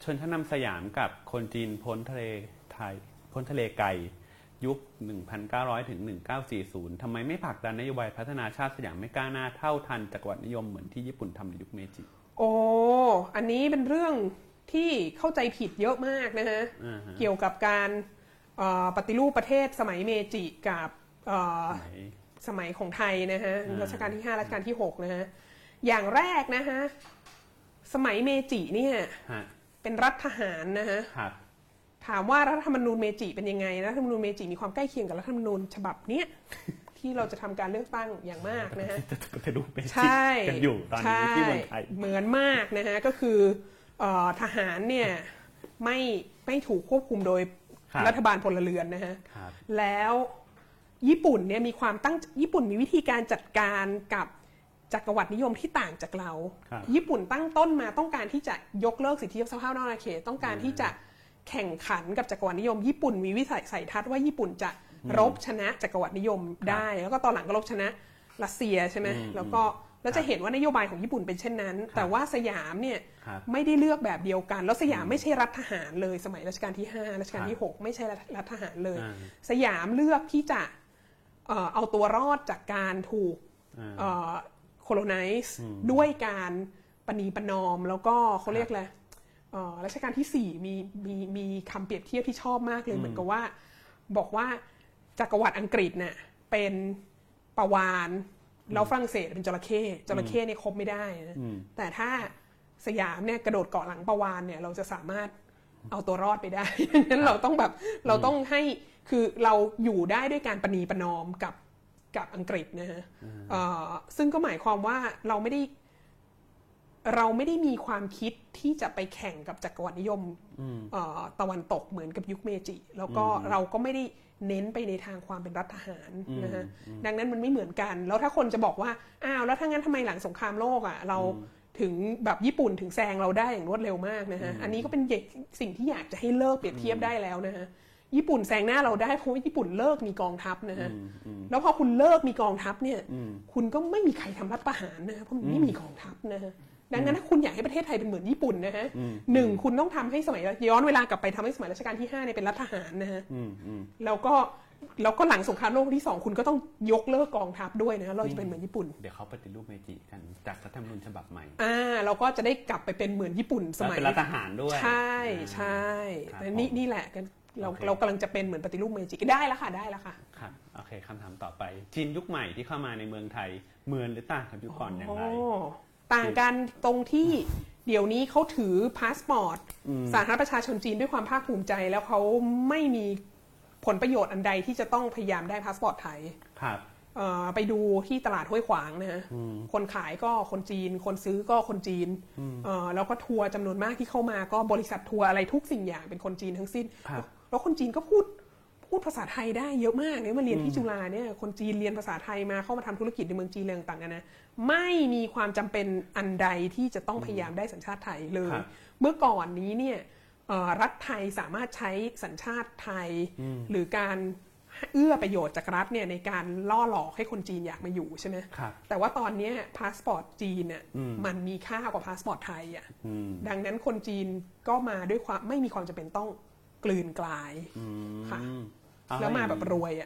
ชนชั้นนำสยามกับคนจีนพ้นทะเลไทยพ้นทะเลไกลยุค 1,900 ถึง 1940 ทำไมไม่ผลักดันนโยบายพัฒนาชาติสยามไม่ก้าวหน้าเท่าทันจักรวรรดินิยมเหมือนที่ญี่ปุ่นทำในยุคเมจิโอ้อันนี้เป็นเรื่องที่เข้าใจผิดเยอะมากนะฮะเกี่ยวกับการปฏิรูปประเทศสมัยเมจิกับสมัยของไทยนะฮะรัชกาลที่5รัชกาลที่6นะฮะอย่างแรกนะฮะสมัยเมจิเนี่ยเป็นรัฐทหารนะฮะถามว่ารัฐธรรมนูญเมจิเป็นยังไงรัฐธรรมนูญเมจิมีความใกล้เคียงกับรัฐธรรมนูญฉบับเนี้ยที่เราจะทำการเลือกตั้งอย่างมากนะฮะจะดูเมจิกันอยู่ตอนนี้ที่เมืองไทยเหมือนมากนะฮะก็คือทหารเนี่ยไม่ถูกควบคุมโดยรัฐบาลพลเรือนนะฮะแล้วญี่ปุ่นเนี่ยมีความญี่ปุ่นมีวิธีการจัดการกับจักรวรรดินิยมที่ต่างจากเราญี่ปุ่นตั้งต้นมาต้องการที่จะยกเลิกสิทธิสภาพนอกอาณาเขตต้องการที่จะแข่งขันกับจักรวรรดินิยมญี่ปุ่นมีวิสัยทัศน์ว่าญี่ปุ่นจะรบชนะจักรวรรดินิยมได้แล้วก็ตอนหลังก็รบชนะรัสเซียใช่ไหมแล้วจะเห็นว่านโยบายของญี่ปุ่นเป็นเช่นนั้นแต่ว่าสยามเนี่ยไม่ได้เลือกแบบเดียวกันแล้วสยามไม่ใช่รัฐทหารเลยสมัยรัชกาลที่5รัชกาลที่6ไม่ใช่รัฐทหารเลยสยามเลือกที่จะเอาตัวรอดจากการถูกcolonize ด้วยการปณีประนอมแล้วก็เขาเรียกอะไรรัชกาลที่4มีคำเปรียบเทียบที่ชอบมากเลยเหมือนกับว่าบอกว่าจักรวรรดิอังกฤษเนี่ยเป็นปวารแล้วฝรั่งเศสเป็นจระเข้เนี่ยคบไม่ได้นะแต่ถ้าสยามเนี่ยกระโดดเกาะหลังปวารเนี่ยเราจะสามารถเอาตัวรอดไปได้งั้นเราต้องให้คือเราอยู่ได้ด้วยการปณีประนอมกับอังกฤษนะฮะซึ่งก็หมายความว่าเราไม่ได้มีความคิดที่จะไปแข่งกับจักรวรรดินิยมตะวันตกเหมือนกับยุคเมจิแล้วก็เราก็ไม่ได้เน้นไปในทางความเป็นรัฐทหารนะฮะดังนั้นมันไม่เหมือนกันแล้วถ้าคนจะบอกว่าอ้าวแล้วถ้างั้นทำไมหลังสงครามโลกอ่ะเราถึงแบบญี่ปุ่นถึงแซงเราได้อย่างรวดเร็วมากนะฮะอันนี้ก็เป็นสิ่งที่อยากจะให้เลิกเปรียบเทียบได้แล้วนะฮะญี่ปุ่นแซงหน้าเราได้เพราะว่าญี่ปุ่นเลิกมีกองทัพนะฮะแล้วพอคุณเลิกมีกองทัพเนี่ยคุณก็ไม่มีใครทำรัฐประหารนะเพราะมันไม่มีกองทัพนะฮะดังนั้นถ้าคุณอยากให้ประเทศไทยเป็นเหมือนญี่ปุ่นนะฮะคุณต้องทำให้สมัยย้อนเวลากลับไปทำให้สมัยรัชกาลที่5เนี่ยเป็นรัฐทหารนะฮะแล้วก็หลังสงครามโลกที่2คุณก็ต้องยกเลิกกองทัพด้วยนะเราจะเป็นเหมือนญี่ปุ่นเดี๋ยวเขาปฏิรูปเมจิกันจากรัฐธรรมนูญฉบับใหม่เราก็จะได้กลับไปเป็นเหมือนญี่ปุ่นสมัยเป็นรัฐทหารด้วยใช่นี่แหละกันเรากำลังจะเป็นเหมือนปฏิรูปเมจิได้แล้วค่ะครับโอเคคำถามต่อไปจีนยุคใหม่ที่เข้ามาในเมืองไทยเหมือนหรือต่างกับยุคก่อนอย่างไรต่างกันตรงที่เดี๋ยวนี้เขาถือพาสปอร์ตสาธารณประชาชนจีนด้วยความภาคภูมิใจแล้วเขาไม่มีผลประโยชน์อันใดที่จะต้องพยายามได้พาสปอร์ตไทยครับไปดูที่ตลาดห้วยขวางนะฮะคนขายก็คนจีนคนซื้อก็คนจีนแล้วก็ทัวร์จำนวนมากที่เข้ามาก็บริษัททัวร์อะไรทุกสิ่งอย่างเป็นคนจีนทั้งสิ้นแล้วคนจีนก็พูดภาษาไทยได้เยอะมากเนี่ยมาเรียนที่จุฬาเนี่ยคนจีนเรียนภาษาไทยมาเข้ามาทำธุรกิจในเมืองจีนอะไรต่างๆนะไม่มีความจำเป็นอันใดที่จะต้องพยายามได้สัญชาติไทยเลยเมื่อก่อนนี้เนี่ยรัฐไทยสามารถใช้สัญชาติไทยหรือการเอื้อประโยชน์จากรัฐเนี่ยในการล่อหลอกให้คนจีนอยากมาอยู่ใช่ไหมแต่ว่าตอนนี้พาสปอร์ตจีนเนี่ยมันมีค่ากว่าพาสปอร์ตไทยอ่ะดังนั้นคนจีนก็มาด้วยความไม่มีความจำเป็นต้องกลืนกลายค่ะแล้วมาแบบรวยอ่ะ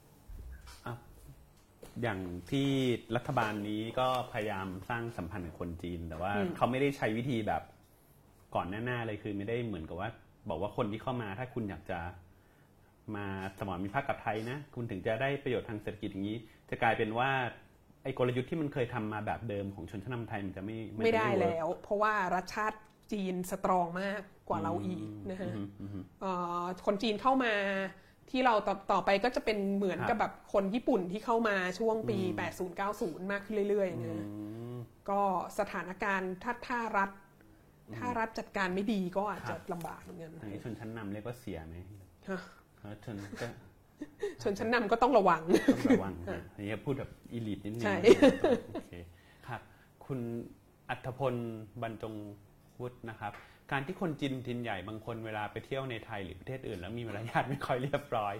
อย่างที่รัฐบาลนี้ก็พยายามสร้างสัมพันธ์กับคนจีนแต่ว่าเขาไม่ได้ใช้วิธีแบบก่อนหน้าเลยคือไม่ได้เหมือนกับว่าบอกว่าคนที่เข้ามาถ้าคุณอยากจะมาสมรมิภักดิ์กับไทยนะคุณถึงจะได้ประโยชน์ทางเศรษฐกิจอย่างนี้จะกลายเป็นว่าไอ้กลยุทธ์ที่มันเคยทำมาแบบเดิมของชนชั้นนำไทยมันจะไม่ได้แล้วเพราะว่ารัฐชาติจีนสตรองมากกว่าเราอีกนะฮะคนจีนเข้ามาที่เราต่อไปก็จะเป็นเหมือนกับแบบคนญี่ปุ่นที่เข้ามาช่วงปี 80-90 มากขึ้นเรื่อยๆนะก็สถานการณ์ถ้ารัฐจัดการไม่ดีก็อาจจะลำบากเหมือนกันชนชั้นนำเรียกว่าเสียไหมชนชั้นนำก็ต้องระวังอันนี้พูดแบบอีลิทนิดนึงโอเคครับคุณอัธพลบรรจงวุฒินะครับการที่คนจีนถิ่นใหญ่บางคนเวลาไปเที่ยวในไทยหรือประเทศอื่นแล้วมีมารยาทไม่ค่อยเรียบร้อย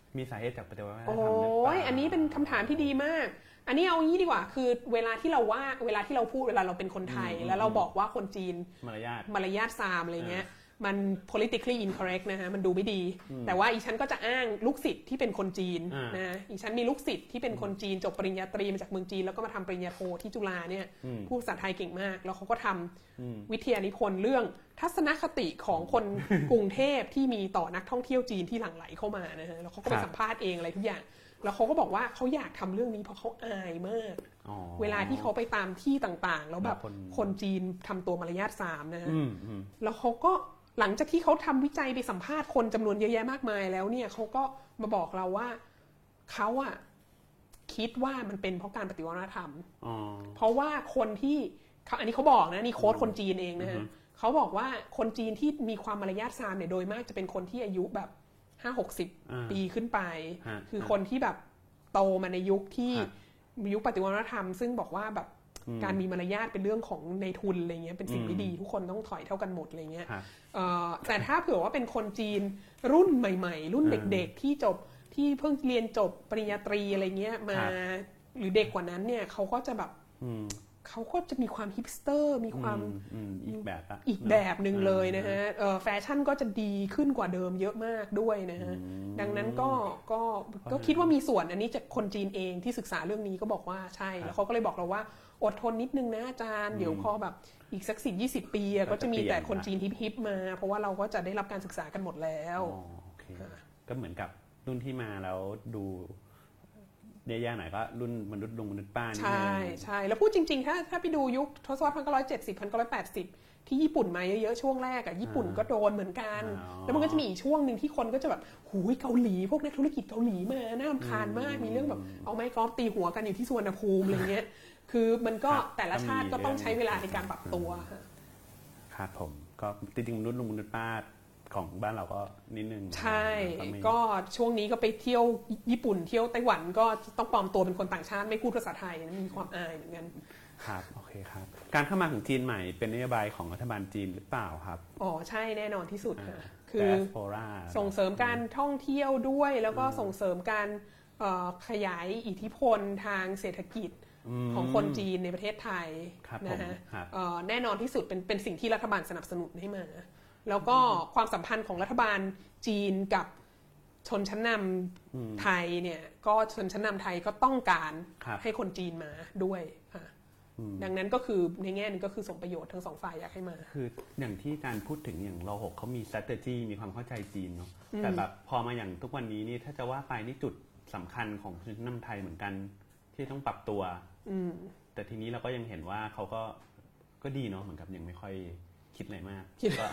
มีสาเหตุจากปฏิวัติวัฒนธรรมหโอ้รือเปล่ายอันนี้เป็นคำถามที่ดีมากอันนี้เอางี้ดีกว่าคือเวลาที่เราพูดเวลาเราเป็นคนไทยแล้วเราบอกว่าคนจีนมารยาทซามอะไรเงี้ยมัน politically incorrect นะฮะมันดูไม่ดีแต่ว่าอีฉันก็จะอ้างลูกศิษย์ที่เป็นคนจีนนะอีฉันมีลูกศิษย์ที่เป็นคนจีนจบปริญญาตรีมาจากเมืองจีนแล้วก็มาทำปริญญาโทที่จุฬาเนี่ยพูดภาษาไทยเก่งมากแล้วเขาก็ทำวิทยานิพนธ์เรื่องทัศนคติของคนกรุงเทพที่มีต่อนักท่องเที่ยวจีนที่หลั่งไหลเข้ามานะฮะแล้วเขาก็ไปสัมภาษณ์เองอะไรทุกอย่างแล้วเขาก็บอกว่าเขาอยากทำเรื่องนี้เพราะเขาอายมากเวลาที่เขาไปตามที่ต่างๆแล้วแบบคนจีนทำตัวมารยาทซามนะฮะแล้วเขาก็หลังจากที่เขาทำวิจัยไปสัมภาษณ์คนจำนวนเยอะแยะมากมายแล้วเนี่ยเขาก็มาบอกเราว่าเขาอะคิดว่ามันเป็นเพราะการปฏิวัติวัฒนธรรมเพราะว่าคนที่อันนี้เขาบอกนะนี่โค้ดคนจีนเองนะฮะเขาบอกว่าคนจีนที่มีความมารยาทซามเนี่ยโดยมากจะเป็นคนที่อายุแบบ50-60 ปีขึ้นไปคือคนที่แบบโตมาในยุคที่ยุคปฏิวัติวัฒนธรรมซึ่งบอกว่าแบบการมีมารยาทเป็นเรื่องของในทุนอะไรเงี้ยเป็นสิ่งไม่ดีทุกคนต้องถอยเท่ากันหมดอะไรเงี้ยแต่ถ้าเผื่อว่าเป็นคนจีนรุ่นใหม่ๆรุ่นเด็กๆที่เพิ่งเรียนจบปริญญาตรีอะไรเงี้ยมาหรือเด็กกว่านั้นเนี่ยเขาก็จะแบบเขาก็จะมีความฮิปสเตอร์มีความอีกแบบนึงเลยนะฮะแฟชั่นก็จะดีขึ้นกว่าเดิมเยอะมากด้วยนะฮะดังนั้นก็คิดว่ามีส่วนอันนี้จากคนจีนเองที่ศึกษาเรื่องนี้ก็บอกว่าใช่แล้วเขาก็เลยบอกเราว่าอดทนนิดนึงนะอาจารย์เดี๋ยวพอแบบอีกสัก10-20 ปีก็จะมีแต่คนจีนฮิปๆมาเพราะว่าเราก็จะได้รับการศึกษากันหมดแล้วก็เหมือนกับรุ่นที่มาแล้วดูแย่ๆหน่อยก็รุ่นมนุษย์ลุงมนุษย์ป้านี่ใช่แล้วพูดจริงๆถ้าไปดูยุคทศวรรษ1970-1980ที่ญี่ปุ่นมาเยอะๆช่วงแรกญี่ปุ่นก็โดนเหมือนกันแล้วมันก็จะมีอีกช่วงนึงที่คนก็จะแบบหูยเกาหลีพวกนักธุรกิจเกาหลีมาน่ารำคาญมากมีเรื่องแบบเอาไม้กอล์ฟตีหัวกันอยู่ที่สุวรรณภูมิอะไรเงี้ยคือมันก็แต่ละชาติก็ต้องใช้เวลาในการปรับตัวครับผมก็จริงๆมนุษย์ลุงมนุษย์ป้าของบ้านเราก็นิดนึงใช่ก็ช่วงนี้ก็ไปเที่ยวญี่ปุ่นเที่ยวไต้หวันก็ต้องปลอมตัวเป็นคนต่างชาติไม่พูดภาษาไทยมีความอายเหมือนกันครับโอเคครับการเข้ามาของจีนใหม่เป็นนโยบายของรัฐบาลจีนหรือเปล่าครับใช่แน่นอนที่สุดค่ะคือส่งเสริมการท่องเที่ยวด้วยแล้วก็ส่งเสริมการขยายอิทธิพลทางเศรษฐกิจของคนจีนในประเทศไทยนะฮะแน่นอนที่สุดเป็นสิ่งที่รัฐบาลสนับสนุนให้มาแล้วก็ความสัมพันธ์ของรัฐบาลจีนกับชนชั้นนำไทยเนี่ยก็ชนชั้นนำไทยก็ต้องการให้คนจีนมาด้วยดังนั้นก็คือในแง่นึงก็คือส่งประโยชน์ทั้งสองฝ่ายอยากให้มาคืออย่างที่การพูดถึงอย่างร.6เขามี strategy มีความเข้าใจจีนเนาะแต่แบบพอมาอย่างทุกวันนี้นี่ถ้าจะว่าไปนี่จุดสำคัญของชนชั้นนำไทยเหมือนกันที่ต้องปรับตัวแต่ทีนี้เราก็ยังเห็นว่าเขาก็ดีเนาะเหมือนกับยังไม่ค่อยคิดอะไรมาก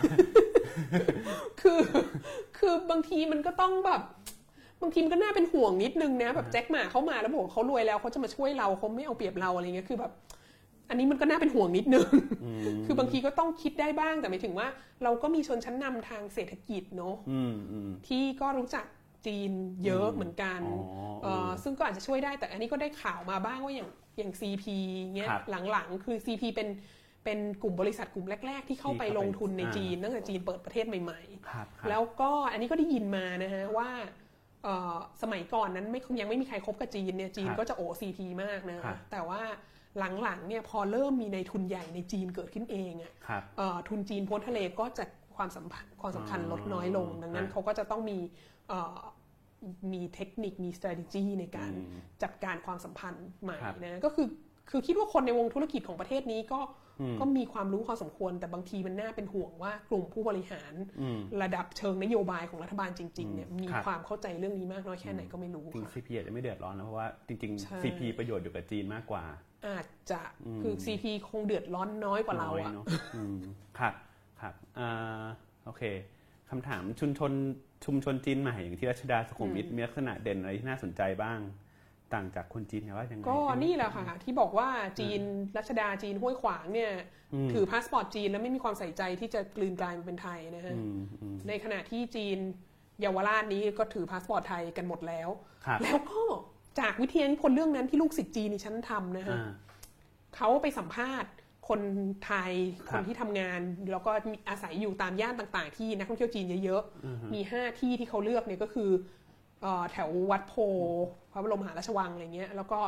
คือบางทีมันก็ต้องแบบบางทีมันก็น่าเป็นห่วงนิดนึงนะแบบแจ็คหม่าเข้ามาแล้วบอกเขารวยแล้วเขาจะมาช่วยเราเขาไม่เอาเปรียบเราอะไรเงี้ยคือแบบอันนี้มันก็น่าเป็นห่วงนิดนึงคือบางทีก็ต้องคิดได้บ้างแต่หมายถึงว่าเราก็มีชนชั้นนำทางเศรษฐกิจเนาะที่ก็รู้จักจีนเยอะเหมือนกันซึ่งก็อาจจะช่วยได้แต่อันนี้ก็ได้ข่าวมาบ้างว่าอย่าง CP เงี้ยหลังๆคือ CP เป็นกลุ่มบริษัทกลุ่มแรกๆที่เข้าไปลงทุนในจีนตั้งแต่จีนเปิดประเทศใหม่ๆแล้วก็อันนี้ก็ได้ยินมานะฮะว่าสมัยก่อนนั้นยังไม่มีใครคบกับจีนเนี่ยจีนก็จะโอ CP มากนะแต่ว่าหลังๆเนี่ยพอเริ่มมีในทุนใหญ่ในจีนเกิดขึ้นเองทุนจีนพ้นทะเลก็จะความสำคัญลดน้อยลงดังนั้นเขาก็จะต้องมีเทคนิคมี strategy ในการจัดการความสัมพันธ์ใหม่นะก็คือคิดว่าคนในวงธุรกิจของประเทศนี้ก็มีความรู้พอสมควรแต่บางทีมันน่าเป็นห่วงว่ากลุ่มผู้บริหารระดับเชิงนโยบายของรัฐบาลจริงๆเนี่ยมีความเข้าใจเรื่องนี้มากน้อยแค่ไหนก็ไม่รู้จริง CP อาจจะไม่เดือดร้อนนะเพราะว่าจริงๆ CP ประโยชน์อยู่กับจีนมากกว่าอาจจะคือ CP คงเดือดร้อนน้อยกว่าเราอ่ะครับโอเคคำถามชุมชนจีนใหม่อย่างที่รัชดาสุขุมวิทมีลักษณะเด่นอะไรที่น่าสนใจบ้างต่างจากคนจีนเนี่ยว่ายังไงก็นี่แหละค่ะที่บอกว่าจีนรัชดาจีนห้วยขวางเนี่ยถือพาสปอร์ตจีนแล้วไม่มีความใส่ใจที่จะกลืนกลายมาเป็นไทยนะฮะในขณะที่จีนเยาวราชนี้ก็ถือพาสปอร์ตไทยกันหมดแล้วแล้วก็จากวิทยานิพนธ์เรื่องนั้นที่ลูกศิษย์จีนนี่ฉันทำนะฮะเขาไปสัมภาษณ์คนไทยคนที่ทำงานแล้วก็อาศัยอยู่ตามย่านต่างๆที่นักท่องเที่ยวจีนเยอะๆมี5ที่ที่เขาเลือกเนี่ยก็คือแถววัดโพพระบรมมหาราชวังอะไรเงี้ยแล้วก็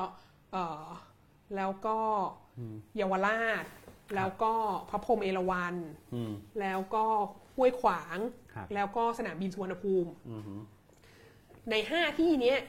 เยาวราชแล้วก็พระพรหมเอราวัณแล้วก็ห้วยขวางแล้วก็สนามบินสุวรรณภูมิใน5ที่นี้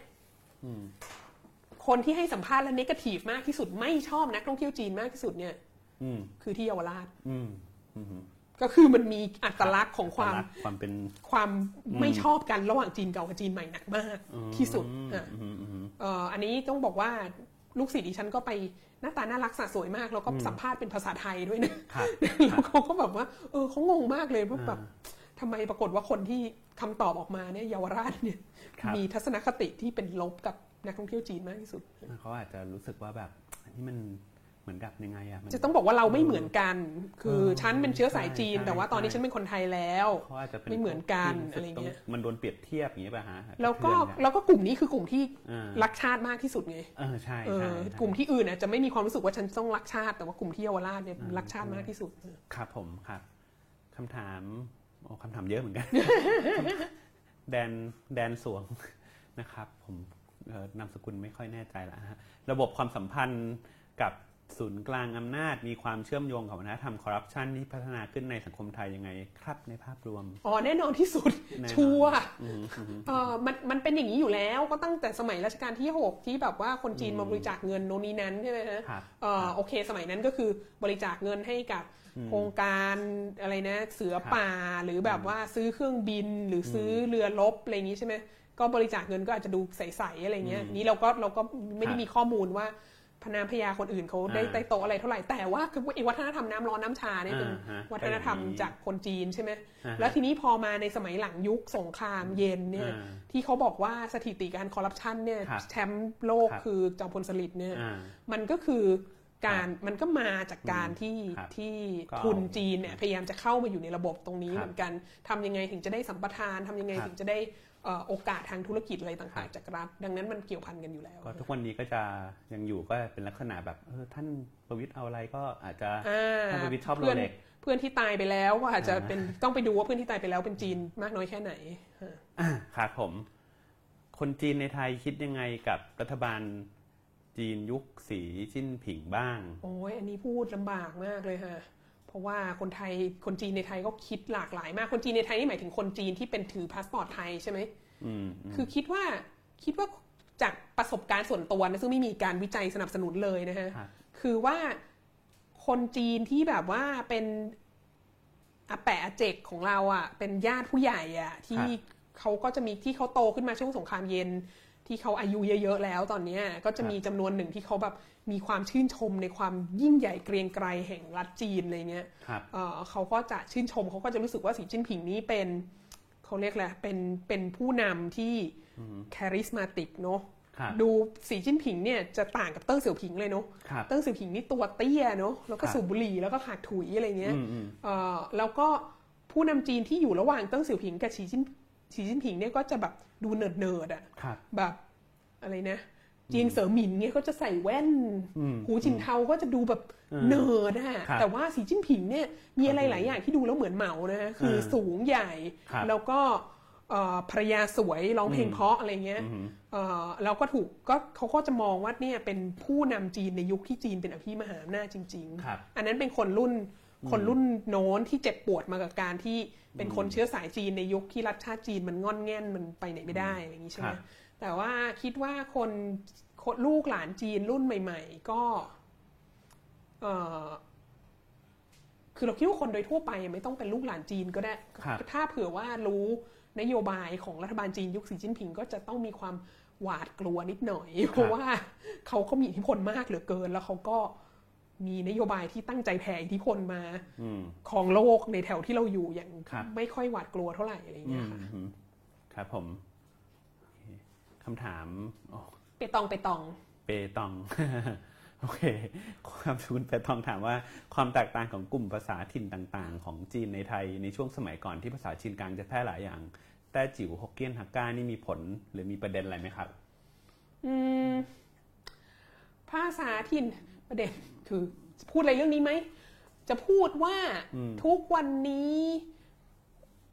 คนที่ให้สัมภาษณ์และเนกาทีฟมากที่สุดไม่ชอบนักท่องเที่ยวจีนมากที่สุดเนี่ยคือที่เยาวราชก็คือมันมีอัตลักษณ์ของความไม่ชอบกันระหว่างจีนเก่ากับจีนใหม่หนักมากที่สุดอันนี้ต้องบอกว่าลูกศิษย์ดิฉันก็ไปหน้าตาน่ารักสะสวยมากแล้วก็สัมภาษณ์เป็นภาษาไทยด้วยนะแล้วเขาก็แบบว่าเขางงมากเลยว่าแบบทำไมปรากฏว่าคนที่คำตอบออกมาเนี่ยเยาวราชเนี่ยมีทัศนคติที่เป็นลบกับนักท่องเที่ยวจีนมากที่สุดเขาอาจจะรู้สึกว่าแบบนี่มันเหมือนกับยังไงอะจะต้องบอกว่าเราไม่เหมือนกันคือฉันเป็นเชื้อสายจีนแต่ว่าตอนนี้ฉันเป็นคนไทยแล้วไม่เหมือนกันอะไรเงี้ยมันโดนเปรียบเทียบอย่างนี้ป่ะฮะแล้วก็กลุ่มนี้คือกลุ่มที่รักชาติมากที่สุดไงใช่กลุ่มที่อื่นน่ะจะไม่มีความรู้สึกว่าฉันต้องรักชาติแต่ว่ากลุ่มที่เยาวราชเนี่ยรักชาติมากที่สุดครับผมครับคำถามเยอะเหมือนกันแดนสวงนะครับผมนามสกุลไม่ค่อยแน่ใจละฮะระบบความสัมพันธ์กับศูนย์กลางอำนาจมีความเชื่อมโยงกับวัฒนธรรมคอร์รัปชันที่พัฒนาขึ้นในสังคมไทยยังไงครับในภาพรวมแน่นอนที่สุดชัวร์มันเป็นอย่างนี้อยู่แล้วก็ตั้งแต่สมัยรัชกาลที่6ที่แบบว่าคนจีนมาบริจาคเงินโน่นนี่นั้นใช่ไหมฮะโอเคสมัยนั้นก็คือบริจาคเงินให้กับโครงการอะไรนะเสือป่าหรือแบบว่าซื้อเครื่องบินหรือซื้อเรือรบอะไรอย่างนี้ใช่ไหมก็บริจาคเงินก็อาจจะดูใสๆอะไรเงี้ยนี้เราก็ไม่ได้มีข้อมูลว่าพนามพยาคนอื่นเขาได้โตอะไรเท่าไหร่แต่ว่าคือวัฒนธรรมน้ำร้อนน้ำชาเนี่ยเป็นวัฒนธรรมจากคนจีนใช่ไหมแล้วทีนี้พอมาในสมัยหลังยุคสงครามเย็นเนี่ยที่เขาบอกว่าสถิติการคอร์รัปชันเนี่ยแชมป์โลกคือจอมพลสฤษดิ์เนี่ยมันก็คือมันก็มาจากการที่ทุนจีนเนี่ยพยายามจะเข้ามาอยู่ในระบบตรงนี้เหมือนกันทำยังไงถึงจะได้สัมปทานทำยังไงถึงจะได้โอกาสทางธุรกิจอะไรต่างๆจากรัฐดังนั้นมันเกี่ยวพันกันอยู่แล้วก็ทุกวันนี้ก็จะยังอยู่ก็เป็นลักษณะแบบท่านประวิตรเอาอะไรก็อาจจะท่านประวิตรชอบโรเล็กเพื่อนที่ตายไปแล้วก็อาจจะเป็นต้องไปดูว่าเพื่อนที่ตายไปแล้วเป็นจีนมากน้อยแค่ไหนครับผมคนจีนในไทยคิดยังไงกับรัฐบาลจีนยุคสีจิ้นผิงบ้างโอ้ยอันนี้พูดลำบากมากเลยค่ะเพราะว่าคนจีนในไทยก็คิดหลากหลายมากคนจีนในไทยนี่หมายถึงคนจีนที่เป็นถือพาสปอร์ตไทยใช่ไหมคือคิดว่าจากประสบการณ์ส่วนตัวนะซึ่งไม่มีการวิจัยสนับสนุนเลยนะฮะคือว่าคนจีนที่แบบว่าเป็นอาแปะอาเจกของเราอ่ะเป็นญาติผู้ใหญ่อ่ะที่เขาก็จะมีที่เขาโตขึ้นมาช่วงสงครามเย็นที่เขาอายุเยอะๆแล้วตอนนี้ก็จะมีจำนวนหนึ่งที่เขาแบบมีความชื่นชมในความยิ่งใหญ่เกรียงไกรแห่งรัฐจีนอะไรเงี้ยเขาก็จะชื่นชมเขาก็จะรู้สึกว่าสีจิ้นผิงนี้เป็นเขาเรียกแหละเป็นผู้นำที่คาริสมาติกเนาะดูสีจิ้นผิงเนี่ยจะต่างกับเติ้งเสี่ยวผิงเลยเนาะเติ้งเสี่ยวผิงนี่ตัวเตี้ยเนาะแล้วก็สูบบุหรี่แล้วก็ขากถุยอะไรเงี้ยแล้วก็ผู้นำจีนที่อยู่ระหว่างเติ้งเสี่ยวผิงกับสีจิ้นผิงเนี่ยก็จะแบบดูเนิร์ดอ่ะแบบอะไรนะเจียงเสอหมินเนี่ยก็จะใส่แว่นหูจินเทาก็จะดูแบบเนิร์ดอ่ะแต่ว่าสีจิ้นผิงเนี่ยมีอะไรหลายอย่างที่ดูแล้วเหมือนเหมานะคือสูงใหญ่แล้วก็ภรรยาสวยร้องเพลงเพราะอะไรเงี้ยแล้วก็เขาก็จะมองว่าเนี่ยเป็นผู้นำจีนในยุคที่จีนเป็นอภิมหาอำนาจจริงๆอันนั้นเป็นคนรุ่นโน้นที่เจ็บปวดมากับการที่เป็นคนเชื้อสายจีนในยุคที่รัฐชาติจีนมันงอนแง่นมันไปไหนไม่ได้อะไรอย่างนี้ใช่ไหมแต่ว่าคิดว่าคนลูกหลานจีนรุ่นใหม่ๆก็คือเราคิดว่าคนโดยทั่วไปไม่ต้องเป็นลูกหลานจีนก็ได้ถ้าเผื่อว่ารู้นโยบายของรัฐบาลจีนยุคสีจิ้นผิงก็จะต้องมีความหวาดกลัวนิดหน่อยเพราะว่าเขาก็มีอิทธิพลมากเหลือเกินแล้วเขาก็มีนโยบายที่ตั้งใจแผ่อิทธิพลมาของโลกในแถวที่เราอยู่อย่างไม่ค่อยหวาดกลัวเท่าไหร่อะไรเงี้ยค่ะครับผมคำถามเปตองโอเคคุณเปตองถามว่าความแตกต่างของกลุ่มภาษาถิ่นต่างๆของจีนในไทยในช่วงสมัยก่อนที่ภาษาจีนกลางจะแพร่หลายอย่างแต้จิ๋วฮกเกี้ยนฮักก้านี่มีผลหรือมีประเด็นอะไรไหมครับภาษาถิ่นประเด็นคือพูดอะไรเรื่องนี้ไหมจะพูดว่าทุกวันนี้ภ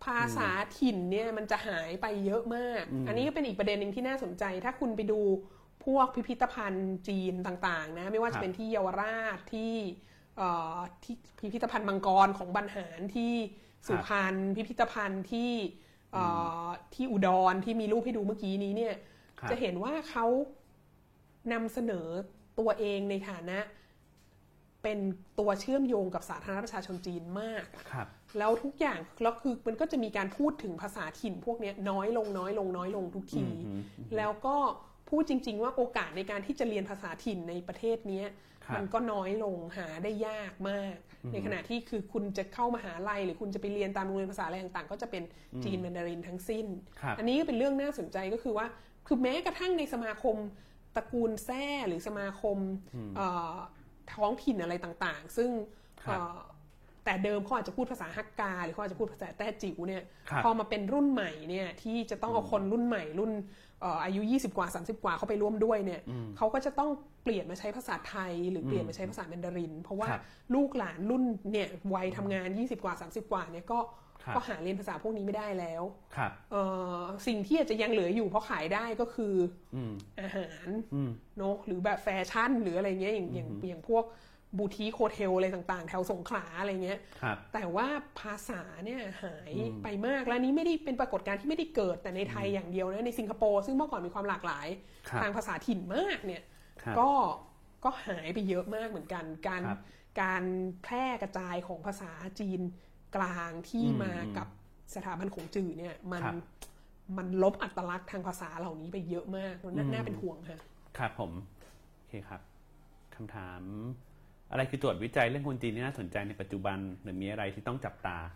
ภาษาถิ่นเนี่ยมันจะหายไปเยอะมากอันนี้ก็เป็นอีกประเด็นหนึ่งที่น่าสนใจถ้าคุณไปดูพวกพิพิธภัณฑ์จีนต่างๆนะไม่ว่าจะเป็นที่เยาวราชที่พิพิธภัณฑ์มังกรของบรรหารที่สุพรรณพิพิธภัณฑ์ที่อุดรที่มีรูปให้ดูเมื่อกี้นี้เนี่ยจะเห็นว่าเขานำเสนอตัวเองในฐานะเป็นตัวเชื่อมโยงกับสาธารณรัฐประชาชนจีนมากแล้วทุกอย่างแล้วคือมันก็จะมีการพูดถึงภาษาถิ่นพวกนี้น้อยลงทุกทีแล้วก็พูดจริงๆว่าโอกาสในการที่จะเรียนภาษาถิ่นในประเทศนี้มันก็น้อยลงหาได้ยากมากในขณะที่คือคุณจะเข้ามหาลัยหรือคุณจะไปเรียนตามโรงเรียนภาษาอะไรต่างๆก็จะเป็นจีนแมนดารินทั้งสิ้นอันนี้ก็เป็นเรื่องน่าสนใจก็คือว่าคือแม้กระทั่งในสมาคมตระกูลแซ่หรือสมาคมท้องถิ่นอะไรต่างๆซึ่งแต่เดิมเขาอาจจะพูดภาษาฮักกาหรือเขาอาจจะพูดภาษาแต้จิ๋วเนี่ยพอมาเป็นรุ่นใหม่เนี่ยที่จะต้องเอาคนรุ่นใหม่รุ่นอายุ20กว่า30กว่าเข้าไปร่วมด้วยเนี่ยเขาก็จะต้องเปลี่ยนมาใช้ภาษาไทยหรือเปลี่ยนมาใช้ภาษาแมนดารินเพราะว่าลูกหลานรุ่นเนี่ยวัยทำงาน20กว่า30กว่าเนี่ยก็หาเรียนภาษาพวกนี้ไม่ได้แล้วสิ่งที่อาจจะยังเหลืออยู่เพราะขายได้ก็คืออาหารเนาะหรือแบบแฟชั่นหรืออะไรเงี้ยอย่างพวกบูติคโฮเทลอะไรต่างๆแถวสงขลาอะไรเงี้ยแต่ว่าภาษาเนี่ยหายไปมากและนี้ไม่ได้เป็นปรากฏการณ์ที่ไม่ได้เกิดแต่ในไทยอย่างเดียวนะในสิงคโปร์ซึ่งเมื่อก่อนมีความหลากหลายทางภาษาถิ่นมากเนี่ยก็หายไปเยอะมากเหมือนกันการแพร่กระจายของภาษาจีนกลางที่มากับสถาบันของจื่อเนี่ยมันลบอัตลักษณ์ทางภาษาเหล่านี้ไปเยอะมากน่าเป็นห่วงค่ะครับผมโอเคครับคำถามอะไรคือตรวจวิจัยเรื่องคนจีนที่น่าสนใจในปัจจุบันหรือมีอะไรที่ต้องจับตา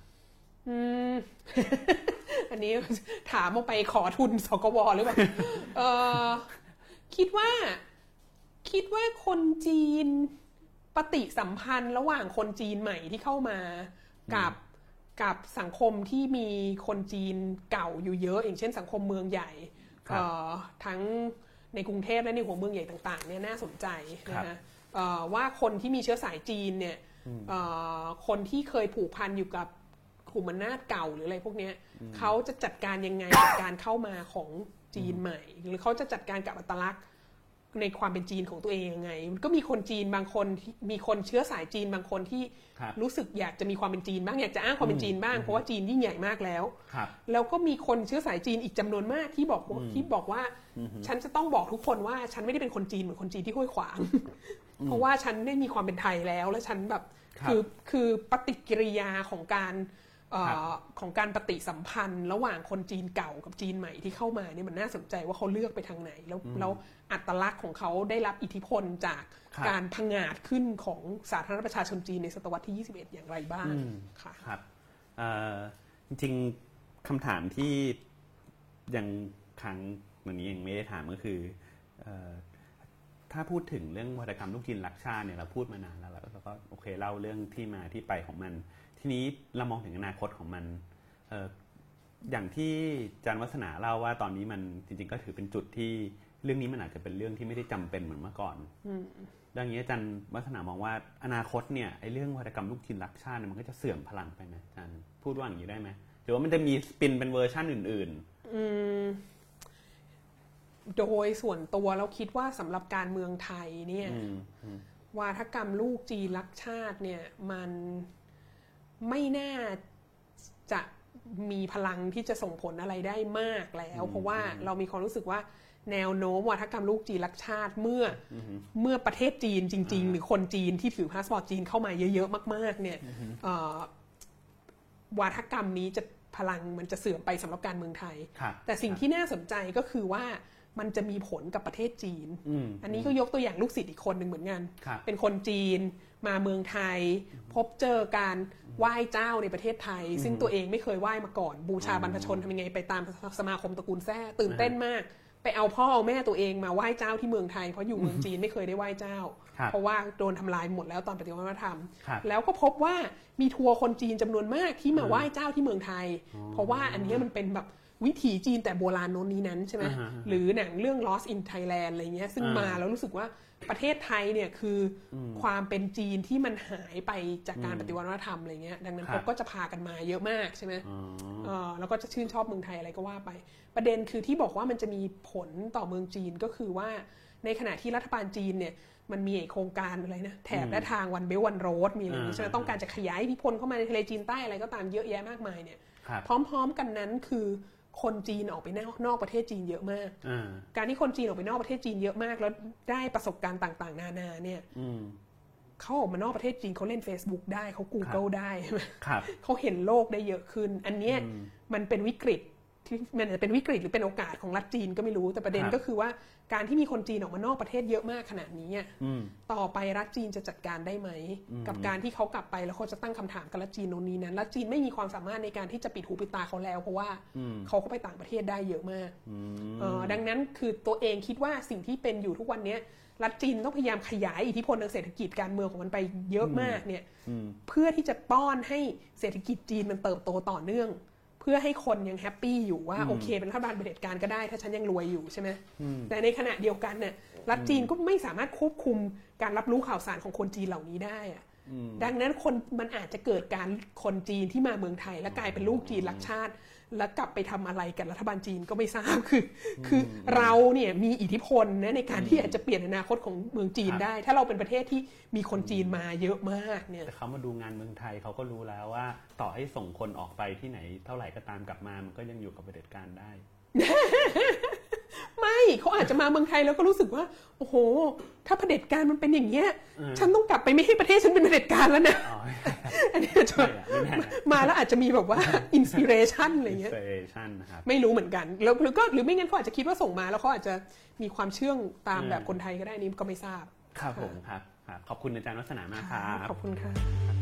อันนี้ถามมาไปขอทุนสกวหรือเปล่าคิดว่าคนจีนปฏิสัมพันธ์ระหว่างคนจีนใหม่ที่เข้ามากับสังคมที่มีคนจีนเก่าอยู่เยอะอย่างเช่นสังคมเมืองใหญ่ทั้งในกรุงเทพและในหัวเมืองใหญ่ต่างๆเนี่ยน่าสนใจนะคะว่าคนที่มีเชื้อสายจีนเนี่ยคนที่เคยผูกพันอยู่กับกลุ่มอำนาจเก่าหรืออะไรพวกนี้เขาจะจัดการยังไงกับการเข้ามาของจีนใหม่หรือเขาจะจัดการกับอัตลักษณ์ในความเป็นจีนของตัวเองยังไงมันก็มีคนจีนบางคนมีคนเชื้อสายจีนบางคนที่รู้สึกอยากจะมีความเป็นจีนบ้างอยากจะอ้างความเป็นจีนบ้างเพราะว่าจีนยิ่งใหญ่มากแล้วแล้วก็มีคนเชื้อสายจีนอีกจำนวนมากที่บอกว่าฉันจะต้องบอกทุกคนว่าฉันไม่ได้เป็นคนจีนเหมือนคนจีนที่ห้วยขวางเพราะว่าฉันได้มีความเป็นไทยแล้วและฉันแบบคือปฏิกิริยาของการปฏิสัมพันธ์ระหว่างคนจีนเก่ากับจีนใหม่ที่เข้ามาเนี่ยมันน่าสนใจว่าเขาเลือกไปทางไหนแล้วอัตลักษณ์ของเขาได้รับอิทธิพลจากการผงาดขึ้นของสาธารณประชาชนจีนในศตวรรษที่21อย่างไรบ้างค่ะครับจริงๆคำถามที่ยังค้างวันนี้ยังไม่ได้ถามก็คือถ้าพูดถึงเรื่องวรรณกรรมลูกจีนรักชาติเนี่ยเราพูดมานานแล้วแล้วก็โอเคเล่าเรื่องที่มาที่ไปของมันทีนี้เรามองถึงอนาคตของมันอย่างที่อาจารย์วัฒนาเล่าว่าตอนนี้มันจริงๆก็ถือเป็นจุดที่เรื่องนี้มันอาจจะเป็นเรื่องที่ไม่ได้จำเป็นเหมือนเมื่อก่อนดังนี้อาจารย์วัฒนามองว่าอนาคตเนี่ยไอ้เรื่องวรรณกรรมลูกจีนรักชาติมันก็จะเสื่อมพลังไปไหมอาจารย์พูดว่าอย่างนี้ได้ไหมหรือว่ามันจะมีสปินเป็นเวอร์ชั่นอื่นโดยส่วนตัวเราคิดว่าสำหรับการเมืองไทยเนี่ยวาทกรรมลูกจีนรักชาติเนี่ยมันไม่น่าจะมีพลังที่จะส่งผลอะไรได้มากแล้วเพราะว่าเรามีความรู้สึกว่าแนวโน้มวาทกรรมลูกจีนรักชาติเมื่อประเทศจีนจริงๆหรือคนจีนที่ถือพาสปอร์ตจีนเข้ามาเยอะๆมากๆเนี่ยวาทกรรมนี้จะพลังมันจะเสื่อมไปสำหรับการเมืองไทยแต่สิ่งที่น่าสนใจก็คือว่ามันจะมีผลกับประเทศจีนอันนี้ก็ยกตัวอย่างลูกศิษย์อีกคนหนึ่งเหมือนกันเป็นคนจีนมาเมืองไทยพบเจอการไหว้เจ้าในประเทศไทยซึ่งตัวเองไม่เคยไหว้มาก่อนบูชาบรรพชนทำยังไงไปตามสมาคมตระกูลแซ่ตื่นเต้นมากไปเอาพ่อเอาแม่ตัวเองมาไหว้เจ้าที่เมืองไทยเพราะอยู่เมืองจีนไม่เคยได้ไหว้เจ้าเพราะว่าโดนทำลายหมดแล้วตอนปฏิวัติวัฒนธรรมแล้วก็พบว่ามีทัวร์คนจีนจำนวนมากที่มาไหว้เจ้าที่เมืองไทยเพราะว่าอันนี้มันเป็นแบบวิถีจีนแต่โบราณโน้นนี้นั้นใช่ไหมหรือหนังเรื่อง Lost in Thailand อะไรเงี้ยซึ่งมาแล้วรู้สึกว่าประเทศไทยเนี่ยคือความเป็นจีนที่มันหายไปจากการปฏิวัติวัฒนธรรมอะไรเงี้ยดังนั้นเขาก็จะพากันมาเยอะมากใช่ไหมแล้วก็จะชื่นชอบเมืองไทยอะไรก็ว่าไปประเด็นคือที่บอกว่ามันจะมีผลต่อเมืองจีนก็คือว่าในขณะที่รัฐบาลจีนเนี่ยมันมีโครงการอะไรนะแถบและทางวันเบลวันโรดมีอะไรใช่ไหมต้องการจะขยายอิทธิพลเข้ามาในทะเลจีนใต้อะไรก็ตามเยอะแยะมากมายเนี่ยพร้อมๆกันนั้นคือคนจีนออกไปนอกประเทศจีนเยอะมากการที่คนจีนออกไปนอกประเทศจีนเยอะมากแล้วได้ประสบการณ์ต่างๆนานาเนี่ยเขาออกมานอกประเทศจีนเขาเล่น Facebook ได้เขา Google ได้ใช่ไหมเขาเห็นโลกได้เยอะขึ้นอันเนี้ยมันเป็นวิกฤตที่มันจะเป็นวิกฤตหรือเป็นโอกาสของรัฐจีนก็ไม่รู้แต่ประเด็นก็คือว่าการที่มีคนจีนออกมานอกประเทศเยอะมากขนาดนี้ต่อไปรัฐจีนจะจัดการได้ไหมกับการที่เขากลับไปแล้วเขาจะตั้งคำถามกับรัฐจีนโน่นนี้นั้นรัฐจีนไม่มีความสามารถในการที่จะปิดหูปิดตาเขาแล้วเพราะว่าเขาก็ไปต่างประเทศได้เยอะมากดังนั้นคือตัวเองคิดว่าสิ่งที่เป็นอยู่ทุกวันนี้รัฐจีนต้องพยายามขยายอิทธิพลทางเศรษฐกิจการเมืองของมันไปเยอะมากเนี่ยเพื่อที่จะป้อนให้เศรษฐกิจจีนมันเติบโตต่อเนื่องเพื่อให้คนยังแฮปปี้อยู่ว่าโอเคเป็นรัฐบาลเผด็จการก็ได้ถ้าฉันยังรวยอยู่ใช่ไหมแต่ในขณะเดียวกันเนี่ยรัฐจีนก็ไม่สามารถควบคุมการรับรู้ข่าวสารของคนจีนเหล่านี้ได้อะดังนั้นมันอาจจะเกิดการคนจีนที่มาเมืองไทยแล้วกลายเป็นลูกจีนรักชาติแล้วกลับไปทำอะไรกับรัฐบาลจีนก็ไม่ทราบคือเราเนี่ยมีอิทธิพลนะในการที่อาจจะเปลี่ยนอนาคตของเมืองจีนได้ถ้าเราเป็นประเทศที่มีคนจีนมาเยอะมากเนี่ยแต่เขามาดูงานเมืองไทยเขาก็รู้แล้วว่าต่อให้ส่งคนออกไปที่ไหนเท่าไหร่ก็ตามกลับมามันก็ยังอยู่กับเผด็จการได้ไม่เขาอาจจะมาเมืองไทยแล้วก็รู้สึกว่าโอ้โหถ้าเผด็จการมันเป็นอย่างเงี้ยฉันต้องกลับไปไม่ให้ประเทศฉันเป็นเผด็จการแล้วนะอันนี้จะมาแล้วอาจจะมีแบบว่าอินสปิเรชันอะไรเงี้ยไม่รู้เหมือนกันแล้วหรือไม่งั้นเขาอาจจะคิดว่าส่งมาแล้วเขาอาจจะมีความเชื่องตามแบบคนไทยก็ได้นี่ก็ไม่ทราบครับผมครับขอบคุณอาจารย์วัฒนามากครับขอบคุณค่ะ